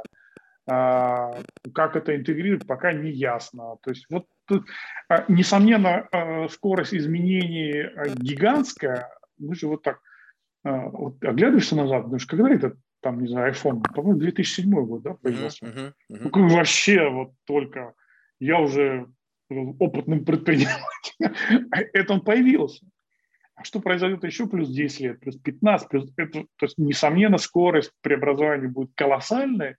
А, как это интегрировать, пока не ясно. То есть вот тут, а, несомненно, а, скорость изменений а, гигантская. Мы же вот так а, вот оглядываешься назад, думаешь, когда это там, не знаю, iPhone, по-моему, две тысячи седьмой год, да, Мгм, появился. мгм, Ну, мгм. как вообще вот только я уже опытным предпринимателем, это он появился. А что произойдет еще плюс десять лет, плюс пятнадцать, плюс это, то есть, несомненно, скорость преобразования будет колоссальной,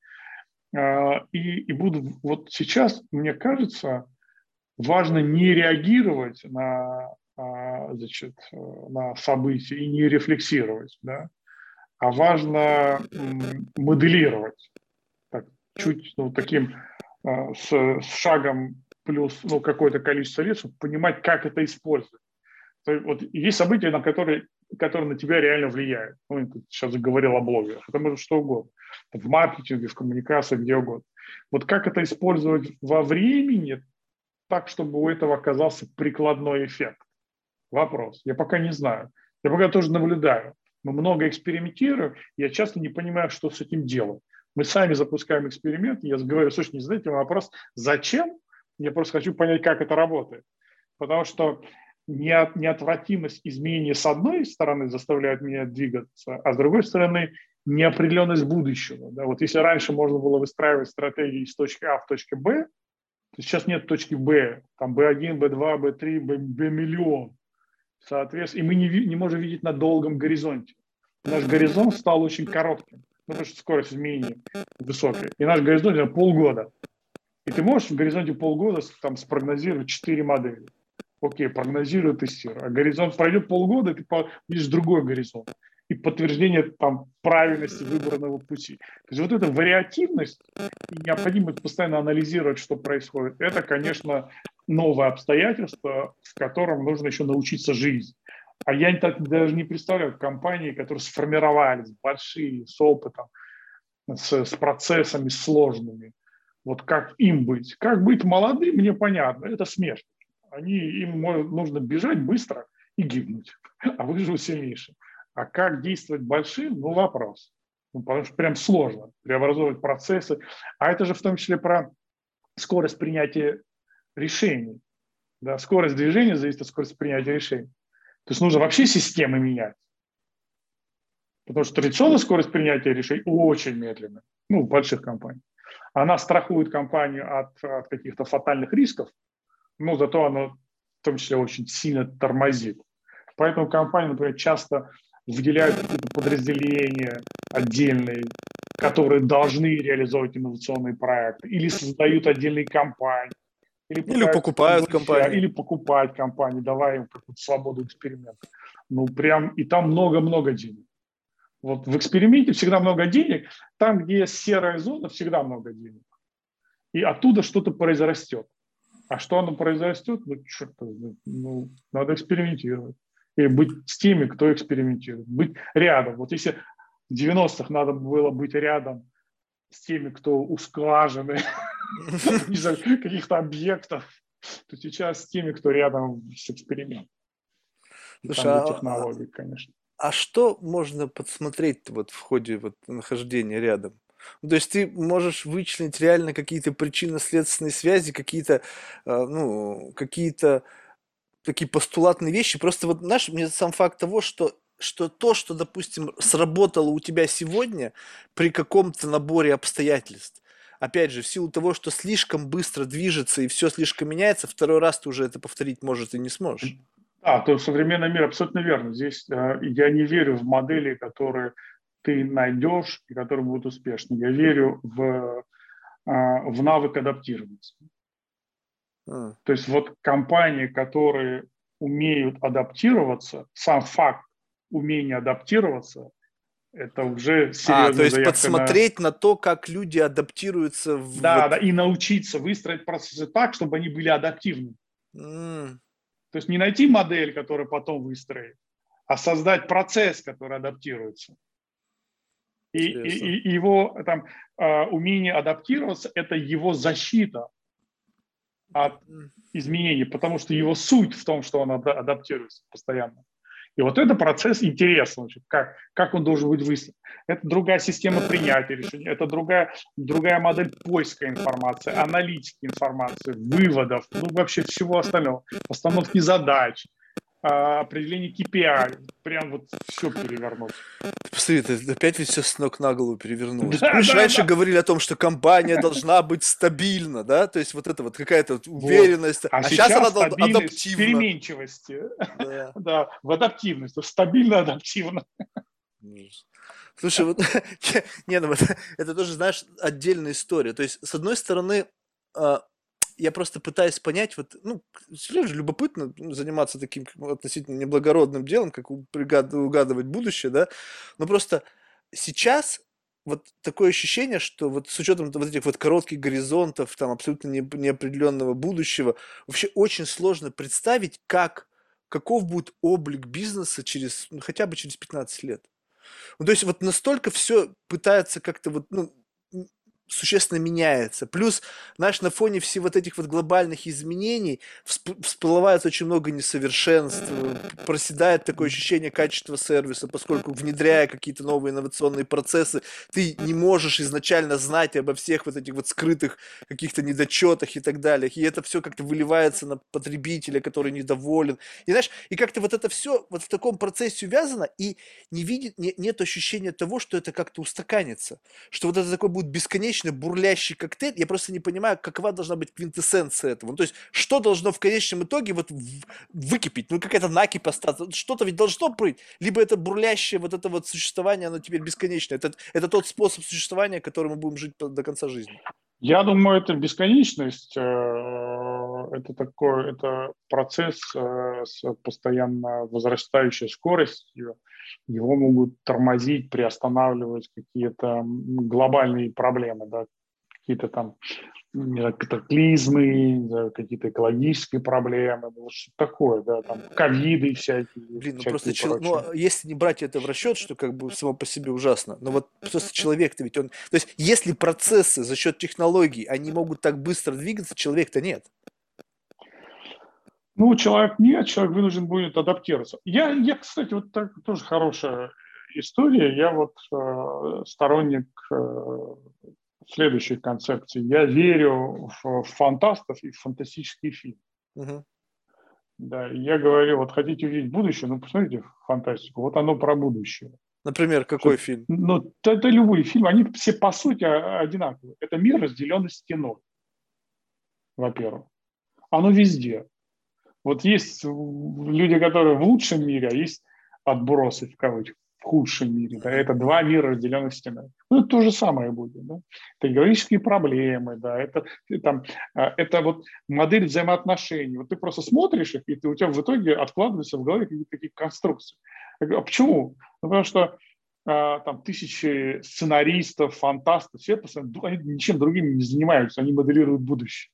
а, и, и будут вот сейчас, мне кажется, важно не реагировать на, а, значит, на события и не рефлексировать, да, а важно м, моделировать так, чуть ну, таким э, с, с шагом плюс ну, какое-то количество лет, чтобы понимать, как это использовать. То есть, вот есть события, на которые, которые на тебя реально влияют. Ну, я сейчас говорил о блогерах. Это может что угодно. В маркетинге, в коммуникации, где угодно. Вот как это использовать во времени так, чтобы у этого оказался прикладной эффект? Вопрос. Я пока не знаю. Я пока тоже наблюдаю. Мы много экспериментируем, я часто не понимаю, что с этим делать. Мы сами запускаем эксперимент, я говорю, слушай, не задайте вопрос, зачем? Я просто хочу понять, как это работает. Потому что неотвратимость изменений с одной стороны заставляет меня двигаться, а с другой стороны неопределенность будущего. Да, вот если раньше можно было выстраивать стратегии из точки А в точке Б, то сейчас нет точки Б, там Б один, Б два, Б три, Б, Б миллион. Соответственно, и мы не, не можем видеть на долгом горизонте. Наш горизонт стал очень коротким, ну, потому что скорость изменений высокая. И наш горизонт полгода. И ты можешь в горизонте полгода там спрогнозировать четыре модели. Окей, прогнозирую, тестирую. А горизонт пройдет полгода, ты видишь другой горизонт. И подтверждение там правильности выбранного пути. То есть вот эта вариативность и необходимость постоянно анализировать, что происходит, это, конечно, новое обстоятельство, в котором нужно еще научиться жить. А я так даже не представляю компании, которые сформировались, большие, с опытом, с, с процессами сложными. Вот как им быть? Как быть молодым, мне понятно, это смешно. Они, им нужно бежать быстро и гибнуть, а выживут сильнейшие. А как действовать большим, ну вопрос. Ну, потому что прям сложно преобразовывать процессы. А это же в том числе про скорость принятия решений. Да? Скорость движения зависит от скорости принятия решений. То есть нужно вообще системы менять. Потому что традиционная скорость принятия решений очень медленная, ну, в больших компаниях. Она страхует компанию от, от каких-то фатальных рисков, но зато она в том числе очень сильно тормозит. Поэтому компании, например, часто выделяют какие-то подразделения отдельные, которые должны реализовывать инновационные проекты, или создают отдельные компании, или Или пытаются там покупают выращивать, компании. или покупать компании, давая им какую-то свободу эксперимента. Ну, прям, и там много-много денег. Вот в эксперименте всегда много денег, там, где серая зона, всегда много денег. И оттуда что-то произрастет. А что оно произрастет, ну, черт, ну, надо экспериментировать. И быть с теми, кто экспериментирует. Быть рядом. Вот если в девяностых надо было быть рядом с теми, кто у скважины, каких-то объектов, то сейчас с теми, кто рядом с экспериментом. И Слушай, там, где а, а, технологии, конечно. а что можно подсмотреть вот в ходе вот нахождения рядом? Ну, то есть ты можешь вычленить реально какие-то причинно-следственные связи, какие-то, а, ну, какие-то такие постулатные вещи. Просто вот, знаешь, мне сам факт того, что что то, что, допустим, сработало у тебя сегодня при каком-то наборе обстоятельств, опять же, в силу того, что слишком быстро движется и все слишком меняется, второй раз ты уже это повторить, может, и не сможешь. Да, то современный мир абсолютно верно. Здесь э, я не верю в модели, которые ты найдешь и которые будут успешны. Я верю в, э, в навык адаптироваться. А. То есть вот компании, которые умеют адаптироваться, сам факт умения адаптироваться, это уже А, то серьезная есть заявка на... подсмотреть на то, как люди адаптируются в Да, да, вот. и научиться выстроить процессы так, чтобы они были адаптивны. М, То есть не найти модель, которую потом выстроить, а создать процесс, который адаптируется. И, интересно. и, и его там, э, умение адаптироваться – это его защита от М. изменений, потому что его суть в том, что он адаптируется постоянно. И вот это процесс интересный, как, как он должен быть выстроен. Это другая система принятия решений, это другая, другая модель поиска информации, аналитики информации, выводов, ну вообще всего остального, постановки задач, определение кей пи ай, прям вот все перевернуть. Посмотри, это опять ведь все с ног на голову перевернулось. Да, Помнишь, да, раньше да. говорили о том, что компания должна быть стабильна, да? То есть вот это вот какая-то вот Вот. уверенность. А А сейчас она сейчас дол- стабильность в адаптивна. переменчивости, Да. да, в адаптивности, стабильно-адаптивно. Ужас. Слушай, вот, не, ну, это, это тоже, знаешь, отдельная история. То есть, с одной стороны, а, я просто пытаюсь понять, вот, ну, серьезно, любопытно ну, заниматься таким как бы, относительно неблагородным делом, как у- пригад- угадывать будущее, да, но просто сейчас вот такое ощущение, что вот с учетом вот этих вот коротких горизонтов, там, абсолютно не- неопределенного будущего, вообще очень сложно представить, как, каков будет облик бизнеса через, ну, хотя бы через пятнадцать лет. Ну, то есть вот настолько все пытается как-то вот, ну, м, существенно меняется. Плюс, знаешь, на фоне всех вот этих вот глобальных изменений всп- всплывает очень много несовершенств, э, проседает такое ощущение качества сервиса, поскольку, внедряя какие-то новые инновационные процессы, ты не можешь изначально знать обо всех вот этих вот скрытых каких-то недочетах и так далее. И это все как-то выливается на потребителя, который недоволен. И знаешь, и как-то вот это все вот в таком процессе увязано, и не видит, не, нет ощущения того, что это как-то устаканится, что вот это такой будет бесконечно бурлящий коктейль. Я просто не понимаю, какова должна быть квинтэссенция этого. Ну, то есть, что должно в конечном итоге вот в- выкипеть? Ну, какая-то накипь остаться. Вот что-то ведь должно быть. Либо это бурлящее вот это вот существование, оно теперь бесконечное. Это, это тот способ существования, который мы будем жить по- до конца жизни. Я думаю, это бесконечность, э, это такой, это процесс э, с постоянно возрастающей скоростью. Его могут тормозить, приостанавливать какие-то глобальные проблемы, да, какие-то там не знаю, катаклизмы, да, какие-то экологические проблемы, ну, вот что-то такое, да, там ковиды всякие, Блин, ну просто, всякие чел- ну, прочие. а если не брать это в расчет, что как бы само по себе ужасно, но вот просто человек-то ведь он... То есть, если процессы за счет технологий, они могут так быстро двигаться, человек-то нет. Ну, человек нет, человек вынужден будет адаптироваться. Я, я кстати, вот так тоже хорошая история. Я вот э, сторонник э, следующей концепции. Я верю в, в фантастов и в фантастические фильмы. Мгм. Да, и я говорю, вот хотите увидеть будущее, ну, посмотрите фантастику, вот оно про будущее. Например, какой Что, фильм? ну, это, это любые фильмы, они все по сути а- одинаковые. Это мир, разделенный стеной, во-первых. Оно везде. Вот есть люди, которые в лучшем мире, а есть отбросы, в кавычках, в худшем мире. Да, Мгм. это два мира, разделенных стеной. Ну, это то же самое будет. Да? Это экологические проблемы, да, это, и там, а, это вот модель взаимоотношений. Вот ты просто смотришь их, и ты, у тебя в итоге откладываются в голове какие-то такие конструкции. Я говорю, а почему? Ну, потому что а, там тысячи сценаристов, фантастов, все это, они ничем другим не занимаются, они моделируют будущее.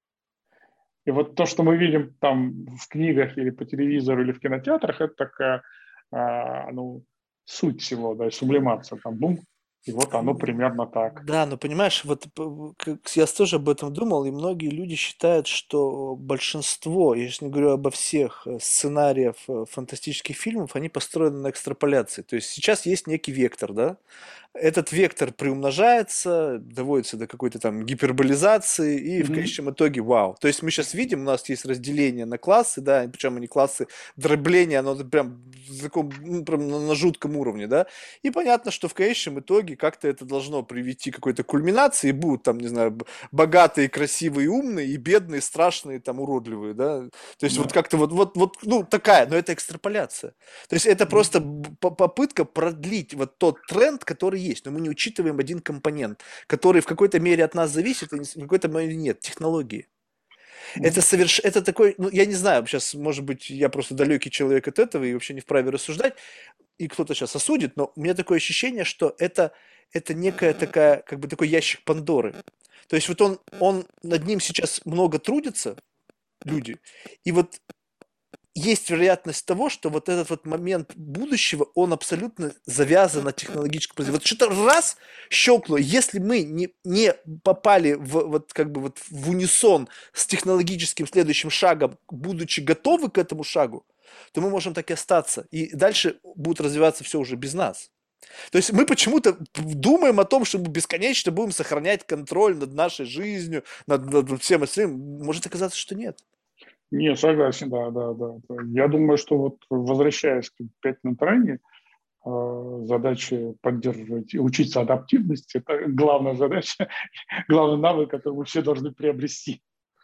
И вот то, что мы видим там в книгах или по телевизору, или в кинотеатрах, это такая, а, ну, суть всего, да, сублимация. Там бум, и вот оно примерно так. Да, но понимаешь, вот п- как я тоже об этом думал, и многие люди считают, что большинство, я сейчас не говорю обо всех, э, сценариев э, фантастических фильмов, они построены на экстраполяции. То есть сейчас есть некий вектор, да? Этот вектор приумножается, доводится до какой-то там гиперболизации, и в Мгм. конечном итоге вау. То есть мы сейчас видим, у нас есть разделение на классы, да, причем они классы дробления, оно прям, в таком, ну, прям на, на жутком уровне, да. И понятно, что в конечном итоге как-то это должно привести к какой-то кульминации, и будут там, не знаю, б- богатые, красивые, умные, и бедные, страшные, там, уродливые, да. То есть вот Да. как-то вот, вот, вот, ну, такая, но это экстраполяция. То есть это Мгм. просто б- по- попытка продлить вот тот тренд, который есть, но мы не учитываем один компонент, который в какой-то мере от нас зависит, и в какой-то мере нет, технологии. Это Мгм. соверш... это такой, ну, я не знаю, сейчас, может быть, я просто далекий человек от этого и вообще не вправе рассуждать, и кто-то сейчас осудит, но у меня такое ощущение, что это, это некая такая, как бы такой ящик Пандоры. То есть вот он, он над ним сейчас много трудится, люди, и вот есть вероятность того, что вот этот вот момент будущего, он абсолютно завязан на технологическом производстве. Вот что-то раз щелкнуло, если мы не, не попали в, вот как бы вот в унисон с технологическим следующим шагом, будучи готовы к этому шагу, то мы можем так и остаться. И дальше будет развиваться все уже без нас. То есть мы почему-то думаем о том, что мы бесконечно будем сохранять контроль над нашей жизнью, над, над всем остальным. Может оказаться, что нет. Не, согласен, да, да, да. да. Я думаю, что вот возвращаясь к пять минут ранее, э, задача поддерживать и учиться адаптивности – это главная задача, главный навык, который мы все должны приобрести.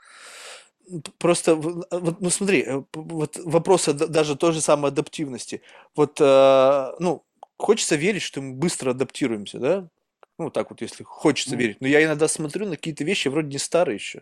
Просто, в- а, вот, ну смотри, э, п- вот вопрос о д- даже той же самой адаптивности. Вот, э, ну, хочется верить, что мы быстро адаптируемся, да? Ну, так вот, если хочется Мгм. верить. Но я иногда смотрю на какие-то вещи, вроде не старые еще.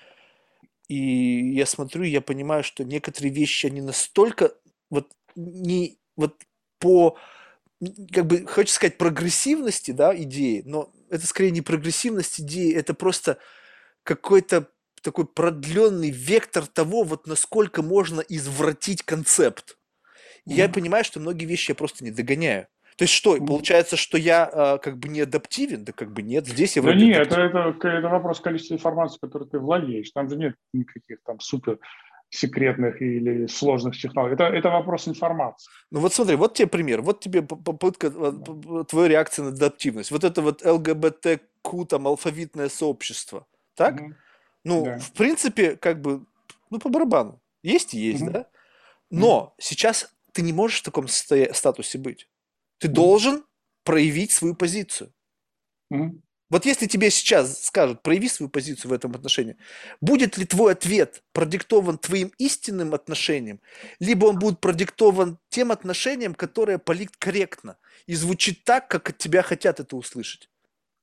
И я смотрю, и я понимаю, что некоторые вещи, они настолько вот не вот по, н- как бы, хочется сказать, прогрессивности, да, идеи, но это скорее не прогрессивность идеи, это просто какой-то такой продленный вектор того, вот насколько можно извратить концепт. И я Мгм. понимаю, что многие вещи я просто не догоняю. То есть что, Мгм. получается, что я а, как бы не адаптивен? Да как бы нет, здесь я Да вроде нет, это, адаптивен. это, к- это вопрос количества информации, которой ты владеешь. Там же нет никаких там супер секретных или сложных технологий. Это, это вопрос информации. Ну вот смотри, вот тебе пример, вот тебе п- попытка, Да. твоя реакция на адаптивность. Вот это вот эл гэ бэ тэ ку, там, алфавитное сообщество, так? Мгм. Ну, Да. в принципе, как бы, ну, по барабану. Есть и есть, Мгм. да? Мгм. Но сейчас ты не можешь в таком состоя- статусе быть. Ты Мгм. должен проявить свою позицию. Мгм. Вот если тебе сейчас скажут, прояви свою позицию в этом отношении, будет ли твой ответ продиктован твоим истинным отношением, либо он будет продиктован тем отношением, которое политкорректно и звучит так, как от тебя хотят это услышать.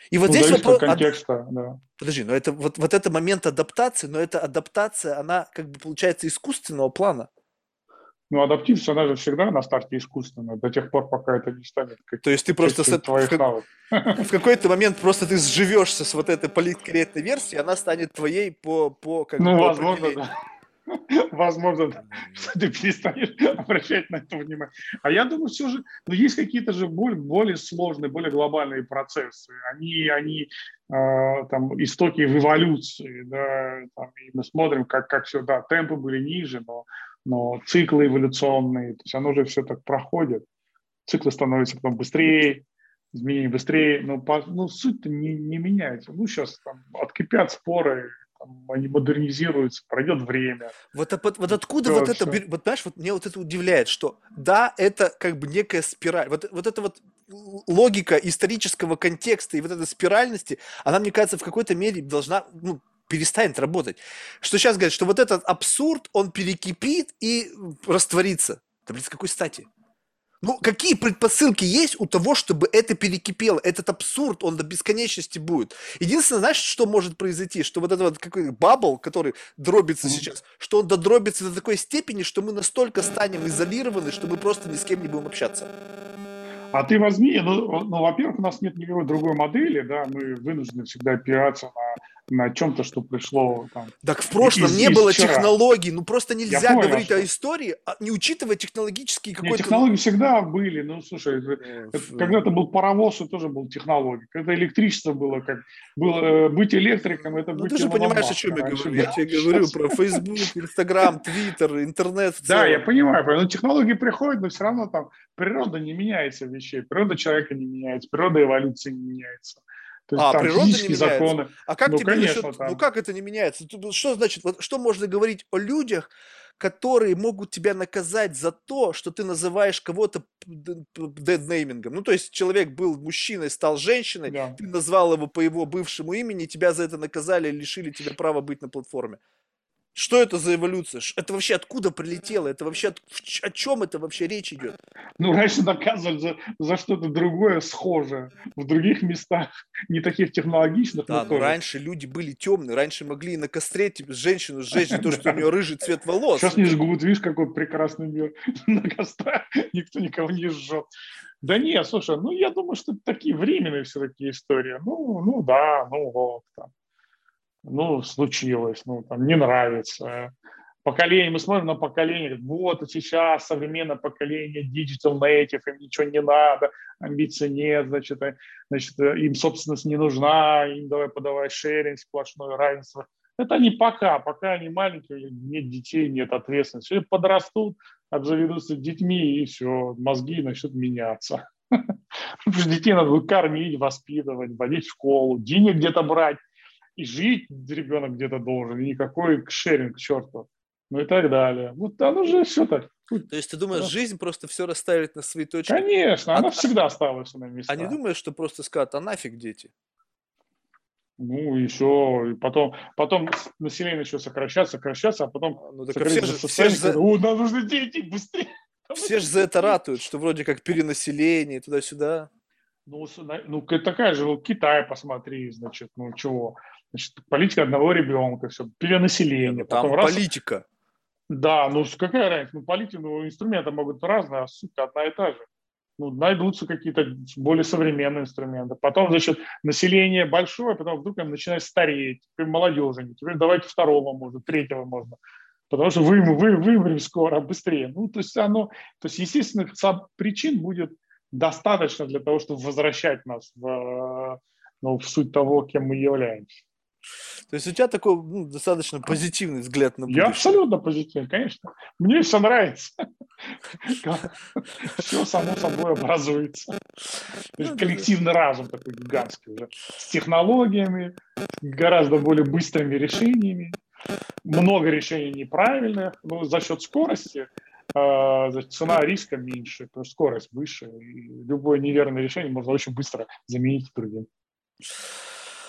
И вот Ну, здесь зависит от вопрос... ад- контекста, да. Подожди, но это вот, вот это момент адаптации, но эта адаптация, она как бы получается искусственного плана. Ну, адаптивность, она же всегда на старте искусственная, до тех пор, пока это не станет как То есть ты просто с частью эт- в, твоих как- навыков. в какой-то момент просто ты сживешься с вот этой политкорректной версией, она станет твоей по, по, как бы, Ну, по возможно, определению. да. Возможно, М. что ты перестанешь обращать на это внимание. А я думаю, все же, ну, есть какие-то же более, более сложные, более глобальные процессы. Они, они э, там, истоки в эволюции, да, там, и мы смотрим, как, как все, да, темпы были ниже, но, но циклы эволюционные, то есть оно же все так проходит. Циклы становятся потом быстрее, изменения быстрее, но по, ну, суть-то не, не меняется. Ну, сейчас там откипят споры, там, они модернизируются, пройдет время. Вот, а вот, вот откуда Все, вот это, все. бер- вот знаешь, вот мне вот это удивляет, что да, это как бы некая спираль, вот, вот эта вот л- логика исторического контекста и вот этой спиральности, она, мне кажется, в какой-то мере должна, ну, перестанет работать. Что сейчас говорят, что вот этот абсурд, он перекипит и м, растворится. Да, блин, с какой стати? Ну, какие предпосылки есть у того, чтобы это перекипело? Этот абсурд, он до бесконечности будет. Единственное, знаешь, что может произойти? Что вот этот вот какой бабл, который дробится сейчас, что он додробится до такой степени, что мы настолько станем изолированы, что мы просто ни с кем не будем общаться. А ты возьми, ну, ну, во-первых, у нас нет никакой другой модели, да, мы вынуждены всегда опираться на, на чем-то, что пришло там Так в прошлом из, не из было вчера. технологий, ну просто Я нельзя понял, говорить о что истории, а не учитывая технологический нет, какой-то... технологии всегда были. Ну, слушай, это- э, это- ф- когда это был паровоз, это тоже был технология. Когда электричество было, как было, э, быть электриком, это Ну быть ты же Илоном понимаешь, о Маском чем я раньше говорю. было. Я тебе говорю Сейчас. про Facebook, Instagram, Twitter, интернет в Да, я целом. понимаю, но технологии приходят, но все равно там природа не меняется вещей, природа человека не меняется, природа эволюции не меняется. То есть А, там природа не физические меняется. законы, А как ну, тебе за конечно, счет... Ну, там. как это не меняется? Тут что значит, вот что можно говорить о людях, которые могут тебя наказать за то, что ты называешь кого-то деднеймингом? Ну, то есть человек был мужчиной, стал женщиной, Да. ты назвал его по его бывшему имени, тебя за это наказали, лишили тебя права быть на платформе. Что это за эволюция? Ш- Это вообще откуда прилетело? Это вообще от- в ч- о чем это вообще речь идет? Ну, раньше наказывали за, за что-то другое, схожее, в других местах, не таких технологичных, но Да, но тоже. раньше люди были темные, раньше могли и на костре тебе женщину сжечь за то, что у Да. нее рыжий цвет волос. Сейчас не жгут, видишь, какой прекрасный мир. На кострах никто никого не жжет. Да нет, слушай, ну я думаю, что это такие временные все-таки истории. Ну, ну да, ну вот, там, ну случилось, ну там не нравится. Поколение, мы смотрим на поколение, говорит, вот сейчас современное поколение, digital native, им ничего не надо, амбиций нет, значит, э, значит, э, им собственность не нужна, им давай подавай шеринг, сплошное равенство. Это не пока, пока они маленькие, нет детей, нет ответственности. Все подрастут, обзаведутся детьми, и все, мозги начнут меняться. Потому что детей надо будет кормить, воспитывать, водить в школу, денег где-то брать, и жить ребенок где-то должен, и никакой шеринг, чертов, ну и так далее. Вот оно же все так. То есть ты думаешь, жизнь просто все расставит на свои точки? Конечно, А, она а- всегда ставится на а не места. думаешь, что просто скажут, а нафиг дети? Ну, еще, и потом, потом население начнет сокращаться, сокращаться, а потом А, Ну так а все сократится же, все же социальность, когда, за, о, нам нужны дети, быстрее, нам все же нужны за это дети. ратуют, что вроде как перенаселение и туда-сюда. Ну, с- на- ну, к- такая же, вот Китай, посмотри, значит, ну, чего, значит, политика одного ребенка, все, Не, ну перенаселение, потом там раз, политика. да, ну, с- какая разница, ну, политика, ну, инструменты могут быть разные, а суть одна и та же. Ну, найдутся какие-то более современные инструменты. Потом, значит, население большое, потом вдруг им начинает стареть, теперь молодежи, нет. Теперь давайте второго можно, третьего можно, потому что вы, вы, вымрем скоро, быстрее. Ну, то есть оно, то есть естественных соб- причин будет достаточно для того, чтобы возвращать нас в, ну, в суть того, кем мы являемся. То есть у тебя такой ну, достаточно позитивный взгляд на Я будущее. абсолютно позитивен, конечно. Мне все нравится. Все само собой образуется. То есть Ну, да, да. коллективный разум такой гигантский уже. С технологиями, гораздо более быстрыми решениями. Много решений неправильных, но за счет скорости э, цена риска меньше, потому что скорость выше. И любое неверное решение можно очень быстро заменить другим.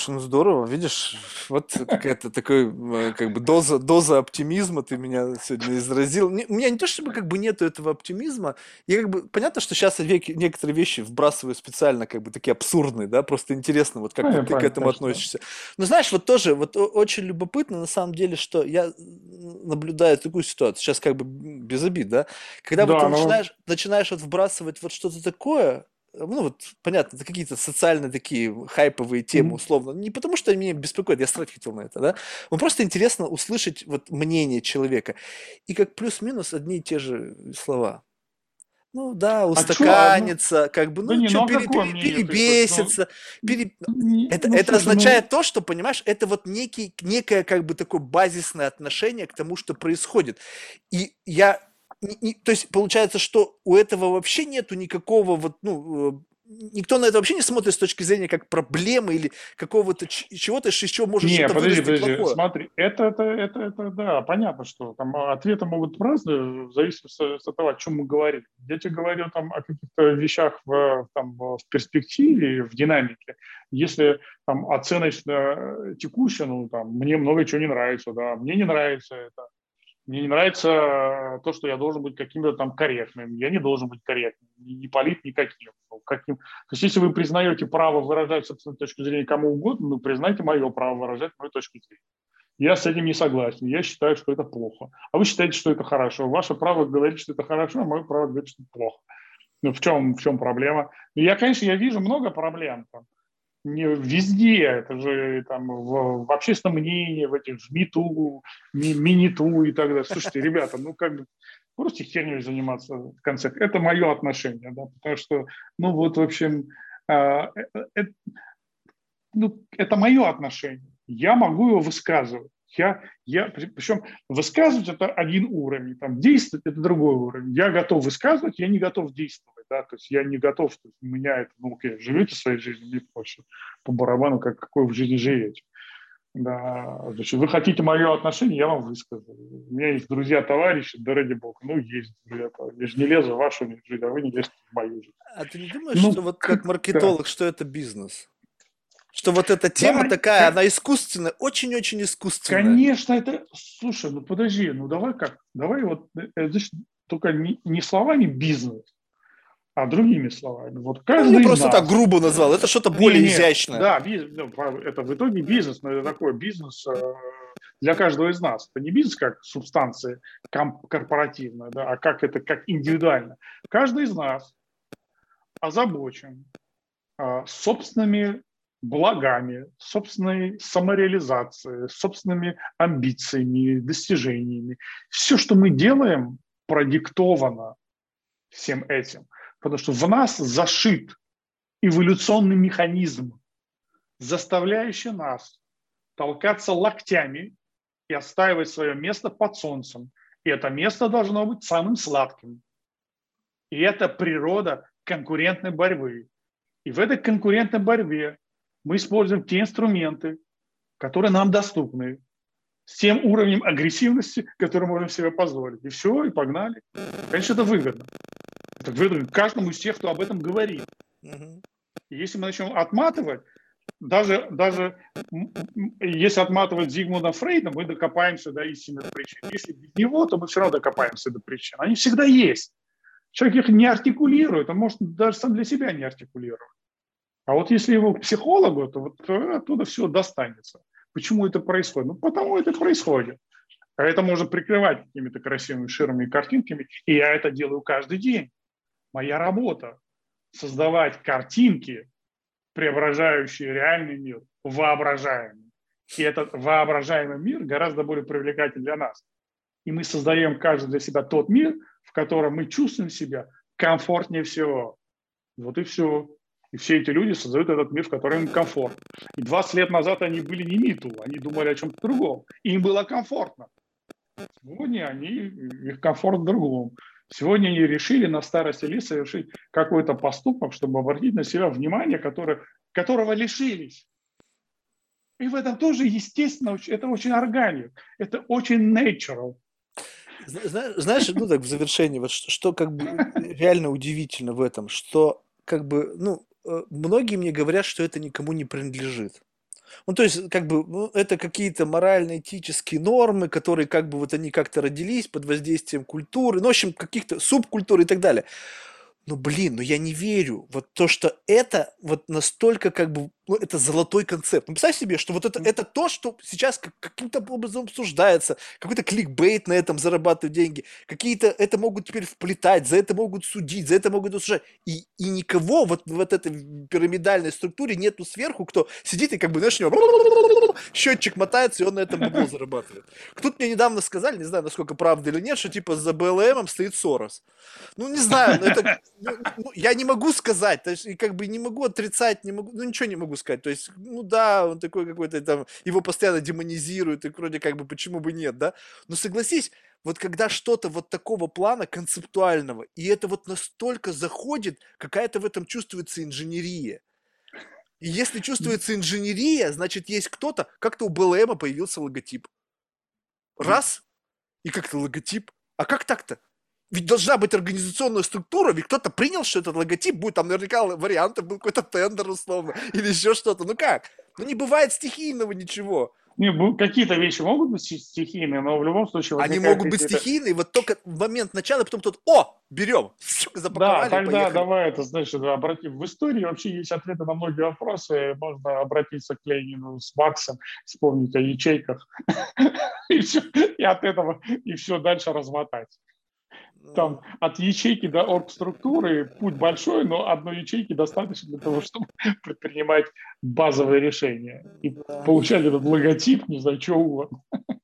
Слушай, ну здорово, видишь, вот какая-то такой, э, как бы доза, доза оптимизма ты меня сегодня изразил. Не- у меня не то чтобы как бы нету этого оптимизма, я как бы, понятно, что сейчас я веки- некоторые вещи вбрасываю специально, как бы такие абсурдные, да, просто интересно, вот как вот ты к этому Конечно. относишься. Но знаешь, вот тоже, вот о- очень любопытно на самом деле, что я м, наблюдаю такую ситуацию, сейчас как бы м, без обид, да, когда вот ты Да, но начинаешь, начинаешь вот вбрасывать вот что-то такое, э, ну вот, понятно, это какие-то социальные такие хайповые темы, м, условно. Не потому, что они меня беспокоят, я срать хотел на это, да. Но просто интересно услышать вот мнение человека. И как плюс-минус одни и те же слова. Ну да, а что, ну, устаканится, как бы, да ну не, что, ну а пере, какое пере- мнение ты хочешь? Ну, перебесится. пере- не- Это, ну это слушай, означает ну, то, что, понимаешь, это вот некий, некое как бы такое базисное отношение к тому, что происходит. И я, не- не- то есть получается, что у этого вообще нету никакого вот, ну, э, никто на это вообще не смотрит с точки зрения как проблемы или какого-то ч- чего-то, из чего может не, что-то подожди, вырасти подожди, плохое. смотри, это, это, это, это, да, понятно, что там ответы могут быть разные, в зависимости от того, о чем мы говорим. Я тебе говорю там о каких-то вещах в, там, в перспективе, в динамике. Если там оценочно текуще, ну, там, мне много чего не нравится, да, мне не нравится это. Мне не нравится э, то, что я должен быть каким-то там корректным. Я не должен быть корректным, ни, ни полит никаким. Ну, каким. То есть, если вы признаете право выражать собственную точку зрения кому угодно, ну, признайте мое право выражать мою точку зрения. Я с этим не согласен. Я считаю, что это плохо. А вы считаете, что это хорошо. Ваше право говорить, что это хорошо, а мое право говорить, что это плохо. Ну, в чем, в чем проблема? Ну, я, конечно, я вижу много проблем. Там не везде, это же там в, в общественном мнении, в этих в МИТУ, ми, Миниту и так далее. Слушайте, ребята, ну как бы просто херней заниматься в конце. Это мое отношение, да, потому что, ну вот, в общем, э, э, ну, это мое отношение. Я могу его высказывать. Я, я, причем высказывать это один уровень, там, действовать это другой уровень. Я готов высказывать, я не готов действовать. Да? То есть я не готов, то есть у меня это, ну окей, живете своей жизнью, мне проще по барабану, как, какой вы в жизни живете. Да, значит, вы хотите мое отношение, я вам выскажу. У меня есть друзья, товарищи, да ради бога, ну есть друзья, товарищи. Я же не лезу в вашу жизнь, а вы не лезете в мою жизнь. А ты не думаешь, что Ну, вот как как-то, маркетолог, что это бизнес? Что вот эта тема да, такая, она искусственная, очень-очень искусственная. конечно, это... Слушай, ну подожди, ну давай как? Давай вот, э, значит, только не, не словами бизнес, а другими словами. Вот Ну, я каждый из просто так нас... грубо назвал. Это что-то более Не-не, изящное. да, бизнес, ну, это в итоге бизнес, но это такой бизнес э, для каждого из нас. Это не бизнес как субстанция корпоративная, да, а как это как индивидуально. Каждый из нас озабочен а, собственными благами, собственной самореализацией, собственными амбициями, достижениями. Все, что мы делаем, продиктовано всем этим, потому что в нас зашит эволюционный механизм, заставляющий нас толкаться локтями и отстаивать свое место под солнцем. И это место должно быть самым сладким. И это природа конкурентной борьбы. И в этой конкурентной борьбе мы используем те инструменты, которые нам доступны, с тем уровнем агрессивности, который можем себе позволить. И все, и погнали. Конечно, это выгодно. Это выгодно каждому из тех, кто об этом говорит. Мгм. И если мы начнем отматывать, даже, даже если отматывать Зигмунда Фрейда, мы докопаемся до истинных причин. Если без него, то мы все равно докопаемся до причин. Они всегда есть. Человек их не артикулирует, он может даже сам для себя не артикулировать. А вот если его к психологу, то вот оттуда все достанется. Почему это происходит? Ну, потому это происходит. А это можно прикрывать какими-то красивыми ширмами и картинками. И я это делаю каждый день. Моя работа – создавать картинки, преображающие реальный мир в воображаемый. И этот воображаемый мир гораздо более привлекательный для нас. И мы создаем каждый для себя тот мир, в котором мы чувствуем себя комфортнее всего. Вот и все. И все эти люди создают этот мир, в котором им комфортно. И двадцать лет назад они были не МИТУ, они думали о чем-то другом. И им было комфортно. Сегодня они, их комфорт в другом. Сегодня они решили на старости лет совершить какой-то поступок, чтобы обратить на себя внимание, которое, которого лишились. И в этом тоже, естественно, это очень органик, это очень natural. Зна- Знаешь, ну так в завершении, вот что, что как бы реально удивительно в этом, что как бы, ну, э, многие мне говорят, что это никому не принадлежит. Ну, то есть, как бы, ну, это какие-то морально-этические нормы, которые, как бы, вот они как-то родились под воздействием культуры, ну, в общем, каких-то субкультур и так далее. Ну, блин, ну я не верю. Вот то, что это вот настолько как бы, ну, это золотой концепт. Ну, представь себе, что вот это, это то, что сейчас как- каким-то образом обсуждается, какой-то кликбейт на этом зарабатывают деньги, какие-то это могут теперь вплетать, за это могут судить, за это могут осуждать. И, и никого вот в вот этой пирамидальной структуре нету сверху, кто сидит и как бы, знаешь, у него счетчик мотается, и он на этом бабло зарабатывает. Кто-то мне недавно сказали, не знаю, насколько правда или нет, что типа за бэ эл эм стоит Сорос. Ну, не знаю, но это, ну, ну, я не могу сказать, то есть, и как бы не могу отрицать, не могу, ну, ничего не могу сказать. То есть, ну да, он такой какой-то там, его постоянно демонизируют, и вроде как бы почему бы нет, да? Но согласись, вот когда что-то вот такого плана концептуального, и это вот настолько заходит, какая-то в этом чувствуется инженерия. И если чувствуется инженерия, значит, есть кто-то, как-то у бэ эл эма появился логотип. Раз, и как-то логотип. А как так-то? Ведь должна быть организационная структура, ведь кто-то принял, что этот логотип будет, там наверняка варианты, был какой-то тендер условно, или еще что-то. Ну как? Ну не бывает стихийного ничего. Не, бу- какие-то вещи могут быть стихи- стихийные, но в любом случае Они возникают могут быть какие-то... стихийные, вот только в момент начала, потом тут, о, берем, Да, запаковали и тогда поехали. давай это, значит, обратим. В истории вообще есть ответы на многие вопросы. Можно обратиться к Ленину с Марксом, вспомнить о ячейках и, всё, и от этого и все дальше размотать. Там от ячейки до оргструктуры путь большой, но одной ячейки достаточно для того, чтобы предпринимать базовые решения и Да. получать этот логотип, не знаю, чего угодно.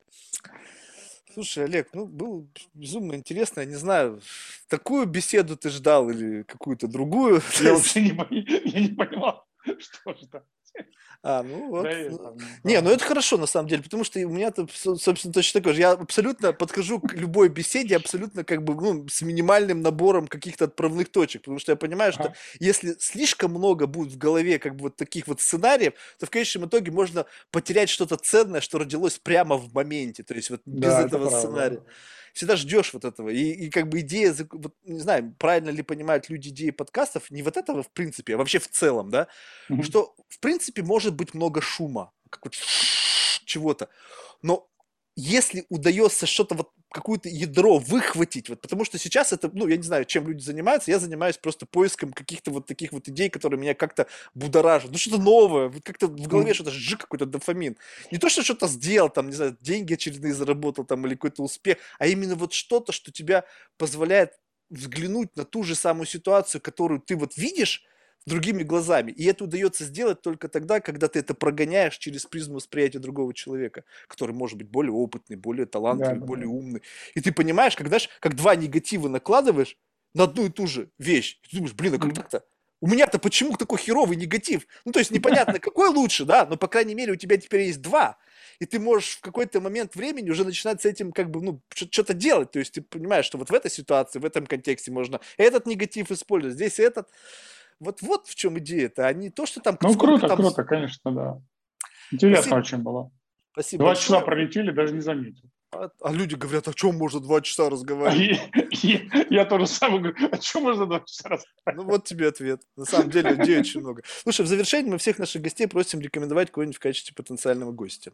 Слушай, Олег, ну, было безумно интересно, я не знаю, такую беседу ты ждал или какую-то другую? То Я вообще есть, не, пони- я не понимал, что ждать. а, ну вот. Да, и Ну, там, не, ну да. это хорошо на самом деле, потому что у меня-то, со- собственно, точно такое же. Я абсолютно подхожу к любой беседе абсолютно как бы, ну, с минимальным набором каких-то отправных точек, потому что я понимаю, что Ага. если слишком много будет в голове как бы вот таких вот сценариев, то в конечном итоге можно потерять что-то ценное, что родилось прямо в моменте, то есть вот без Да, это этого правда. сценария. Всегда ждешь вот этого. И, и как бы идея, зак- вот, не знаю, правильно ли понимают люди идеи подкастов, не вот этого в принципе, а вообще в целом, да, Мгм. что, в принципе, может быть много шума, как вот чего-то. Но если удается что-то, вот какое-то ядро выхватить, вот, потому что сейчас это, ну, я не знаю, чем люди занимаются, я занимаюсь просто поиском каких-то вот таких вот идей, которые меня как-то будоражат. Ну, что-то новое, вот как-то в голове Мгм. что-то жжик, какой-то дофамин. Не то, что что-то сделал, там, не знаю, деньги очередные заработал, там, или какой-то успех, а именно вот что-то, что тебя позволяет взглянуть на ту же самую ситуацию, которую ты вот видишь, другими глазами. И это удается сделать только тогда, когда ты это прогоняешь через призму восприятия другого человека, который может быть более опытный, более Да, талантливый, да, более да. умный. И ты понимаешь, как, знаешь, как два негатива накладываешь на одну и ту же вещь. И ты думаешь, блин, а как Мгм. так-то? У меня-то почему такой херовый негатив? Ну, то есть непонятно, какой лучше, да, но, по крайней мере, у тебя теперь есть два. И ты можешь в какой-то момент времени уже начинать с этим как бы, ну, что-то делать. То есть ты понимаешь, что вот в этой ситуации, в этом контексте можно этот негатив использовать, здесь этот. Вот, вот в чем идея-то, а не то, что там Ну, сколько круто, там... круто, конечно, да. Интересно Спасибо, очень было. спасибо Два часа большое. пролетели, даже не заметил. А, а люди говорят, о чем можно два часа А разговаривать? я, я, я тоже сам говорю, о чем можно два часа Ну рассказать? вот тебе ответ. На самом деле людей очень много. Слушай, в завершении мы всех наших гостей просим рекомендовать кого-нибудь в качестве потенциального гостя.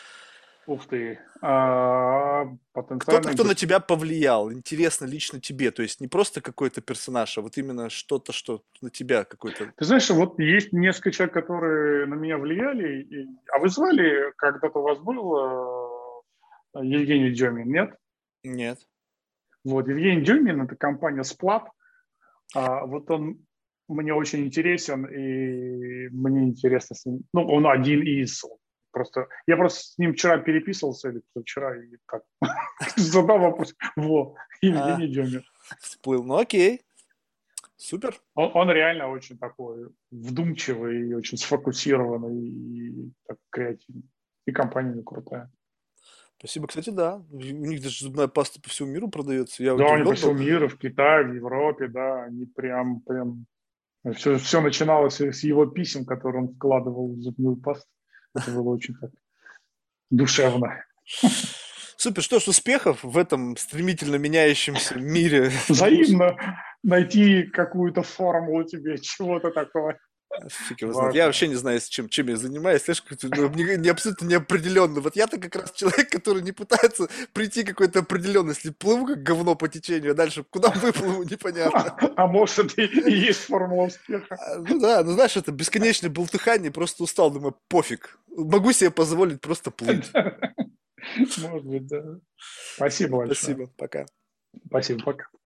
Ух ты. А, Кто-то, потенциальный кто на гость. тебя повлиял, интересно лично тебе. То есть не просто какой-то персонаж, а вот именно что-то, что на тебя какой-то... Ты знаешь, вот есть несколько человек, которые на меня влияли. И- а вы звали, когда-то у вас был э, Евгений Демин, нет? Нет. Вот, Евгений Демин – это компания «Сплат». А, вот он мне очень интересен, и мне интересно с ним. Ну, он один из. Просто, я просто с ним вчера переписывался, или вчера, и так задал вопрос. Во, А, Евгений Демин. всплыл. Ну окей, супер. Он, он реально очень такой вдумчивый, и очень сфокусированный, и так креативный. И компания не крутая. Спасибо, кстати, да. У них даже зубная паста по всему миру продается. Я Да, они по удивлен всему был. миру, в Китае, в Европе, да, они прям, прям все, все начиналось с его писем, которые он вкладывал в зубную пасту. Это было очень так душевно. Супер, что ж, успехов в этом стремительно меняющемся мире. Взаимно найти какую-то формулу тебе чего-то такого. Фиг его знает. Я Важно. вообще не знаю, с чем, чем я занимаюсь. Знаешь, как-то, ну, не, не абсолютно неопределенно. Вот я-то как раз человек, который не пытается прийти к какой-то определенности. Плыву как говно по течению, а дальше куда выплыву, непонятно. А может, и и есть формула успеха. А, Ну да, ну знаешь, это бесконечное болтыхание, просто устал, думаю, пофиг. Могу себе позволить просто плыть. Может быть, да. Спасибо большое. Спасибо, пока. Спасибо, пока.